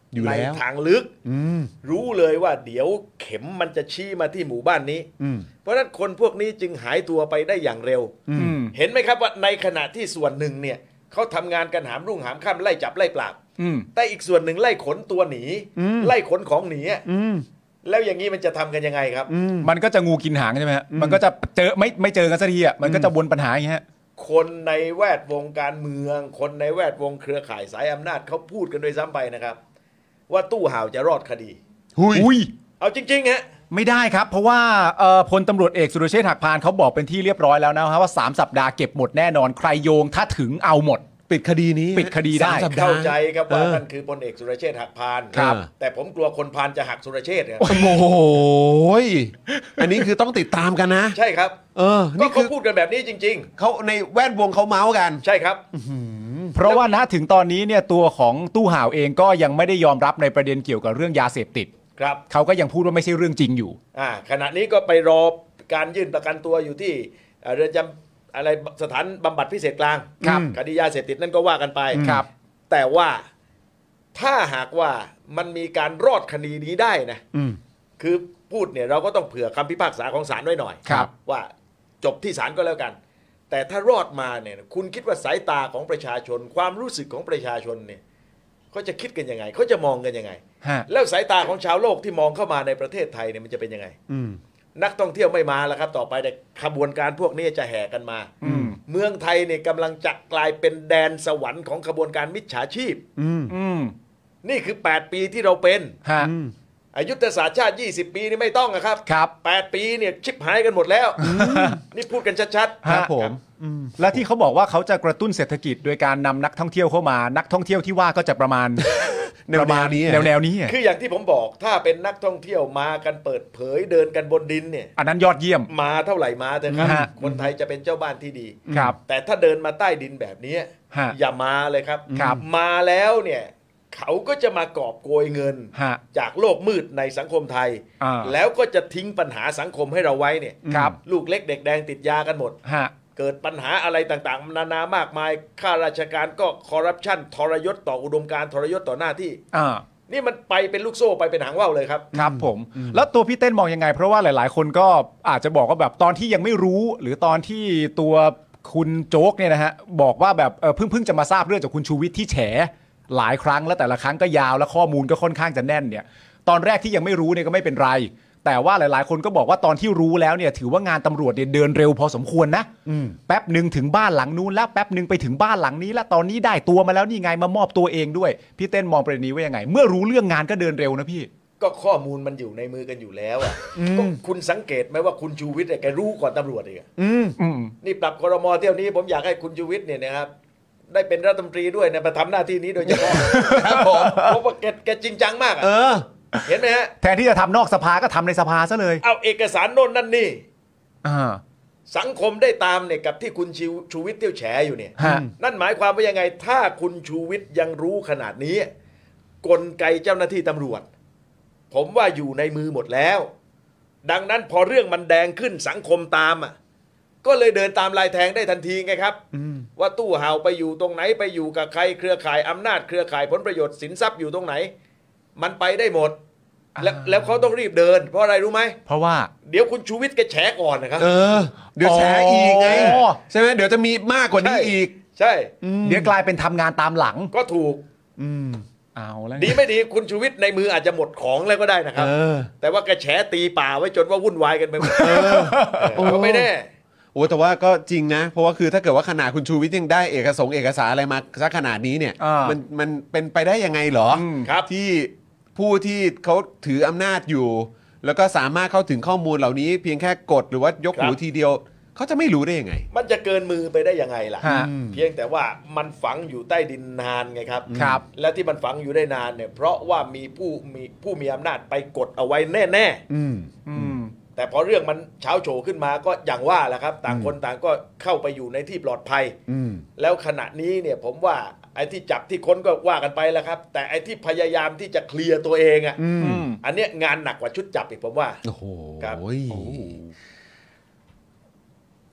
อยู่ในแล้วทางลึกรู้เลยว่าเดี๋ยวเข็มมันจะชี้มาที่หมู่บ้านนี้เพราะฉะนั้นคนพวกนี้จึงหายตัวไปได้อย่างเร็วเห็นไหมครับว่าในขณะที่ส่วนหนึ่งเนี่ยเขาทำงานกันหามรุ่งหามค่ำไล่จับไล่ปราบแต่อีกส่วนหนึ่งไล่ขนตัวหนีไล่ขนของหนีแล้วอย่างนี้มันจะทำกันยังไงครับมันก็จะงูกินหางใช่ไหมฮะมันก็จะเจอไม่เจอกันสักทีอ่ะมันก็จะวนปัญหาอย่างเงี้ยคนในแวดวงการเมืองคนในแวดวงเครือข่ายสายอำนาจเขาพูดกันโดยซ้ำไปนะครับว่าตู้ห่าวจะรอดคดีหุยเอาจริงๆฮะไม่ได้ครับเพราะว่าพลตำรวจเอกสุรเชษฐ์หักพานเขาบอกเป็นที่เรียบร้อยแล้วนะว่า3 สัปดาห์เก็บหมดแน่นอนใครโยงถ้าถึงเอาหมดปิดคดีนี้ปิดคดีได้เข้าใจครับว่านั่นคือพลเอกสุรเชษฐ์หักพานแต่ผมกลัวคนพานจะหักสุรเชษฐ์ครับโอ้โหอันนี้คือต้องติดตามกันนะใช่ครับนี่เขาพูดกันแบบนี้จริงๆเขาในแวดวงเขาเมาส์กันใช่ครับเพราะว่าณถึงตอนนี้เนี่ยตัวของตู้ห่าวเองก็ยังไม่ได้ยอมรับในประเด็นเกี่ยวกับเรื่องยาเสพติดครับเขาก็ยังพูดว่าไม่ใช่เรื่องจริงอยู่ขณะนี้ก็ไปรอการยื่นประกันตัวอยู่ที่เรือนจำอะไรสถานบำบัดพิเศษกลางคดียาเสพติดนั่นก็ว่ากันไปแต่ว่าถ้าหากว่ามันมีการรอดคดีนี้ได้นะคือพูดเนี่ยเราก็ต้องเผื่อคำพิพากษาของศาลไว้หน่อยว่าจบที่ศาลก็แล้วกันแต่ถ้ารอดมาเนี่ยคุณคิดว่าสายตาของประชาชนความรู้สึกของประชาชนเนี่ยเขาจะคิดกันยังไงเขาจะมองกันยังไงแล้วสายตาของชาวโลกที่มองเข้ามาในประเทศไทยเนี่ยมันจะเป็นยังไงนักท่องเที่ยวไม่มาแล้วครับต่อไปแต่ขบวนการพวกนี้จะแห่กันมาเมืองไทยเนี่ยกำลังจะกลายเป็นแดนสวรรค์ของขบวนการมิจฉาชีพนี่คือ8 ปีที่เราเป็นยุทธศาสตร์ชาติ20 ปีนี่ไม่ต้องนะครับ8 ปีเนี่ยชิบหายกันหมดแล้วนี่พูดกันชัดๆครับผมและที่เขาบอกว่าเขาจะกระตุ้นเศรษฐกิจโดยการนำนักท่องเที่ยวเข้ามานักท่องเที่ยวที่ว่าก็จะประมาณแนวนี้คืออย่างที่ผมบอกถ้าเป็นนักท่องเที่ยวมากันเปิดเผยเดินกันบนดินเนี่ยอันนั้นยอดเยี่ยมมาเท่าไหร่มาเถอะครับคนไทยจะเป็นเจ้าบ้านที่ดีแต่ถ้าเดินมาใต้ดินแบบนี้อย่ามาเลยครับมาแล้วเนี่ยเขาก็จะมากอบโกยเงินจากโลกมืดในสังคมไทยแล้วก็จะทิ้งปัญหาสังคมให้เราไว้เนี่ยลูกเล็กเด็กแดงติดยากันหมดเกิดปัญหาอะไรต่างๆนานามากมายข้าราชการก็คอร์รัปชันทรยศต่ออุดมการณ์ทรยศต่อหน้าที่นี่มันไปเป็นลูกโซ่ไปเป็นหางว่าวเลยครับครับผมแล้วตัวพี่เต้นมองยังไงเพราะว่าหลายๆคนก็อาจจะบอกว่าแบบตอนที่ยังไม่รู้หรือตอนที่ตัวคุณโจ๊กเนี่ยนะฮะบอกว่าแบบเพิ่งจะมาทราบเรื่องจากคุณชูวิทย์ที่แฉหลายครั้งแล้วแต่ละครั้งก็ยาวและข้อมูลก็ค่อนข้างจะแน่นเนี่ยตอนแรกที่ยังไม่รู้เนี่ยก็ไม่เป็นไรแต่ว่าหลายๆคนก็บอกว่าตอนที่รู้แล้วเนี่ยถือว่างานตำรวจเนี่ยเดินเร็วพอสมควรนะแป๊บหนึ่งถึงบ้านหลังนู้นแล้วแป๊บหนึ่งไปถึงบ้านหลังนี้แล้วตอนนี้ได้ตัวมาแล้วนี่ไงมามอบตัวเองด้วยพี่เต้นมองประเด็นนี้ว่ายังไงเมื่อรู้เรื่องงานก็เดินเร็วนะพี่ก็ข้อมูลมันอยู่ในมือกันอยู่แล้วอ่ะก็คุณสังเกตไหมว่าคุณชูวิทย์แกรู้ก่อนตำรวจอีกนี่ปรับครม.เที่ยวนี้ผมอยากให้คุณชูวิทย์เนี่ยนะครับได้เป็นรัฐมนตรีด้วยนะมาทำหน้าที่นี้โดยเฉพาะครับผมเพราะว่าแกจริงจังมากเห็นไหมฮะแทนที่จะทำนอกสภาก็ทำในสภาซะเลยเอาเอกสารโน่นนั่นนี่สังคมได้ตามเนี่ยกับที่คุณชูวิทย์เที่ยวแฉอยู่เนี่ยนั่นหมายความว่ายังไงถ้าคุณชูวิทย์ยังรู้ขนาดนี้กลไกเจ้าหน้าที่ตำรวจผมว่าอยู่ในมือหมดแล้วดังนั้นพอเรื่องมันแดงขึ้นสังคมตามก็เลยเดินตามลายแทงได้ทันทีไงครับว่าตู้ห่าวไปอยู่ตรงไหนไปอยู่กับใครเครือข่ายอำนาจเครือข่ายผลประโยชน์สินทรัพย์อยู่ตรงไหนมันไปได้หมดแล้วเขาต้องรีบเดินเพราะอะไรรู้ไหมเพราะว่าเดี๋ยวคุณชูวิทย์แกแฉก่อนนะครับเดี๋ยวแฉอีกไงใช่ไหมเดี๋ยวจะมีมากกว่านี้อีกใช่เดี๋ยวกลายเป็นทำงานตามหลังก็ถูกเอาแล้วดีไม่ดีคุณชูวิทย์ในมืออาจจะหมดของแล้วก็ได้นะครับแต่ว่าแกแฉตีป่าไว้จนว่าวุ่นวายกันไปหมดก็ไม่แน่โอ้แต่ว่าก็จริงนะเพราะว่าคือถ้าเกิดว่าขนาดคุณชูวิทย์ยังได้เอกสารอะไรมาสักขนาดนี้เนี่ยมันเป็นไปได้ยังไงเหรอที่ผู้ที่เขาถืออำนาจอยู่แล้วก็สามารถเข้าถึงข้อมูลเหล่านี้เพียงแค่กดหรือว่ายกหูทีเดียวเขาจะไม่รู้ได้ยังไงมันจะเกินมือไปได้ยังไงล่ะเพียงแต่ว่ามันฝังอยู่ใต้ดินนานไงครับและที่มันฝังอยู่ได้นานเนี่ยเพราะว่ามีผู้มีอำนาจไปกดเอาไว้แน่ๆแต่พอเรื่องมันเช้าโฉขึ้นมาก็อย่างว่าแหละครับต่างคนต่างก็เข้าไปอยู่ในที่ปลอดภัยแล้วขณะนี้เนี่ยผมว่าไอ้ที่จับที่ค้นก็ว่ากันไปแล้วครับแต่ไอ้ที่พยายามที่จะเคลียร์ตัวเองอันเนี้ยงานหนักกว่าชุดจับอีกผมว่าโอ้โหครับ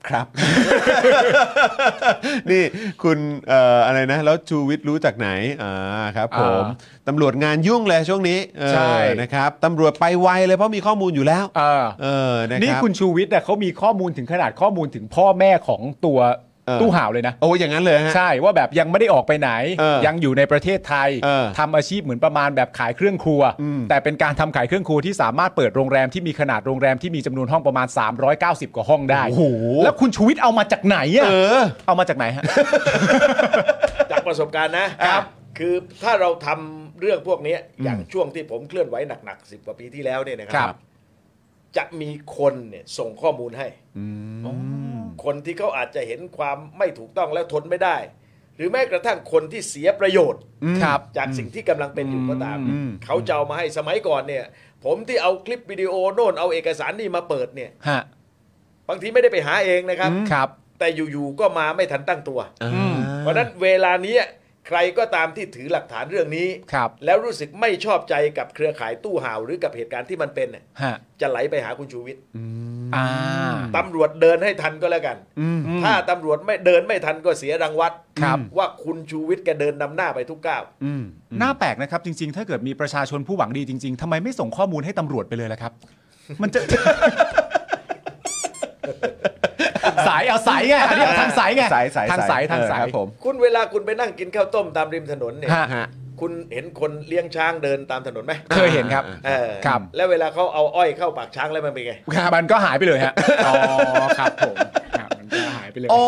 ครับ นี่คุณอะไรนะแล้วชูวิทย์รู้จากไหนครับผมตำรวจงานยุ่งเลยช่วงนี้ใช่นะครับตำรวจไปไวเลยเพราะมีข้อมูลอยู่แล้วนะครับนี่คุณชูวิทย์เขามีข้อมูลถึงขนาดข้อมูลถึงพ่อแม่ของตัวตู้ห่าวเลยนะโอ้อย่างนั้นเลยฮะใช่ว่าแบบยังไม่ได้ออกไปไหนยังอยู่ในประเทศไทยทำอาชีพเหมือนประมาณแบบขายเครื่องครัวแต่เป็นการทำขายเครื่องครัวที่สามารถเปิดโรงแรมที่มีขนาดโรงแรมที่มีจำนวนห้องประมาณ390กว่าห้องได้แล้วคุณชูวิทย์เอามาจากไหนอ่ะเอามาจากไหนฮะจากประสบการณ์นะครับคือถ้าเราทำเรื่องพวกนี้อย่างช่วงที่ผมเคลื่อนไหวหนักๆ10 กว่าปีที่แล้วเนี่ยนะครับจะมีคนเนี่ยส่งข้อมูลให้คนที่เขาอาจจะเห็นความไม่ถูกต้องแล้วทนไม่ได้หรือแม้กระทั่งคนที่เสียประโยชน์จากสิ่งที่กำลังเป็นอยู่ก็ตามเขาจะเอามาให้สมัยก่อนเนี่ยผมที่เอาคลิปวิดีโอโน่นเอาเอกสารนี่มาเปิดเนี่ยบางทีไม่ได้ไปหาเองนะครับแต่อยู่ๆก็มาไม่ทันตั้งตัวเพราะนั้นเวลานี้ใครก็ตามที่ถือหลักฐานเรื่องนี้แล้วรู้สึกไม่ชอบใจกับเครือข่ายตู้ห่าวหรือกับเหตุการณ์ที่มันเป็นจะไหลไปหาคุณชูวิทย์ตำรวจเดินให้ทันก็แล้วกันถ้าตำรวจไม่เดินไม่ทันก็เสียรางวัลว่าคุณชูวิทย์แกเดินนำหน้าไปทุกก้าวน่าแปลกนะครับจริงๆถ้าเกิดมีประชาชนผู้หวังดีจริงๆทำไมไม่ส่งข้อมูลให้ตำรวจไปเลยล่ะครับมันจะสายเอาสายไงอันนี้ทางสายไงทางสายผมคุณเวลาคุณไปนั่งกินข้าวต้มตามริมถนนเนี่ยคุณเห็นคนเลี้ยงช้างเดินตามถนนไหมเคยเห็นครับครับแล้วเวลาเขาเอาอ้อยเข้าปากช้างแล้วมันเป็นไงมันก็หายไปเลยฮะอ๋อครับผมมันก็หายไปเลย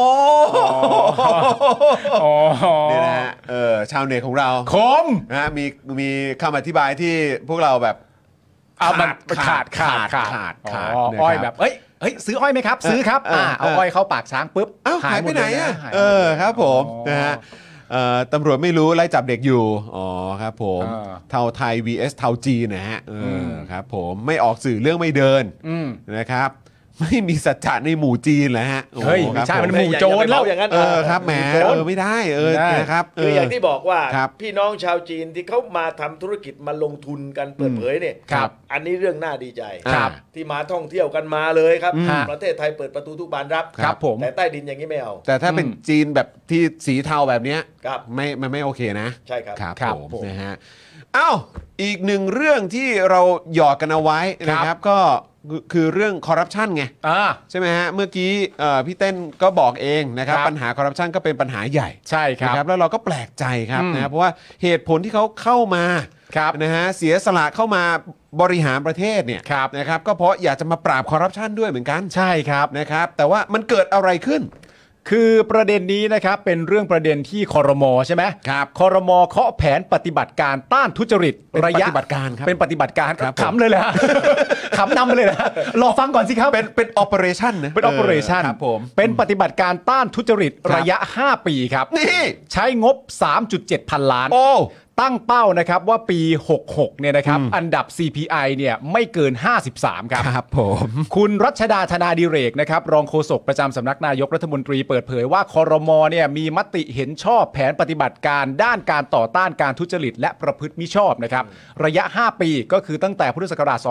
นี่นะฮะชาวเน็ตของเราคมนะมีคำอธิบายที่พวกเราแบบขาดอ้อยแบบเฮ้ยซื้ออ้อยไหมครับซื้อครับเอาอ้อยเข้าปากช้างปุ๊บหายไปไหนอ่ะครับผมนะฮะตำรวจไม่รู้ไล่จับเด็กอยู่อ๋อครับผมเทาไทย vs เทาจีนนะฮะครับผมไม่ออกสื่อเรื่องไม่เดินนะครับไม่มีสัจจะในหมู่จีนแหละฮะเฮ้ยไม่ใช่มันหมู่โจรแล้วอย่างนั้นครับแหมไม่ได้นะครับคืออย่างที่บอกว่าพี่น้องชาวจีนที่เขามาทำธุรกิจมาลงทุนกันเปิดเผยเนี่ยอันนี้เรื่องน่าดีใจที่มาท่องเที่ยวกันมาเลยครับประเทศไทยเปิดประตูทุกบานรับแต่ใต้ดินอย่างนี้ไม่เอาแต่ถ้าเป็นจีนแบบที่สีเทาแบบนี้ไม่โอเคนะใช่ครับครับผมนะฮะอ้าวอีกหนึ่งเรื่องที่เราหยอกกันเอาไว้นะครับก็คือเรื่องคอร์รัปชันไงใช่ไหมฮะเมื่อกี้พี่เต้นก็บอกเองนะครับปัญหาคอร์รัปชันก็เป็นปัญหาใหญ่ใช่ครับแล้วเราก็แปลกใจครับนะเพราะว่าเหตุผลที่เขาเข้ามานะฮะเสียสละเข้ามาบริหารประเทศเนี่ยนะครับก็เพราะอยากจะมาปราบคอร์รัปชันด้วยเหมือนกันใช่ครับนะครับแต่ว่ามันเกิดอะไรขึ้นคือประเด็นนี้นะครับเป็นเรื่องประเด็นที่ครม.ใช่ไหมครับครม.เคาะแผนปฏิบัติการต้านทุจริตระยะปฏิบัติการครับเป็นปฏิบัติการขำเลยแหละขำนำไปเลยนะรอฟังก่อนสิครับเป็น operation นะเป็น operation ครับผมเป็นปฏิบัติการต้านทุจริตระยะ5ปีครับนี่ใช้งบ 3.7 พันล้านตั้งเป้านะครับว่าปี66เนี่ยนะครับอันดับ CPI เนี่ยไม่เกิน53ครับครับผมคุณรัชดาธนาดิเรกนะครับรองโฆษกประจำสำนักนายกรัฐมนตรีเปิดเผยว่าครม.เนี่ยมีมติเห็นชอบแผนปฏิบัติการด้านการต่อต้านการทุจริตและประพฤติมิชอบนะครับระยะ5ปีก็คือตั้งแต่พุทธศักราช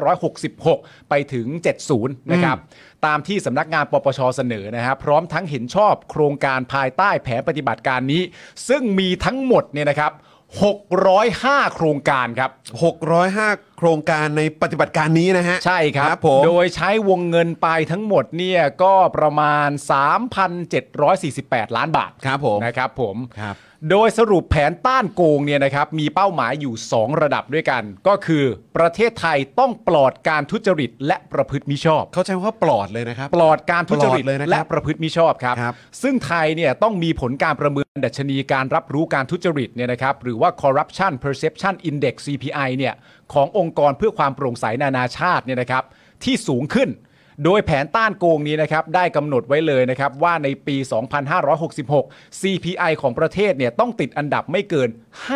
2566ไปถึง70นะครับตามที่สำนักงานปปช.เสนอนะครับพร้อมทั้งเห็นชอบโครงการภายใต้แผนปฏิบัติการนี้ซึ่งมีทั้งหมดเนี่ยนะครับ605โครงการครับ 605โครงการในปฏิบัติการนี้นะฮะใช่ครับโดยใช้วงเงินไปทั้งหมดเนี่ยก็ประมาณ 3,748 ล้านบาทครับผมนะครับผมครับโดยสรุปแผนต้านโกงเนี่ยนะครับมีเป้าหมายอยู่2ระดับด้วยกันก็คือประเทศไทยต้องปลอดการทุจริตและประพฤติมิชอบเขาใช้ว่าปลอดเลยนะครับปลอดการทุจริตและประพฤติมิชอบครับซึ่งไทยเนี่ยต้องมีผลการประเมินดัชนีการรับรู้การทุจริตเนี่ยนะครับหรือว่า Corruption Perception Index CPI เนี่ยขององค์กรเพื่อความโปร่งใสนานาชาติเนี่ยนะครับที่สูงขึ้นโดยแผนต้านโกงนี้นะครับได้กำหนดไว้เลยนะครับว่าในปี 2566 CPI ของประเทศเนี่ยต้องติดอันดับไม่เกิน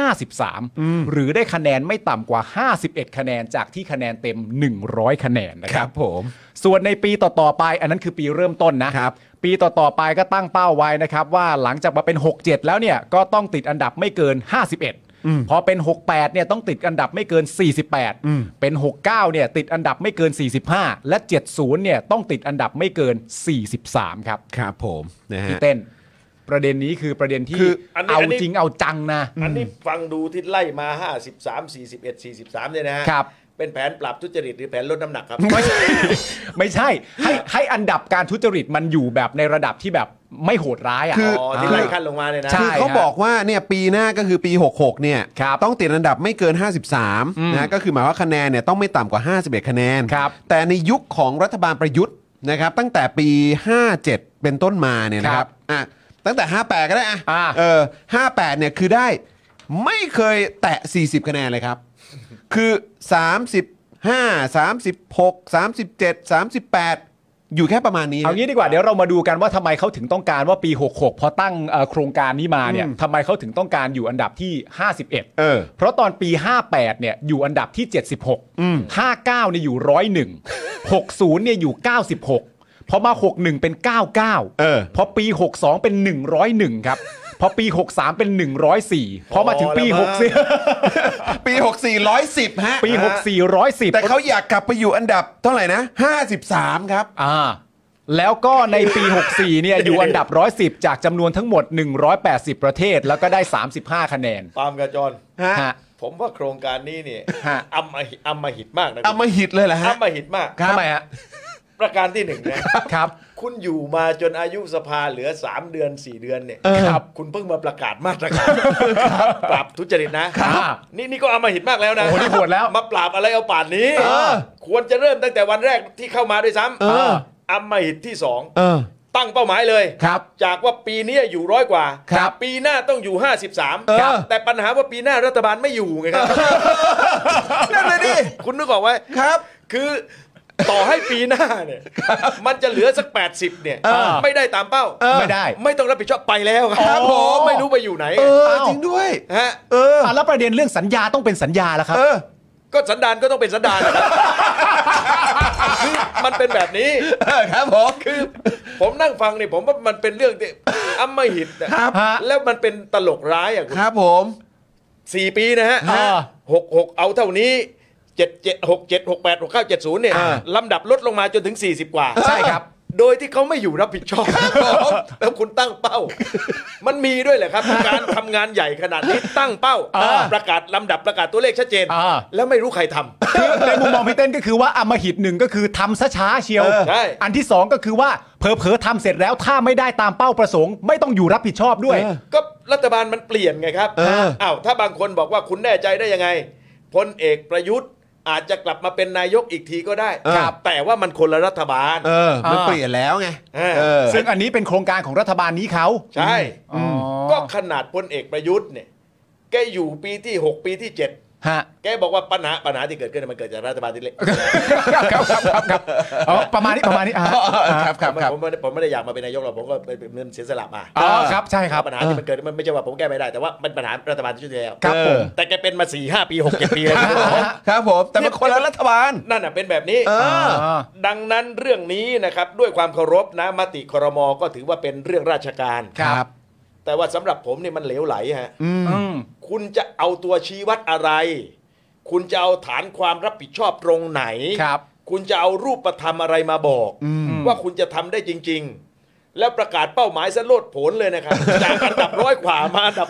53หรือได้คะแนนไม่ต่ำกว่า51คะแนนจากที่คะแนนเต็ม100คะแนนนะครับผมส่วนในปีต่อๆไปอันนั้นคือปีเริ่มต้นนะครับปีต่อๆไปก็ตั้งเป้าไว้นะครับว่าหลังจากมาเป็น67แล้วเนี่ยก็ต้องติดอันดับไม่เกิน51 พอเป็น68เนี่ยต้องติดอันดับไม่เกิน48เป็น69เนี่ยติดอันดับไม่เกิน45และ70เนี่ยต้องติดอันดับไม่เกิน43ครับครับผมนะฮะพี่เต้นประเด็นนี้คือประเด็นที่เอาจริงเอาจังนะอันนี้ฟังดูที่ไล่มา53 41 43เนี่ยนะฮะเป็นแผนปรับทุจริตหรือแผนลดน้ำหนักครับไม่ใช่ให้อันดับการทุจริตมันอยู่แบบในระดับที่แบบไม่โหดร้ายที่ไล่ขั้นลงมาเนี่ยนะคือเขาบอกว่าเนี่ยปีหน้าก็คือปี66เนี่ยต้องติดอันดับไม่เกิน53นะก็คือหมายว่าคะแนนเนี่ยต้องไม่ต่ำกว่า51คะแนนแต่ในยุคของรัฐบาลประยุทธ์นะครับตั้งแต่ปี57เป็นต้นมาเนี่ยนะครับตั้งแต่58ก็ได้58เนี่ยคือได้ไม่เคยแตะ40คะแนนเลยครับคือ35 36 37 38อยู่แค่ประมาณนี้เอางี้ดีกว่าเดี๋ยวเรามาดูกันว่าทำไมเขาถึงต้องการว่าปี66พอตั้งโครงการนี้มาเนี่ยทำไมเขาถึงต้องการอยู่อันดับที่51เพราะตอนปี58เนี่ยอยู่อันดับที่76 59เนี่ยอยู่101 60เนี่ยอยู่96พอมา61เป็น99พอปี62เป็น101ครับพอปี63เป็น104พอมาถึงปี64 ปี64 110ฮะปี64 110 แต่เขาอยากกลับไปอยู่อันดับเท่าไหร่นะ53ครับแล้วก็ในปี 64เนี่ยอยู่อันดับ110จากจำนวนทั้งหมด180ประเทศแล้วก็ได้35คะแนนปาล์มกับจอนผมว่าโครงการนี้เนี่ยอำมหิตมากนะอำมหิตเลยเหรอฮะอำมหิตมากทำไมฮะประการที่1นะครับคุณอยู่มาจนอายุสภาเหลือ3เดือน4เดือนเนี่ยคุณเพิ่งมาประกาศมาตรการปราบทุจริตนะนี่ก็อำมหิตมากแล้วนะโอ้นี่โหดแล้วมาปราบอะไรเอาป่านนี้ควรจะเริ่มตั้งแต่วันแรกที่เข้ามาด้วยซ้ำอำมหิตที่2ตั้งเป้าหมายเลยจากว่าปีนี้อยู่100กว่าปีหน้าต้องอยู่53แต่ปัญหาว่าปีหน้ารัฐบาลไม่อยู่ไงครับนั่นเลยดิคุณนึกออกไหมครับคือต่อให้ปีหน้าเนี่ยมันจะเหลือสัก80เนี่ยไม่ได้ตามเป้าไม่ได้ไม่ต้องรับผิดชอบไปแล้วครับผมไม่รู้ไปอยู่ไหนจริงด้วยฮะแล้วประเด็นเรื่องสัญญาต้องเป็นสัญญาแล้วครับก็สันดานก็ต้องเป็นสันดานคือมันเป็นแบบนี้ครับผมคือผมนั่งฟังนี่ผมว่ามันเป็นเรื่องที่อำมหิตแล้วมันเป็นตลกร้ายครับผม 4ปีนะฮะ66เอาเท่านี้67 67 68 69 70เนี่ยลำดับลดลงมาจนถึง40กว่าใช่ครับโดยที่เขาไม่อยู่รับผิดชอบแล้วคุณตั้งเป้ามันมีด้วยแหละครับการทำงานใหญ่ขนาดนี้ตั้งเป้าประกาศลำดับประกาศตัวเลขชัดเจนแล้วไม่รู้ใครทำในมุมมองพี่เต้นก็คือว่าอำมหิต1ก็คือทำช้าเชียวอันที่2ก็คือว่าเผลอๆทำเสร็จแล้วถ้าไม่ได้ตามเป้าประสงค์ไม่ต้องอยู่รับผิดชอบด้วยก็รัฐบาลมันเปลี่ยนไงครับถ้าบางคนบอกว่าคุณแน่ใจได้ยังไงพลเอกประยุทธ์อาจจะกลับมาเป็นนายกอีกทีก็ได้แต่ว่ามันคนละรัฐบาลมันเปลี่ยนแล้วไงซึ่งอันนี้เป็นโครงการของรัฐบาลนี้เขาใช่ก็ขนาดพลเอกประยุทธ์เนี่ยแกอยู่ปีที่6ปีที่7แกบอกว่าปัญหาที่เกิดขึ้นมันเกิดจากรัฐบาลที่เล็กประมาณนี้ครับผมไม่ได้อยากมาเป็นนายกหรอกผมก็เป็นเสียสละมาครับใช่ครับปัญหาที่มันเกิดมันไม่ใช่ว่าผมแก้ไม่ได้แต่ว่ามันปัญหารัฐบาลที่ชุดที่แล้วครับผมแต่แกเป็นมา 4-5 ปี 6-7 ปีแล้วครับผมแต่มันคนละรัฐบาลนั่นน่ะเป็นแบบนี้ดังนั้นเรื่องนี้นะครับด้วยความเคารพนะมติครม.ก็ถือว่าเป็นเรื่องราชการครับแต่ว่าสำหรับผมเนี่ยมันเหลวไหลฮะคุณจะเอาตัวชี้วัดอะไรคุณจะเอาฐานความรับผิดชอบตรงไหนคุณจะเอารูปธรรมอะไรมาบอกว่าคุณจะทำได้จริงๆแล้วประกาศเป้าหมายซะโลดโผนเลยนะครับจากอันดับ100กว่ามาอันดับ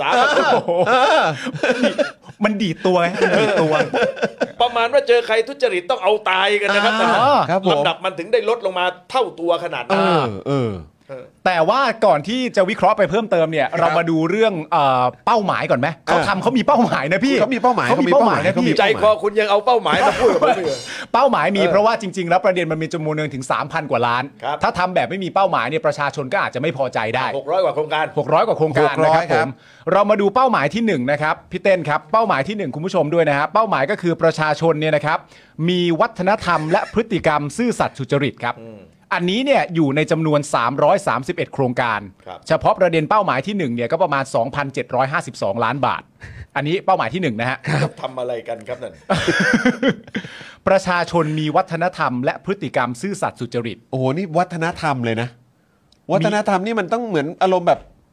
53 มันดีตัวประมาณว่าเจอใครทุจริตต้องเอาตายกันนะครับลำดับมันถึงได้ลดลงมาเท่าตัวขนาดนั้นแต่ว่าก่อนที่จะวิเคราะห์ไปเพิ่มเติมเนี่ยเรามาดูเรื่องเป้าหมายก่อนไหมเขามีเป้าหมายนะพี่เขามีเป้าหมายนะพี่ใจคอคุณยังเอาเป้าหมายมาพูดกับผมเลยเป้าหมายมีเพราะว่าจริงๆแล้วประเด็นมันมีจำนวนเงินถึง 3,000 กว่าล้านถ้าทำแบบไม่มีเป้าหมายเนี่ยประชาชนก็อาจจะไม่พอใจได้ 600กว่าโครงการ 600กว่าโครงการนะครับผมเรามาดูเป้าหมายที่1นะครับพี่เต้นครับเป้าหมายที่1คุณผู้ชมด้วยนะครับเป้าหมายก็คือประชาชนเนี่ยนะครับมีวัฒนธรรมและพฤติกรรมซื่อสัตย์สุจริตครับอันนี้เนี่ยอยู่ในจำนวน331โครงการเฉพาะประเด็นเป้าหมายที่1เนี่ยก็ประมาณ 2,752 ล้านบาทอันนี้เป้าหมายที่1นะฮะทำอะไรกันครับนั่นประชาชนมีวัฒนธรรมและพฤติกรรมซื่อสัตย์สุจริตโอ้โหนี่วัฒนธรรมเลยนะวัฒนธรรมนี่มันต้องเหมือนอารมณ์แบบ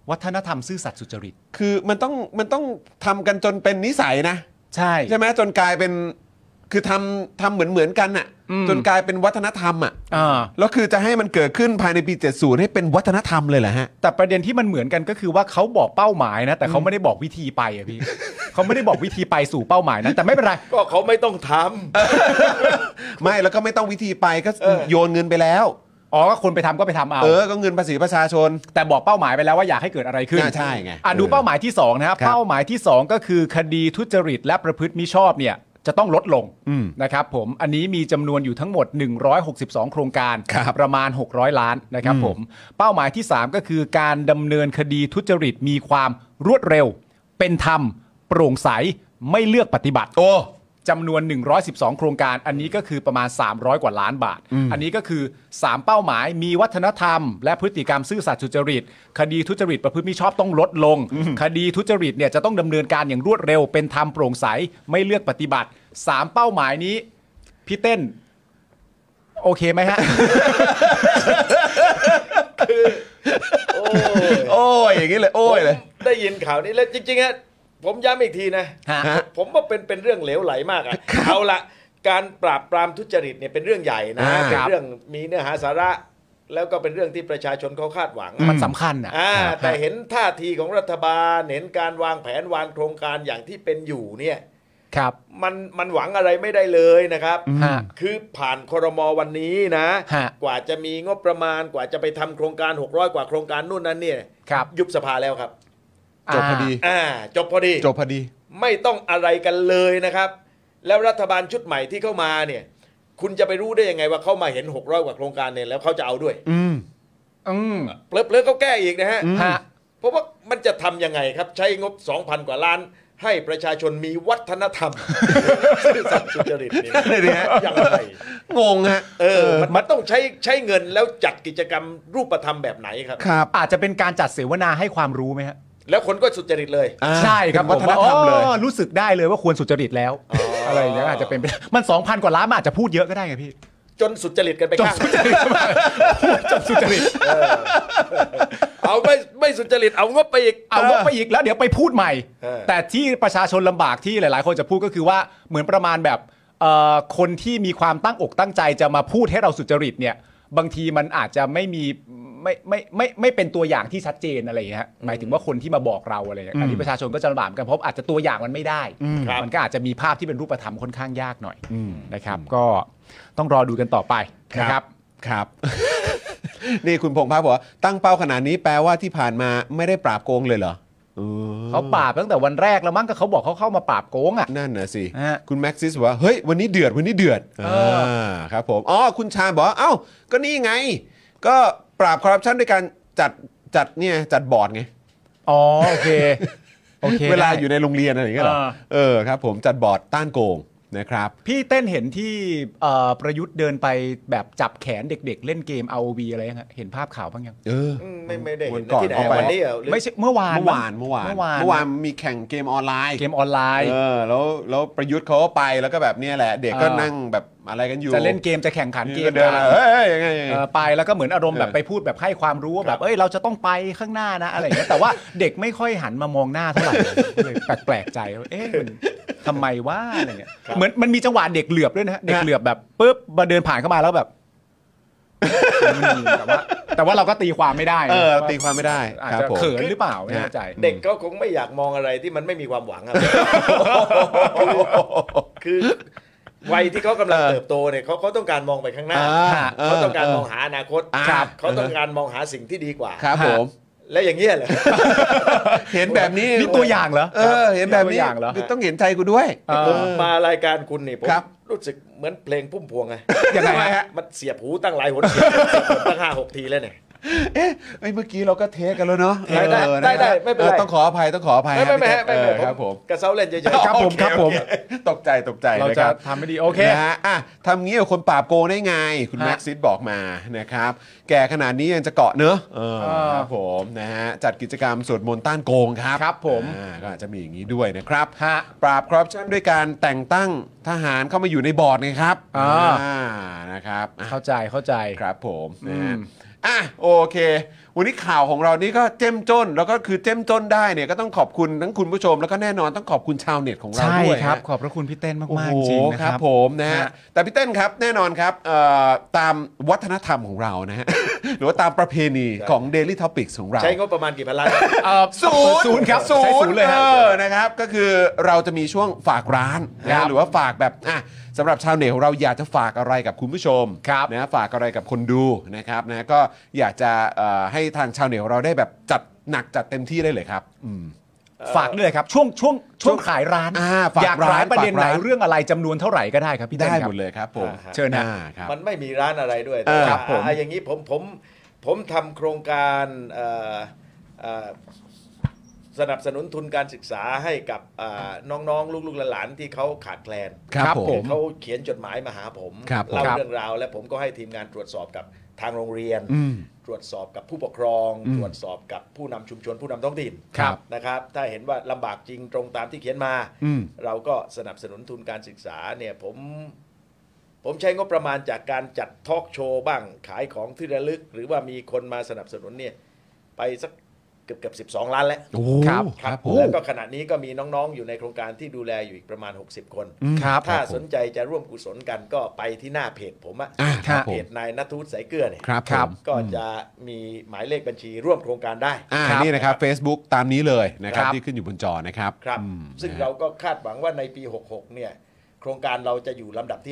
วัฒนธรรมซื่อสัตย์สุจริตคือมันต้องทำกันจนเป็นนิสัยนะใช่ใช่ไหมจนกลายเป็นคือทำเหมือนกันน่ะจนกลายเป็นวัฒนธรรมอ่ะแล้วคือจะให้มันเกิดขึ้นภายในปี70ให้เป็นวัฒนธรรมเลยเหรอฮะแต่ประเด็นที่มันเหมือนกันก็คือว่าเขาบอกเป้าหมายนะแต่เขาไม่ได้บอกวิธีไปอ่ะพี่ เขาไม่ได้บอกวิธีไปสู่เป้าหมายนั้นแต่ไม่เป็นไรก็เขาไม่ต้องทำ ไม่แล้วก็ไม่ต้องวิธีไปก็โยนเงินไปแล้วอ๋อก็คนไปทำก็ไปทำเอาก็เงินภาษีประชาชนแต่บอกเป้าหมายไปแล้วว่าอยากให้เกิดอะไรขึ้นใช่ไงดูเป้าหมายที่2นะครับเป้าหมายที่2ก็คือคดีทุจริตและประพฤติมิชอบเนี่ยจะต้องลดลงนะครับผมอันนี้มีจำนวนอยู่ทั้งหมด162โครงการประมาณ600ล้านนะครับผมเป้าหมายที่3ก็คือการดำเนินคดีทุจริตมีความรวดเร็วเป็นธรรมโปร่งใสไม่เลือกปฏิบัติจำนวน112โครงการอันนี้ก็คือประมาณ300กว่าล้านบาทอันนี้ก็คือ3เป้าหมายมีวัฒนธรรมและพฤติกรรมซื่อสัตย์สุจริตคดีทุจริตประพฤติมิชอบต้องลดลงคดีทุจริตเนี่ยจะต้องดำเนินการอย่างรวดเร็วเป็นธรรมโปร่งใสไม่เลือกปฏิบัติ3เป้าหมายนี้พี่เต้นโอเคไหมฮะคือโอ้ยอย่างนี้เลยโอ้ยเลยได้ยินข่าวนี้แล้วจริงๆฮะผมย้ำอีกทีนะผมว่าเป็นเรื่องเหลวไหลมากเอาละการปราบปรามทุจริตเนี่ยเป็นเรื่องใหญ่นะเป็นเรื่องมีเนื้อหาสาระแล้วก็เป็นเรื่องที่ประชาชนเขาคาดหวังมันสำคัญแต่เห็นท่าทีของรัฐบาลเห็นการวางแผนวางโครงการอย่างที่เป็นอยู่เนี่ยครับมันหวังอะไรไม่ได้เลยนะครับคือผ่านครม.วันนี้นะกว่าจะมีงบประมาณกว่าจะไปทำโครงการ600กว่าโครงการนู่นนั่นเนี่ยยุบสภาแล้วครับจบพอดีจบพอดีไม่ต้องอะไรกันเลยนะครับแล้วรัฐบาลชุดใหม่ที่เข้ามาเนี่ยคุณจะไปรู้ได้ยังไงว่าเขามาเห็น600กว่าโครงการเนี่ยแล้วเขาจะเอาด้วยเพลิดเขาแก้อีกนะฮะเพราะว่ามันจะทำยังไงครับใช้งบ 2,000 กว่าล้านให้ประชาชนมีวัฒนธรรมซื่อสัตย์สุจริตนี่ยังไงงงฮะมันต้องใช้เงินแล้วจัดกิจกรรมรูปธรรมแบบไหนครับอาจจะเป็นการจัดเสวนาให้ความรู้ไหมฮะแล้วคนก็สุจริตเลยใช่ครับวัฒนธรรมเลยรู้สึกได้เลยว่าควรสุจริตแล้วอะไรอย่างเงี้ยอาจจะเป็นมัน 2,000 กว่าล้านอาจจะพูดเยอะก็ได้ไงพี่จนสุจริตกันไปข้างจนสุจริตเอาไม่สุจริตเอางบไปอีกแล้วเดี๋ยวไปพูดใหม่แต่ที่ประชาชนลำบากที่หลายๆคนจะพูดก็คือว่าเหมือนประมาณแบบคนที่มีความตั้งอกตั้งใจจะมาพูดให้เราสุจริตเนี่ยบางทีมันอาจจะไม่มีไม่เป็นตัวอย่างที่ชัดเจนอะไรอย่างเงี้ยหมายถึงว่าคนที่มาบอกเราอะไรอย่างเงี้ยอันนี้ประชาชนก็จะลำบากกันเพราะอาจจะตัวอย่างมันไม่ได้มันก็อาจจะมีภาพที่เป็นรูปธรรมค่อนข้างยากหน่อยนะครับก็ต้องรอดูกันต่อไปนะครับครับ นี่คุณพงษ์ภาคบอกว่าตั้งเป้าขนาดนี้แปลว่าที่ผ่านมาไม่ได้ปราบโกงเลยเหรอเขาปราบตั้งแต่วันแรกแล้วมั้งก็เขาบอกเขาเข้ามาปราบโกงอ่ะนั่นน่ะสิคุณแม็กซิสบอกว่าเฮ้ยวันนี้เดือดครับผมคุณชาบอกว่าเอ้าก็นี่ไงก็ปราบคอร์รัปชันด้วยการจัดบอร์ดไงโอเคเวลาอยู่ในโรงเรียนอะไรอย่างเงี้ยเหรอครับผมจัดบอร์ดต้านโกงนะครับพี่เต้นเห็นที่ประยุทธ์เดินไปแบบจับแขนเด็กๆเล่นเกม ROV อะไรยังเห็นภาพข่าวบ้างยังไม่ได้เห็นที่ไหนวันนี้ไม่ใช่เมื่อวานมีแข่งเกมออนไลน์แล้วประยุทธ์เขาไปแล้วก็แบบนี้แหละเด็กก็นั่งแบบอะไรกันอยู่จะเล่นเกมจะแข่งขันเกมยังไงไปแล้วก็เหมือนอารมณ์แบบไปพูดแบบให้ความรู้ว่าแบบเราจะต้องไปข้างหน้านะอะไรอย่างเงี้ยแต่ว่าเด็กไม่ค่อยหันมามองหน้าเท่าไหร่เลยแปลกใจว่าทำไมว่าอะไรเงี้ยเหมือนมันมีจังหวะเด็กเหลือบด้วยนะเด็กเหลือบแบบปุ๊บมาเดินผ่านเข้ามาแล้วแบบแต่ว่าเราก็ตีความไม่ได้ตีความไม่ได้อาจจะเขินหรือเปล่าไม่แน่ใจเด็กก็คงไม่อยากมองอะไรที่มันไม่มีความหวังอะไรคือวัยที่เขากำลังเติบโตเนี่ยเขาต้องการมองไปข้างหน้าเขาต้องการมองหาอนาคตเขาต้องการมองหาสิ่งที่ดีกว่าครับผมแล้วอย่างเงี้ยเหรอเห็นแบบนี้นี่ตัวอย่างเหรอเห็นแบบนี้ต้องเห็นใจกูด้วยมารายการคุณนี่ผมรู้สึกเหมือนเพลงพุ่มพวงไงยังไงฮะมันเสียบหูตั้งหลายหนเสียบตั้ง5-6 ทีแล้วเนี่ยเมื่อกี้เราก็เทสกันแล้วเนาะได้ไม่เป็นไรต้องขออภัยไม่ครับผมกระเซ้าเล่นเฉยๆครับผมตกใจเราจะทำไม่ดีโอเคนะฮะทำงี้กับคนปราบโกงได้ไงคุณแม็กซิสบอกมานะครับแก่ขนาดนี้ยังจะเกาะเนอะครับผมนะฮะจัดกิจกรรมสวดมนต์ต้านโกงครับครับผมก็อาจจะมีอย่างนี้ด้วยนะครับปราบคอร์รัปชันด้วยการแต่งตั้งทหารเข้ามาอยู่ในบอร์ดนะครับนะครับเข้าใจครับผมนะฮะโอเควันนี้ข่าวของเรานี่ก็เจ้มจนแล้วก็คือเจ้มจนได้เนี่ยก็ต้องขอบคุณทั้งคุณผู้ชมแล้วก็แน่นอนต้องขอบคุณชาวเน็ตของเราใช่ด้วยครับฮะขอบพระคุณพี่เต้นโอ้มากโหๆจริงนะคครัรับบ ผมนะฮะฮะแต่พี่เต้นครับแน่นอนครับตามวัฒนธรรมของเรานะฮ ะ หรือว่าตามประเพณีของ Daily Topics ของเราใช้งบประมาณกี่พันล้านศูนย์ครับใช้ศูนย์เลยฮะนะครับก็คือเราจะมีช่วงฝากร้านนะหรือว่าฝากแบบสำหรับชาวเน็ตของเราอยากจะฝากอะไรกับคุณผู้ชมนะฝากอะไรกับคนดูนะครับนะก็อยากจะให้ทางชาวเน็ตของเราได้แบบจัดหนักจัดเต็มที่ได้เลยครับฝากด้วยครับช่วงขายร้านฝากอยากร้านขายประเด็นไหนฝากร้านเรื่องอะไรจำนวนเท่าไหร่ก็ได้ครับพี่เต้นได้ครัหบมดเลยครับผมเชิญนะครับมันไม่มีร้านอะไรด้วยครับผมอย่างนี้ผมทำโครงการสนับสนุนทุนการศึกษาให้กับน้องๆลูกๆหลานๆที่เขาขาดแคลนครับผมเขาเขียนจดหมายมาหาผมครับผมเล่าเรื่องราว และผมก็ให้ทีมงานตรวจสอบกับทางโรงเรียน ตรวจสอบกับผู้ปกครอง ตรวจสอบกับผู้นำชุมชนผู้นำท้องถิ่นครับนะครับถ้าเห็นว่าลำบากจริงตรงตามที่เขียนมา เราก็สนับสนุนทุนการศึกษาเนี่ยผมใช้งบประมาณจากการจัดทอล์กโชว์บ้างขายของที่ระลึก หรือว่ามีคนมาสนับสนุนเนี่ยไปสักเกือบ12 ล้านแล้วโอ้ครับผมแล้วก็ขณะนี้ก็มีน้องๆอยู่ในโครงการที่ดูแลอยู่อีกประมาณ60 คนครับถ้าสนใจจะร่วมกุศลกันก็ไปที่หน้าเพจผมอะครับผเพมจนายณัฐวุฒิสายเกลือเนี่ยครับครับผมก็จะมีหมายเลขบัญชีร่วมโครงการได้นี่นะครับ Facebook ตามนี้เลยนะครับครับที่ขึ้นอยู่บนจอนะครับครับ ซึ่งเราก็คาดหวังว่าในปี 66 เนี่ยโครงการเราจะอยู่ลำดับที่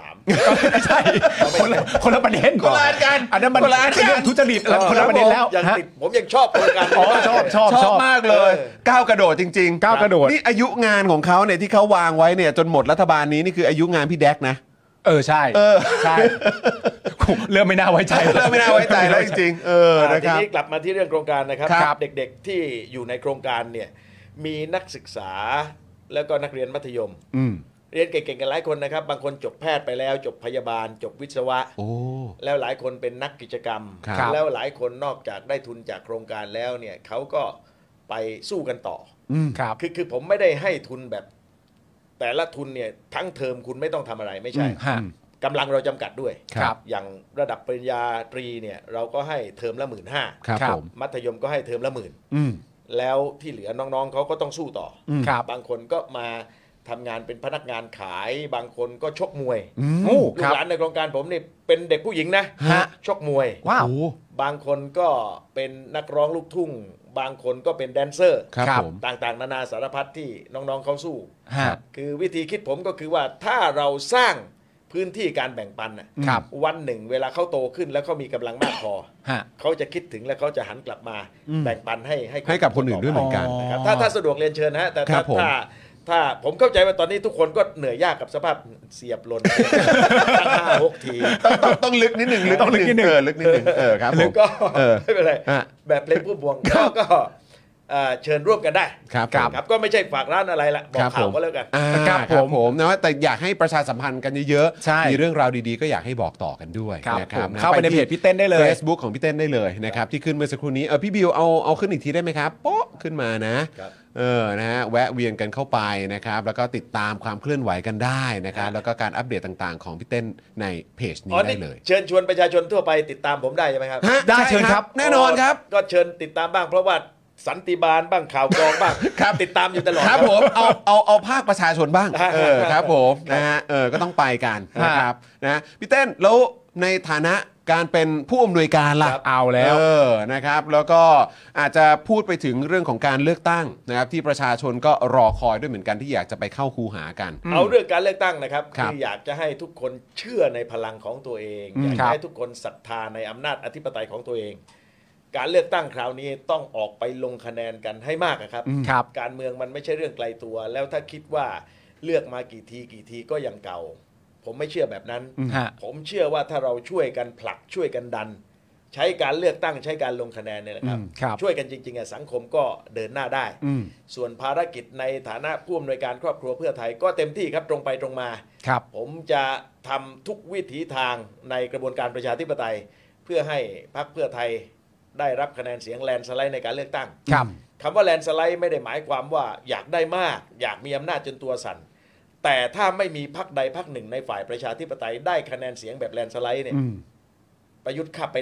53 ใช่คนละประเด็นคนละอันกันอันนั้นมันคนละอันกันเรื่องทุจริตแล้วคนละประเด็นแล้วยังฮะติดผมยังชอบโครงการนี้อ๋อมากชอบมากเลยก้าวกระโดดจริงๆก้าวกระโดดนี่อายุงานของเขาเนี่ยที่เขาวางไว้เนี่ยจนหมดรัฐบาลนี้นี่คืออายุงานพี่แดกนะใช่ใช่เริ่มไม่น่าไว้ใจเริ่มไม่น่าไว้ใจแล้วจริงๆนะทีครับนี้กลับมาที่เรื่องโครงการนะครับครับเด็กๆที่อยู่ในโครงการเนี่ยมีนักศึกษาแล้วก็นักเรียนมัธยม เรียนเก่งๆกันหลายคนนะครับบางคนจบแพทย์ไปแล้วจบพยาบาล จบวิศวะโอ้แล้วหลายคนเป็นนักกิจกรรมครับแล้วหลายคนนอกจากได้ทุนจากโครงการแล้วเนี่ยเขาก็ไปสู้กันต่อครับคือผมไม่ได้ให้ทุนแบบ แต่ละทุนเนี่ยทั้งเทอมคุณไม่ต้องทำอะไรไม่ใช่ฮะกำลังเราจำกัดด้วยครับอย่างระดับปริญญาตรีเนี่ยเราก็ให้เทอมละ 15,000 ครับผมมัธยมก็ให้เทอมละ 10,000แล้วที่เหลือน้องๆเขาก็ต้องสู้ต่อครับบางคนก็มาทำงานเป็นพนักงานขาย บางคนก็ชกมวยโอ้ลูครักบหลานในโครงการผมนี่เป็นเด็กผู้หญิงนะฮะชกมวยว้าวบางคนก็เป็นนักร้องลูกทุ่ง บางคนก็เป็นแดนเซอร์ครับครับผมต่างๆ นานาสารพัดที่น้องๆเขาสู้ฮะคือวิธีคิดผมก็คือว่าถ้าเราสร้างพื้นที่การแบ่งปันน่ะครับวันหนึ่งเวลาเขาโตขึ้นแล้วเขามีกำลังมากพอฮะเขาจะคิดถึงแล้วเขาจะหันกลับมาแบ่งปันให้กับคนอื่นด้วยเหมือนกันนะครับถ้าสะดวกเรียนเชิญนะฮะแต่ครับผมถ้าผมเข้าใจว่าตอนนี้ทุกคนก็เหนื่อยยากกับสภาพเสียบลน ตั้ง5-6 ทีต้องลึกนิดหนึ่งลึกต้องลึกนิดหนึ่งลึกนิดหนึ่งครับผมก็เออไม่เป็นไรฮะแบบเพลงผู้บวงก็เชิญร่วมกันได้ครับครับก็ไม่ใช่ฝากร้านอะไรละบอกครับข่าวผมก็แล้วกันครับผมผมนะว่าแต่อยากให้ประชาสัมพันธ์กันเยอะใช่มีเรื่องราวดีๆก็อยากให้บอกต่อกันด้วยครับนะคผรับมเข้าไปในเพจพี่เต้นได้เลย Facebook ของพี่เต้นได้เลยนะครับที่ขึ้นเมื่อสักครู่นี้พี่บิวเอาขึ้นอีกทีได้ไหมครับโป๊ะขึ้นมานะครับนะฮะแวะเวียนกันเข้าไปนะครับแล้วก็ติดตามความเคลื่อนไหวกันได้นะครับแล้วก็การอัปเดตต่างๆ ของพี่เต้นในเพจนี้ได้เลยเชิญชวนประชาชนทั่วไปติดตามผมได้ใช่ไหมครับฮะได้ใเชิญครับแน่นอนครับก็เชิญติดตามบ้างเพราะว่าสันติบาลบ้างข่าวกรองบ้างครับติดตามอยู่ตลอดครับผมเอาภาคประชาชนบ้างครับผมนะฮะก็ต้องไปกันนะครับนะพี่เต้นแล้วในฐานะการเป็นผู้อำนวยการล่ะเอาแล้วนะครับแล้วก็อาจจะพูดไปถึงเรื่องของการเลือกตั้งนะครับที่ประชาชนก็รอคอยด้วยเหมือนกันที่อยากจะไปเข้าคูหากันเอาเรื่องการเลือกตั้งนะครับครับคืออยากจะให้ทุกคนเชื่อในพลังของตัวเอง อยากครัจะบให้ทุกคนศรัทธาในอำนาจอธิปไตยของตัวเอง การเลือกตั้งคราวนี้ต้องออกไปลงคะแนนกันให้มากนะครับครับการเมืองมันไม่ใช่เรื่องไกลตัว แล้วถ้าคิดว่าเลือกมากี่ทีก็ยังเก่า ผมไม่เชื่อแบบนั้นฮะผมเชื่อว่าถ้าเราช่วยกันผลักช่วยกันดัน ใช้การเลือกตั้งใช้การลงคะแนนเนี่ยนะครับครับช่วยกันจริงๆสังคมก็เดินหน้าได้ ส่วนภารกิจในฐานะผู้อำนวยการครอบครัวเพื่อไทยก็เต็มที่ครับตรงไปตรงมาครับผมจะทำทุกวิถีทางในกระบวนการประชาธิปไตย เพื่อให้พรรคเพื่อไทยได้รับคะแนนเสียงแลนด์สไลด์ในการเลือกตั้งครับคำว่าแลนด์สไลด์ไม่ได้หมายความว่าอยากได้มาก อยากมีอำนาจจนตัวสั่น แต่ถ้าไม่มีพรรคใดพรรคหนึ่งในฝ่ายประชาธิปไตยได้คะแนนเสียงแบบแลนด์สไลด์เนี่ยประยุทธ์ขับไปแดก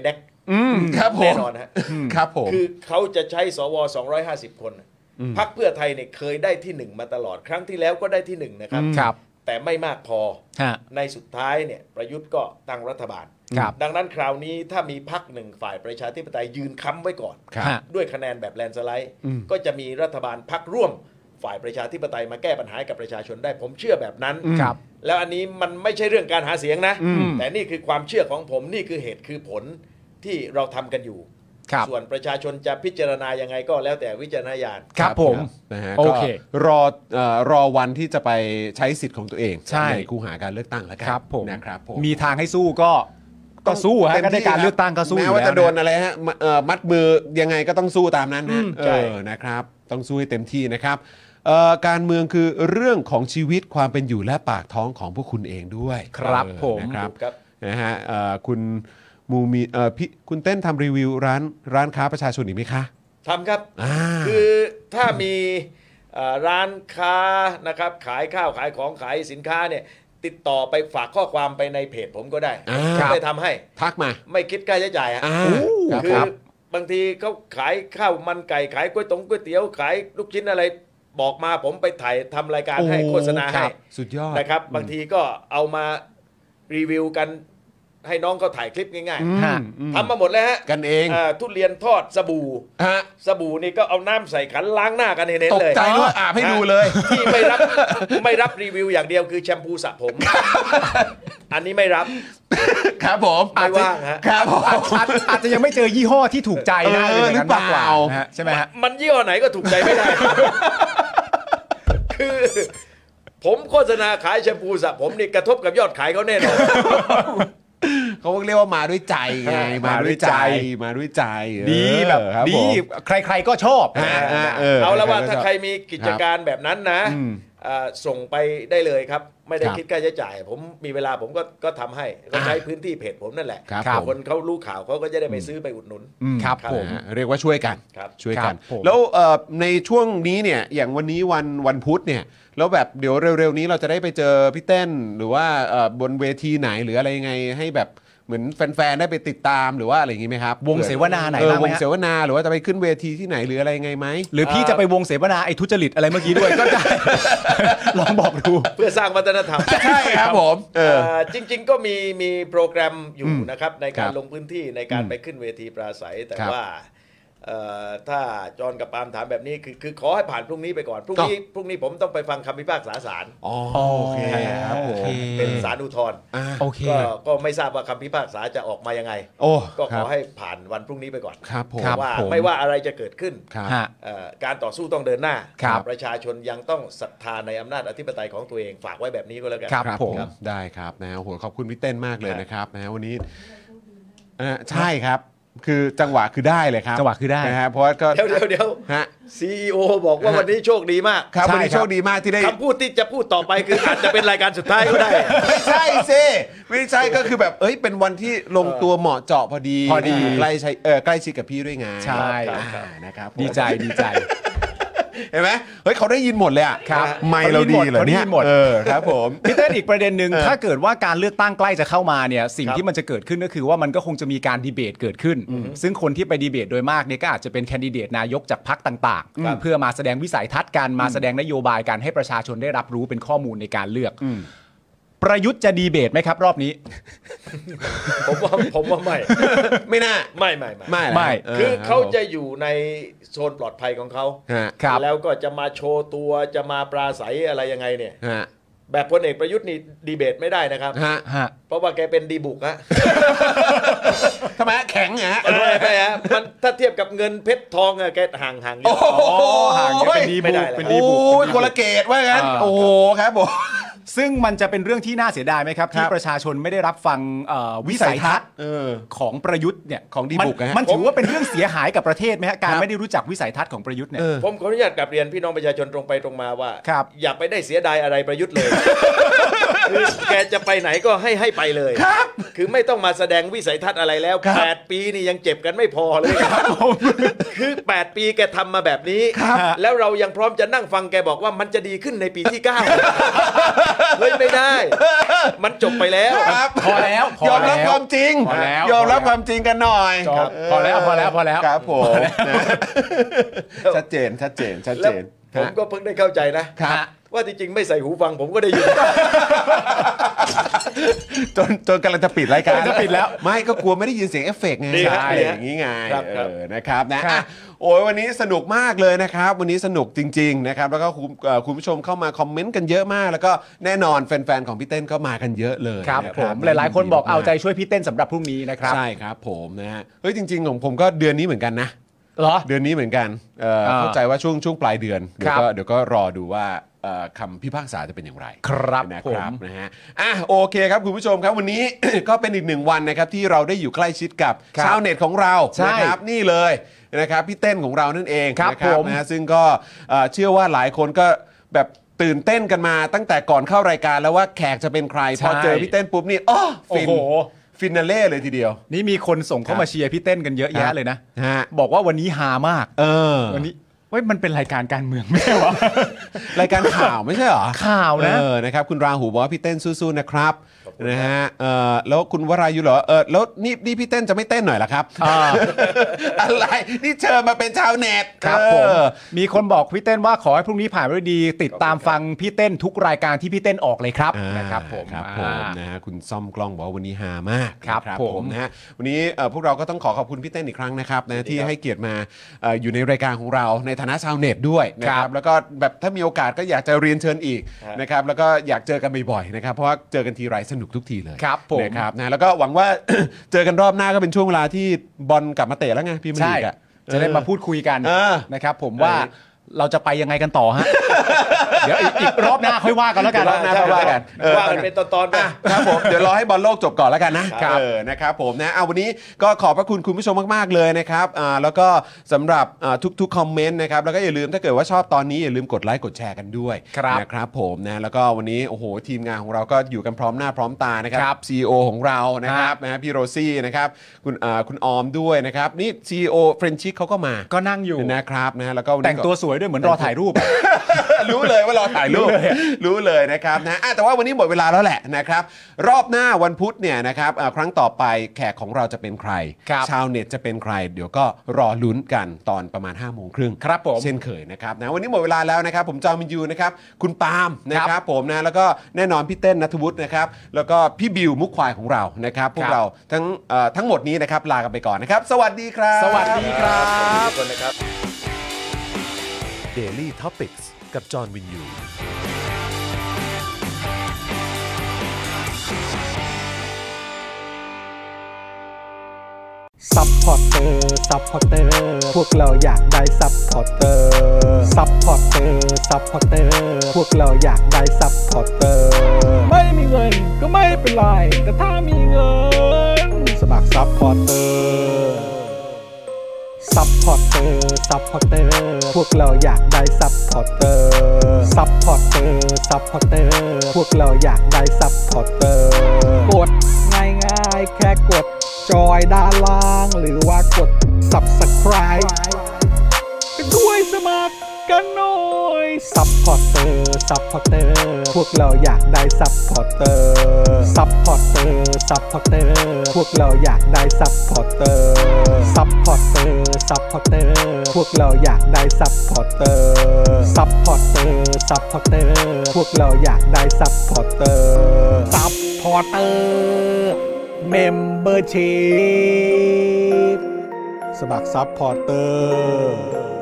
ครับผมแน่นอนฮะครับผมคือเขาจะใช้สว250 คนพรรคเพื่อไทยเนี่ยเคยได้ที่ 1มาตลอดครั้งที่แล้วก็ได้ที่1นะครับครับแต่ไม่มากพอฮะในสุดท้ายเนี่ยประยุทธ์ก็ตั้งรัฐบาลครับดังนั้นคราวนี้ถ้ามีพรรคหนึ่งฝ่ายประชาธิปไตยยืนค้ำไว้ก่อนครับฮะด้วยคะแนนแบบแลนด์สไลด์ก็จะมีรัฐบาลพรรคร่วมฝ่ายประชาธิปไตยมาแก้ปัญหาให้กับประชาชนได้ผมเชื่อแบบนั้นครับแล้วอันนี้มันไม่ใช่เรื่องการหาเสียงนะ แต่นี่คือความเชื่อของผมนี่คือเหตุคือผลที่เราทำกันอยู่ครับส่วนประชาชนจะพิจารณายังไงก็แล้วแต่วิจารณญาณครับผมนะฮะโอก็เครอวันที่จะไปใช้สิทธิ์ของตัวเองใช่คูหาการเลือกตั้งแล้วกันครับผมนะครับผมมีทางให้สู้ก็สู้ฮะก็ได้การเลือกตั้งก็สู้แม้อยู่ว่าแล้วจะโดนนะอะไรฮะมัดมือยังไงก็ต้องสู้ตามนั้นนะใช่นะครับต้องสู้ให้เต็มที่นะครับการเมืองคือเรื่องของชีวิตความเป็นอยู่และปากท้องของพวกคุณเองด้วยครับผมนะครับครับนะฮะคุณมูมีพี่คุณเต้นทำรีวิวร้านค้าประชาชนอีกไหมคะทำครับอ่าคือถ้ามีร้านค้านะครับขายข้าวขายของขายสินค้าเนี่ยติดต่อไปฝากข้อความไปในเพจผมก็ได้ ผมไปทำให้ทักมาไม่คิดค่าใช้จ่ายอ่ะครับคือครับบางทีเขาขายข้าวมันไก่ขายก๋วยเตี๋ยวขายลูกชิ้นอะไรบอกมาผมไปถ่ายทำรายการให้โฆษณาคให้รับสุดยอดนะครับบางทีก็เอามารีวิวกันให้น้องเขาถ่ายคลิปง่ายฮะๆทำมาหมดแล้วฮะกันเองทุเรียนทอดสบู่ฮะสบู่นี่ก็เอาน้ำใส่ขันล้างหน้ากันเห็นตๆกเลยใจว่าอาบให้ดูเลยที่ไม่รับรีวิวอย่างเดียวคือแชมพูสระผม อันนี้ไม่รับครับผมไม่ว่างฮะครับผมอาจจะยังไม่เจอยี่ห้อที่ถูกใจนะหรือเปล่านะฮะใช่ไหมฮะมันยี่ห้อไหนก็ถูกใจไม่ได้ คือ ผมโฆษณาขายแชมพูสระผมนี่กระทบกับยอดขายเขาแน่นอนเขาเรียกว่ามาด้วยใจไง มาด้วยใจมาด้วยใจดีแบบครับดีผมใครๆก็ชอบเอาละว่าถ้าใครมีกิจการแบบนั้นนะส่งไปได้เลยครับ ไม่ได้ครับคิดค่าใช้จ่าย ผมมีเวลาผมก็ทำให้ก็ใช้พื้นที่เพจผมนั่นแหละครับคนเขารู้ข่าวเขาก็จะได้ไปซื้อไปอุดหนุนครับผมนะฮะเรียกว่าช่วยกันครับช่วยกันครับผมแล้วในช่วงนี้เนี่ยอย่างวันนี้วันพุธเนี่ยแล้วแบบเดี๋ยวเร็วๆนี้เราจะได้ไปเจอพี่เต้นหรือว่าบนเวทีไหนหรืออะไรยังไงให้แบบเหมือนแฟนๆได้ไปติดตามหรือว่าอะไรอย่างงี้ไหมครับวงเสวนาไหนบ้างไหมฮะวงเสวนาหรือว่าจะไปขึ้นเวทีที่ไหนหรืออะไรยังไงไหมหรือพี่จะไปวงเสวนาไอ้ทุจริตอะไรเมื่อกี้ด้วยก็ได้ ลองบอกดูเพื่อสร้างวัฒนธรรมใช่ครับผมจริง ๆ ก็มีโปรแกรมอยู่นะครับในการครับลงพื้นที่ในการไปขึ้นเวทีปราศัยแต่ครับว่าถ้าจอห์นกับปาล์มถามแบบนี้คือขอให้ผ่านพรุ่งนี้ไปก่อนพรุ่งนี้ผมต้องไปฟังคำพิพากษาศาลอ๋อโอเคครับผมเป็นศาลอุทธรณ์โอเคก็ไม่ทราบว่าคำพิพากษาจะออกมายังไงโอ้ก็คขรัอบ ให้ผ่านวันพรุ่งนี้ไปก่อนครับผมครับว่าผมไม่ว่าอะไรจะเกิดขึ้นครับฮะการต่อสู้ต้องเดินหน้าครับประชาชนยังต้องศรัทธาในอำนาจอธิปไตยของตัวเองฝากไว้แบบนี้ก็แล้วกันครับครับผผม มได้ครับนะโอ้โหขอบคุณพี่เต้นมากเลยนะครับนะวันนี้ใช่ครับคือจังหวะคือได้เลยครับจังหวะคือได้นะฮะเพราะว่าก็เดี๋ยวฮะ CEO บอกว่าวันนี้โชคดีมากครับใช่วันนี้ครับโชคดีมากที่ได้คำพูดที่จะพูดต่อไปคืออาจจะเป็นรายการสุดท้ายก็ได้ไม่ใช่สิไม่ใช่ก็คือแบบเป็นวันที่ลงตัวเหมาะเจาะพอดีพอดีใกล้ชิดกับพี่ด้วยไงใช่นะครับผมดีใจดีใจเห็นไหมเฮ้ยเขาได้ยินหมดเลยอ่ะครับไม่เราดีเหรอเนี่ยเขาได้ยินหมดครับผมพี่เต้นอีกประเด็นหนึ่งถ้าเกิดว่าการเลือกตั้งใกล้จะเข้ามาเนี่ยสิ่งครับที่มันจะเกิดขึ้นก็คือว่ามันก็คงจะมีการดีเบตเกิดขึ้น ซึ่งคนที่ไปดีเบตโดยมากเนี่ยก็อาจจะเป็นแคนดิเดตนายกจากพรรคต่างๆ เพื่อมาแสดงวิสัยทัศน์กันมาแสดงนโยบายกันให้ประชาชนได้รับรู้เป็นข้อมูลในการเลือก ประยุทธ์จะดีเบตไหมครับรอบนี้ผมว่าไม่ไม่น่าไม่ไม่ไม่คือเขาจะอยู่ในโซนปลอดภัยของเขาฮะครับแล้วก็จะมาโชว์ตัวจะมาปราศัยอะไรยังไงเนี่ยฮะแบบพลเอกประยุทธ์นี่ดีเบตไม่ได้นะครับฮะฮะเพราะว่าแกเป็นดีบุกฮะทำไมฮะแข็งฮะไม่ฮะมันถ้าเทียบกับเงินเพชรทองอะแกห่างเยโอ้อะโหห่างกันเป็นดีไม่บุได้กเลยเป็นโอ้ดีบุกยคนละเกตว่างั้นโอ้โหครับผมซึ่งมันจะเป็นเรื่องที่น่าเสียดายไหมครับ ที่ประชาชนไม่ได้รับฟังวิสัยทัศน์ของประยุทธ์เนี่ยของดีบุกนะฮะมันถือว่าเป็นเรื่องเสียหายกับประเทศไหมฮะการไม่ได้รู้จักวิสัยทัศน์ของประยุทธ์เนี่ยผมขออนุญาตกลับเรียนพี่น้องประชาชนตรงไปตรงมาว่าครับอย่าไปได้เสียดายอะไรประยุทธ์เลยคือแกจะไปไหนก็ให้ไปเลยครับคือไม่ต้องมาแสดงวิสัยทัศน์อะไรแล้ว8 ปีนี่ยังเจ็บกันไม่พอเลยครับคือ8 ปีแกทำมาแบบนี้แล้วเรายังพร้อมจะนั่งฟังแกบอกว่ามันจะดีขึ้นในปีที่9เฮ้ยไม่ได้มันจบไปแล้วพอแล้วยอมรับความจริงยอมรับความจริงกันหน่อยพอแล้วครับผมชัดเจนแล้วผมก็เพิ่งได้เข้าใจนะว่าจริงๆไม่ใส่หูฟังผมก็ได้ยินจนกำลังจะปิดรายการจะปิดแล้วไม่ก็กลัวไม่ได้ยินเสียงเอฟเฟกต์ไงใช่อย่างนี้ไงนะครับนะโอ้ยวันนี้สนุกมากเลยนะครับวันนี้สนุกจริงๆนะครับแล้วก็คุณผู้ชมเข้ามาคอมเมนต์กันเยอะมากแล้วก็แน่นอนแฟนๆของพี่เต้นก็มากันเยอะเลยครับผมหลายๆคนบอกเอาใจช่วยพี่เต้นสำหรับพรุ่งนี้นะครับใช่ครับผมนะฮะเฮ้ยจริงๆของผมก็เดือนนี้เหมือนกันนะเหรอเดือนนี้เหมือนกันเข้าใจว่าช่วงปลายเดือนเดี๋ยวก็รอดูว่าคำพิพากษาจะเป็นอย่างไรครับนะครับนะฮะโอเคครับคุณผู้ชมครับวันนี้ ก็เป็นอีก1วันนะครับที่เราได้อยู่ใกล้ชิดกับชาวเน็ตของเรานะครับนี่เลยนะครับพี่เต้นของเรานั่นเองนะครับนะฮะซึ่งก็เชื่อว่าหลายคนก็แบบตื่นเต้นกันมาตั้งแต่ก่อนเข้ารายการแล้วว่าแขกจะเป็นใครพอเจอพี่เต้นปุ๊บนี่ฟินาเล่เลยทีเดียวนี่มีคนส่งเข้ามาเชียร์พี่เต้นกันเยอะแยะเลยนะบอกว่าวันนี้ฮามากวันนี้มันเป็นรายการการเมืองไม่ใช่หรอรายการข่าวไม่ใช่หรอข่าวนะนะครับคุณราหูบอกว่าพี่เต้นสู้ๆนะครับนะฮะแล้วคุณวรายุเหรอแล้วนี่พี่เต้นจะไม่เต้นหน่อยเหรอครับอะไรนี่เชิญมาเป็นชาวเน็ตครับผมมีคนบอกพี่เต้นว่าขอให้พรุ่งนี้ผ่านไปด้วยดีติดตามฟังพี่เต้นทุกรายการที่พี่เต้นออกเลยครับนะครับผมนะฮะคุณซ่อมกล้องบอกว่าวันนี้ฮามากครับผมนะฮะวันนี้พวกเราก็ต้องขอบคุณพี่เต้นอีกครั้งนะครับนะที่ให้เกียรติมาอยู่ในรายการของเราในฐานะชาวเน็ตด้วยนะครับแล้วก็แบบถ้ามีโอกาสก็อยากจะเรียนเชิญอีกนะครับแล้วก็อยากเจอกันบ่อยๆนะครับเพราะว่าเจอกันทีไรสนุกทุกทีเลยครับผมนะครับนะแล้วก็หวังว่า เจอกันรอบหน้าก็เป็นช่วงเวลาที่บอลกลับมาเตะแล้วไงพี่มันอีกจะได้มาพูดคุยกันนะครับผมว่าเราจะไปยังไงกันต่อฮะเดี๋ยวอีกรอบหน้าค่อยว่ากันแล้วกันรอบหน้าค่อยว่ากันเป็นตอนๆไปครับผมเดี๋ยวรอให้บอลโลกจบก่อนแล้วกันนะนะครับผมนะวันนี้ก็ขอบพระคุณคุณผู้ชมมากๆเลยนะครับแล้วก็สำหรับทุกๆคอมเมนต์นะครับแล้วก็อย่าลืมถ้าเกิดว่าชอบตอนนี้อย่าลืมกดไลค์กดแชร์กันด้วยนะครับผมนะแล้วก็วันนี้โอ้โหทีมงานของเราก็อยู่กันพร้อมหน้าพร้อมตานะครับ CEO ของเรานะครับนะพี่โรซี่นะครับคุณออมด้วยนะครับนี่ CEO เฟรนชิกเขาก็มาก็นั่งอยู่นะครับนะแล้วก็แต่งตัวสวยด้วยเหมือนรอถ่ายรูปรู้เลยว่ารอถ่ายรูปรู้เลยนะครับนะแต่ว่าวันนี้หมดเวลาแล้วแหละนะครับรอบหน้าวันพุธเนี่ยนะครับครั้งต่อไปแขกของเราจะเป็นใครชาวเน็ตจะเป็นใครเดี๋ยวก็รอลุ้นกันตอนประมาณ 5:30 ครับผมเช่นเคยนะครับนะวันนี้หมดเวลาแล้วนะครับผมจอมินยูนะครับคุณปาล์มนะครับผมนะแล้วก็แน่นอนพี่เต้นณัฐวุฒินะครับแล้วก็พี่บิวมุกควายของเรานะครับพวกเราทั้งหมดนี้นะครับลากันไปก่อนนะครับสวัสดีครับสวัสดีครับ Daily Topics กับจอห์นวินยูซัพพอร์เตอร์พวกเราอยากได้ซัพพอร์เตอร์พวกเราอยากได้ซัพพอร์เตอร์ไม่มีเงินก็ไม่เป็นไรแต่ถ้ามีเงินสมัครซัพพอร์เตอร์ซัพพอร์เตอร์พวกเราอยากได้ซัพพอร์เตอร์ซัพพอร์เตอร์พวกเราอยากได้ซัพพอร์เตอร์กดง่ายๆแค่กดจอยด้านล่างหรือว่ากด Subscribe ไปด้วยสมัครกันหน่อยซัพพอร์เตอร์พวกเราอยากได้ซัพพอร์เตอร์ซัพพอร์เตอร์พวกเราอยากได้ซัพพอร์เตอร์ซัพพอร์เตอร์พวกเราอยากได้ซัพพอร์เตอร์ซัพพอร์เตอร์พวกเราอยากได้ซัพพอร์เตอร์ซัพพอร์เตอร์เมมเบอร์ชีพสมัครซัพพอร์เตอร์